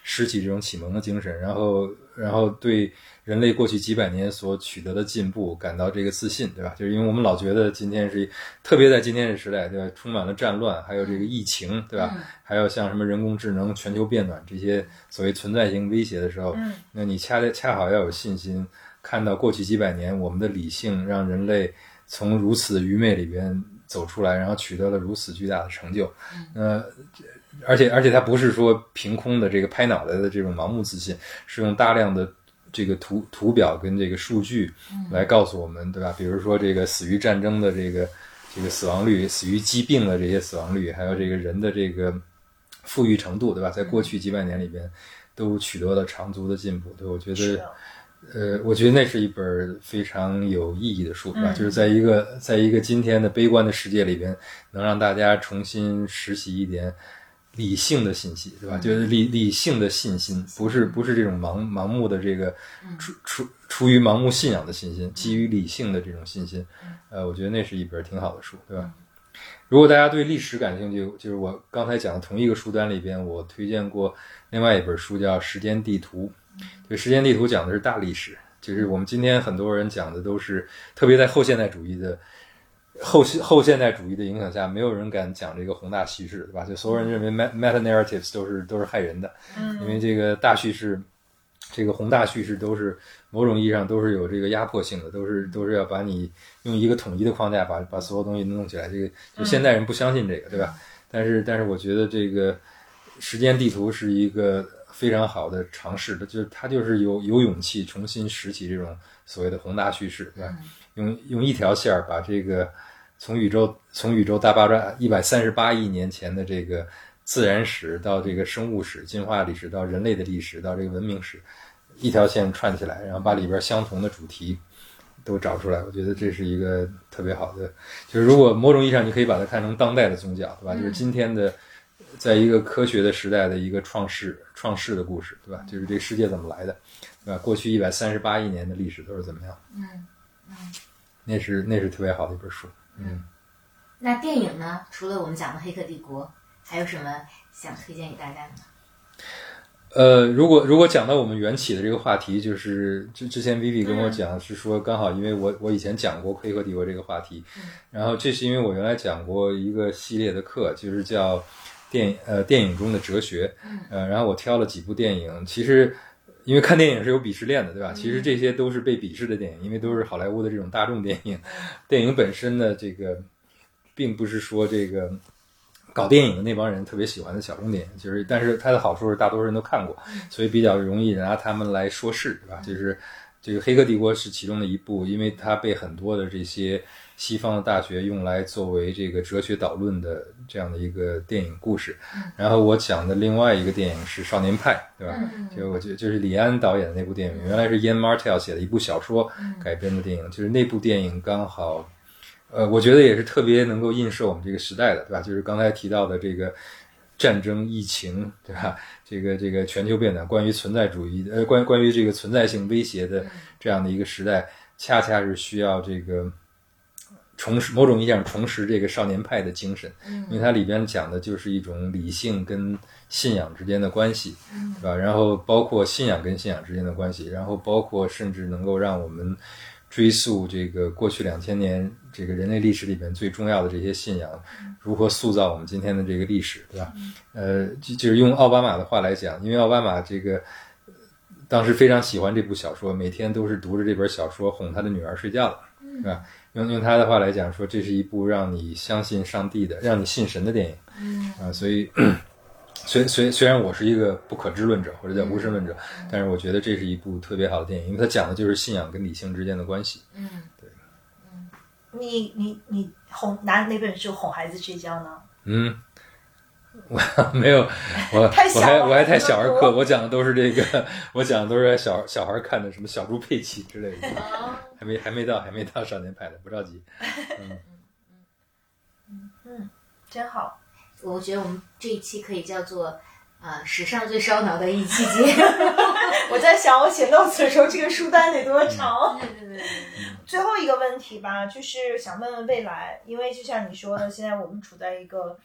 拾起这种启蒙的精神，然后然后对人类过去几百年所取得的进步感到这个自信，对吧？就是因为我们老觉得今天是特别在今天这时代，对吧？充满了战乱，还有这个疫情，对吧？嗯、还有像什么人工智能、全球变暖这些所谓存在性威胁的时候，嗯、那你恰恰好要有信心，看到过去几百年我们的理性让人类从如此愚昧里边走出来，然后取得了如此巨大的成就。呃，而且而且它不是说凭空的这个拍脑袋的这种盲目自信，是用大量的这个图图表跟这个数据来告诉我们，对吧？比如说这个死于战争的这个这个死亡率，死于疾病的这些死亡率，还有这个人的这个富裕程度，对吧？在过去几百年里边都取得了长足的进步。对，我觉得呃，我觉得那是一本非常有意义的书，对吧？嗯、就是在一个在一个今天的悲观的世界里边，能让大家重新拾起一点理性的信息，对吧？嗯、就是理理性的信心，不是不是这种盲盲目的这个出出出于盲目信仰的信心，基于理性的这种信心。呃，我觉得那是一本挺好的书，对吧？如果大家对历史感兴趣，就是我刚才讲的同一个书单里边，我推荐过另外一本书叫《时间地图》。对，时间地图讲的是大历史，就是我们今天很多人讲的都是，特别在后现代主义的后后现代主义的影响下，没有人敢讲这个宏大叙事，对吧？就所有人认为 meta narratives 都是都是害人的，因为这个大叙事，这个宏大叙事都是某种意义上都是有这个压迫性的，都是都是要把你用一个统一的框架把把所有东西弄起来。这个就现代人不相信这个，对吧？但是但是我觉得这个时间地图是一个非常好的尝试的，就是他就是有有勇气重新拾起这种所谓的宏大叙事，对吧？用用一条线把这个从宇宙从宇宙大爆炸一百三十八亿年前的这个自然史到这个生物史、进化历史到人类的历史到这个文明史，一条线串起来，然后把里边相同的主题都找出来。我觉得这是一个特别好的，就是如果某种意义上你可以把它看成当代的宗教，对吧？就是今天的。在一个科学的时代的一个创世创世的故事，对吧？就是这个世界怎么来的，对吧？过去一百三十八亿年的历史都是怎么样？ 嗯嗯， 那是那是特别好的一本书。嗯， 那电影呢？除了我们讲的《黑客帝国》，还有什么想推荐给大家的吗？ 呃，如果如果讲到我们缘起的这个话题，就是之之前 Vivi 跟我讲是说，刚好因为我我以前讲过《黑客帝国》这个话题，然后这是因为我原来讲过一个系列的课，就是叫。电影呃电影中的哲学，呃，然后我挑了几部电影。其实，因为看电影是有鄙视链的，对吧？其实这些都是被鄙视的电影，因为都是好莱坞的这种大众电影。电影本身呢，这个并不是说这个搞电影的那帮人特别喜欢的小众电影，就是但是它的好处是大多数人都看过，所以比较容易拿他们来说事，对吧？就是这个《黑客帝国》是其中的一部，因为它被很多的这些西方的大学用来作为这个哲学导论的这样的一个电影故事。然后我讲的另外一个电影是《少年派》，对吧？就我觉得就是李安导演的那部电影，原来是 Ian Martell 写的一部小说改编的电影，就是那部电影刚好，呃，我觉得也是特别能够映射我们这个时代的，对吧？就是刚才提到的这个战争、疫情，对吧？这个这个全球变暖，关于存在主义，呃，关关于这个存在性威胁的这样的一个时代，恰恰是需要这个重拾某种意义上重拾这个少年派的精神，因为它里边讲的就是一种理性跟信仰之间的关系，对吧？然后包括信仰跟信仰之间的关系，然后包括甚至能够让我们追溯这个过去两千年这个人类历史里边最重要的这些信仰，如何塑造我们今天的这个历史，对吧？呃，就是用奥巴马的话来讲，因为奥巴马这个当时非常喜欢这部小说，每天都是读着这本小说哄他的女儿睡觉的，对吧？用用他的话来讲说，这是一部让你相信上帝的、让你信神的电影，嗯啊，所以虽虽虽然我是一个不可知论者或者叫无神论者，嗯、但是我觉得这是一部特别好的电影，因为它讲的就是信仰跟理性之间的关系。 嗯， 对。 嗯，你你你哄拿哪本书哄孩子睡觉呢？ 嗯。我没有，我我还我还太小儿科，我讲的都是这个，我讲的都是小小孩看的什么小猪佩奇之类的，还没还没到还没到少年派的，不着急。嗯嗯嗯，真好。 我觉得我们这一期可以叫做呃史上最烧脑的一期节目。 我在想，我写 notes 的时候，这个书单得多长？ 对对对对。 最后一个问题吧，就是想问问未来，因为就像你说的，现在我们处在一个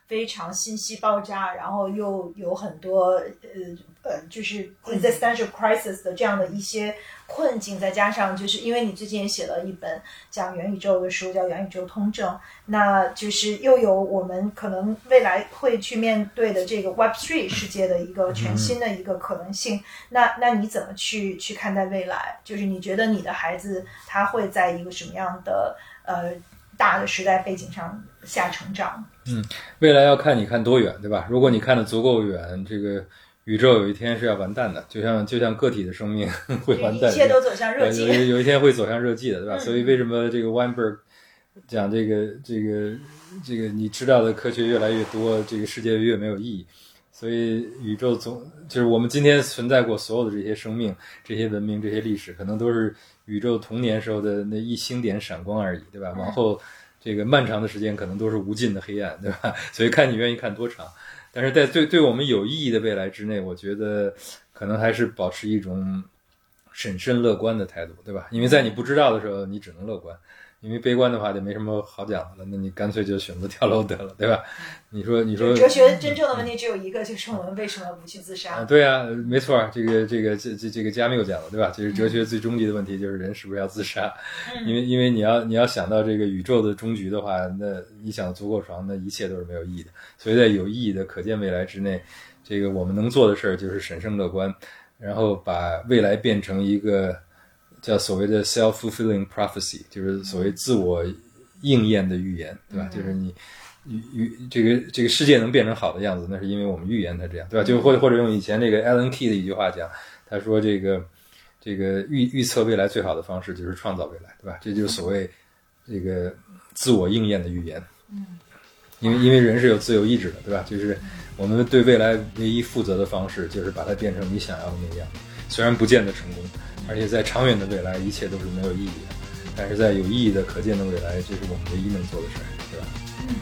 非常信息爆炸，然后又有很多呃呃就是 existential crisis 的这样的一些困境，再加上就是因为你最近也写了一本讲元宇宙的书，叫《元宇宙通证》，那就是又有我们可能未来会去面对的这个 Web 三 世界的一个全新的一个可能性。那那你怎么去去看待未来？就是你觉得你的孩子他会在一个什么样的呃大的时代背景上下成长？ 嗯，未来要看你看多远，对吧？如果你看得足够远，这个宇宙有一天是要完蛋的，就像就像个体的生命会完蛋， 一切都走向热寂， 有有一天会走向热寂的，对吧？ 嗯、 所以为什么这个 Weinberg 讲这个这个这个你知道的科学越来越多，这个世界越没有意义。所以宇宙总就是我们今天存在过所有的这些生命、这些文明、这些历史，可能都是宇宙童年时候的那一星点闪光而已，对吧？往后这个漫长的时间可能都是无尽的黑暗，对吧？所以看你愿意看多长。但是在对对我们有意义的未来之内，我觉得可能还是保持一种审慎乐观的态度，对吧？因为在你不知道的时候，你只能乐观。因为悲观的话就没什么好讲的了，那你干脆就选择跳楼得了，对吧？你说，你说， 哲学真正的问题只有一个，就是我们为什么不去自杀？ 啊对啊，没错，这个这个这这这个加缪讲了，对吧？其实哲学最终极的问题就是人是不是要自杀？ 嗯、 因为因为你要你要想到这个宇宙的终局的话，那你想足够长，那一切都是没有意义的。所以在有意义的可见未来之内，这个我们能做的事儿就是审慎乐观，然后把未来变成一个叫所谓的 self-fulfilling prophecy， 就是所谓自我应验的预言，对吧？嗯、就是你预这个这个世界能变成好的样子，那是因为我们预言它这样，对吧？就或者或者用以前这个 Alan Key 的一句话讲，他说这个这个预预测未来最好的方式就是创造未来，对吧？这就是所谓这个自我应验的预言。嗯，因为因为人是有自由意志的，对吧？就是我们对未来唯一负责的方式就是把它变成你想要的那个样子，虽然不见得成功，而且在长远的未来一切都是没有意义的，但是在有意义的可见的未来，这是我们唯一能做的事儿，对吧？ 嗯，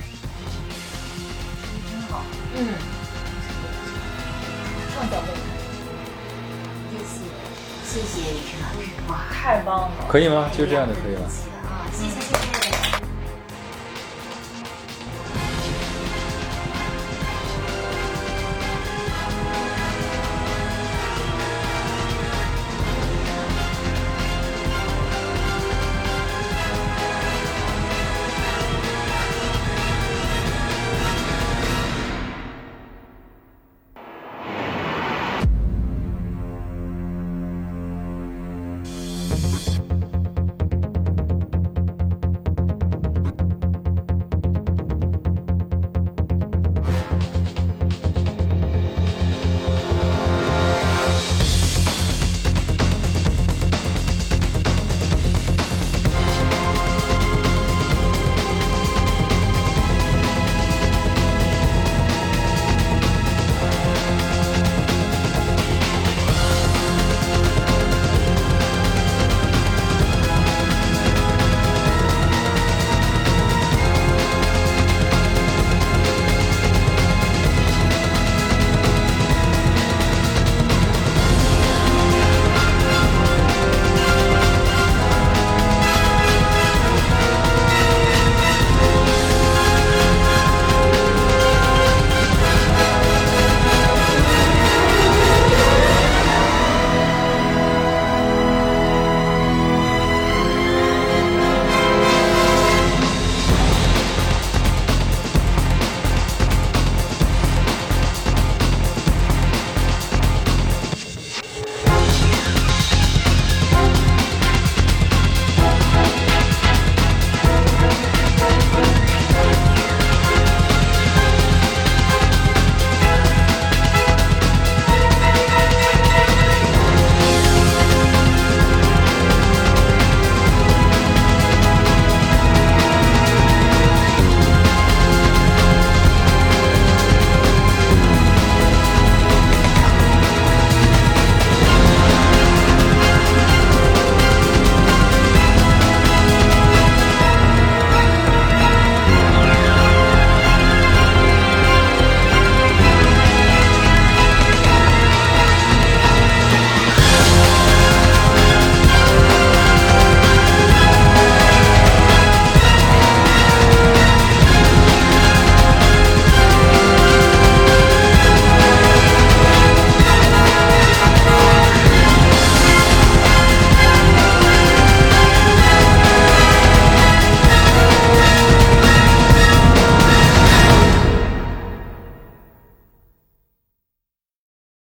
真好。嗯，创造未来。谢谢，谢谢李晨老师。哇， 太棒了！ 可以吗？就这样就可以了。 啊，谢谢谢谢。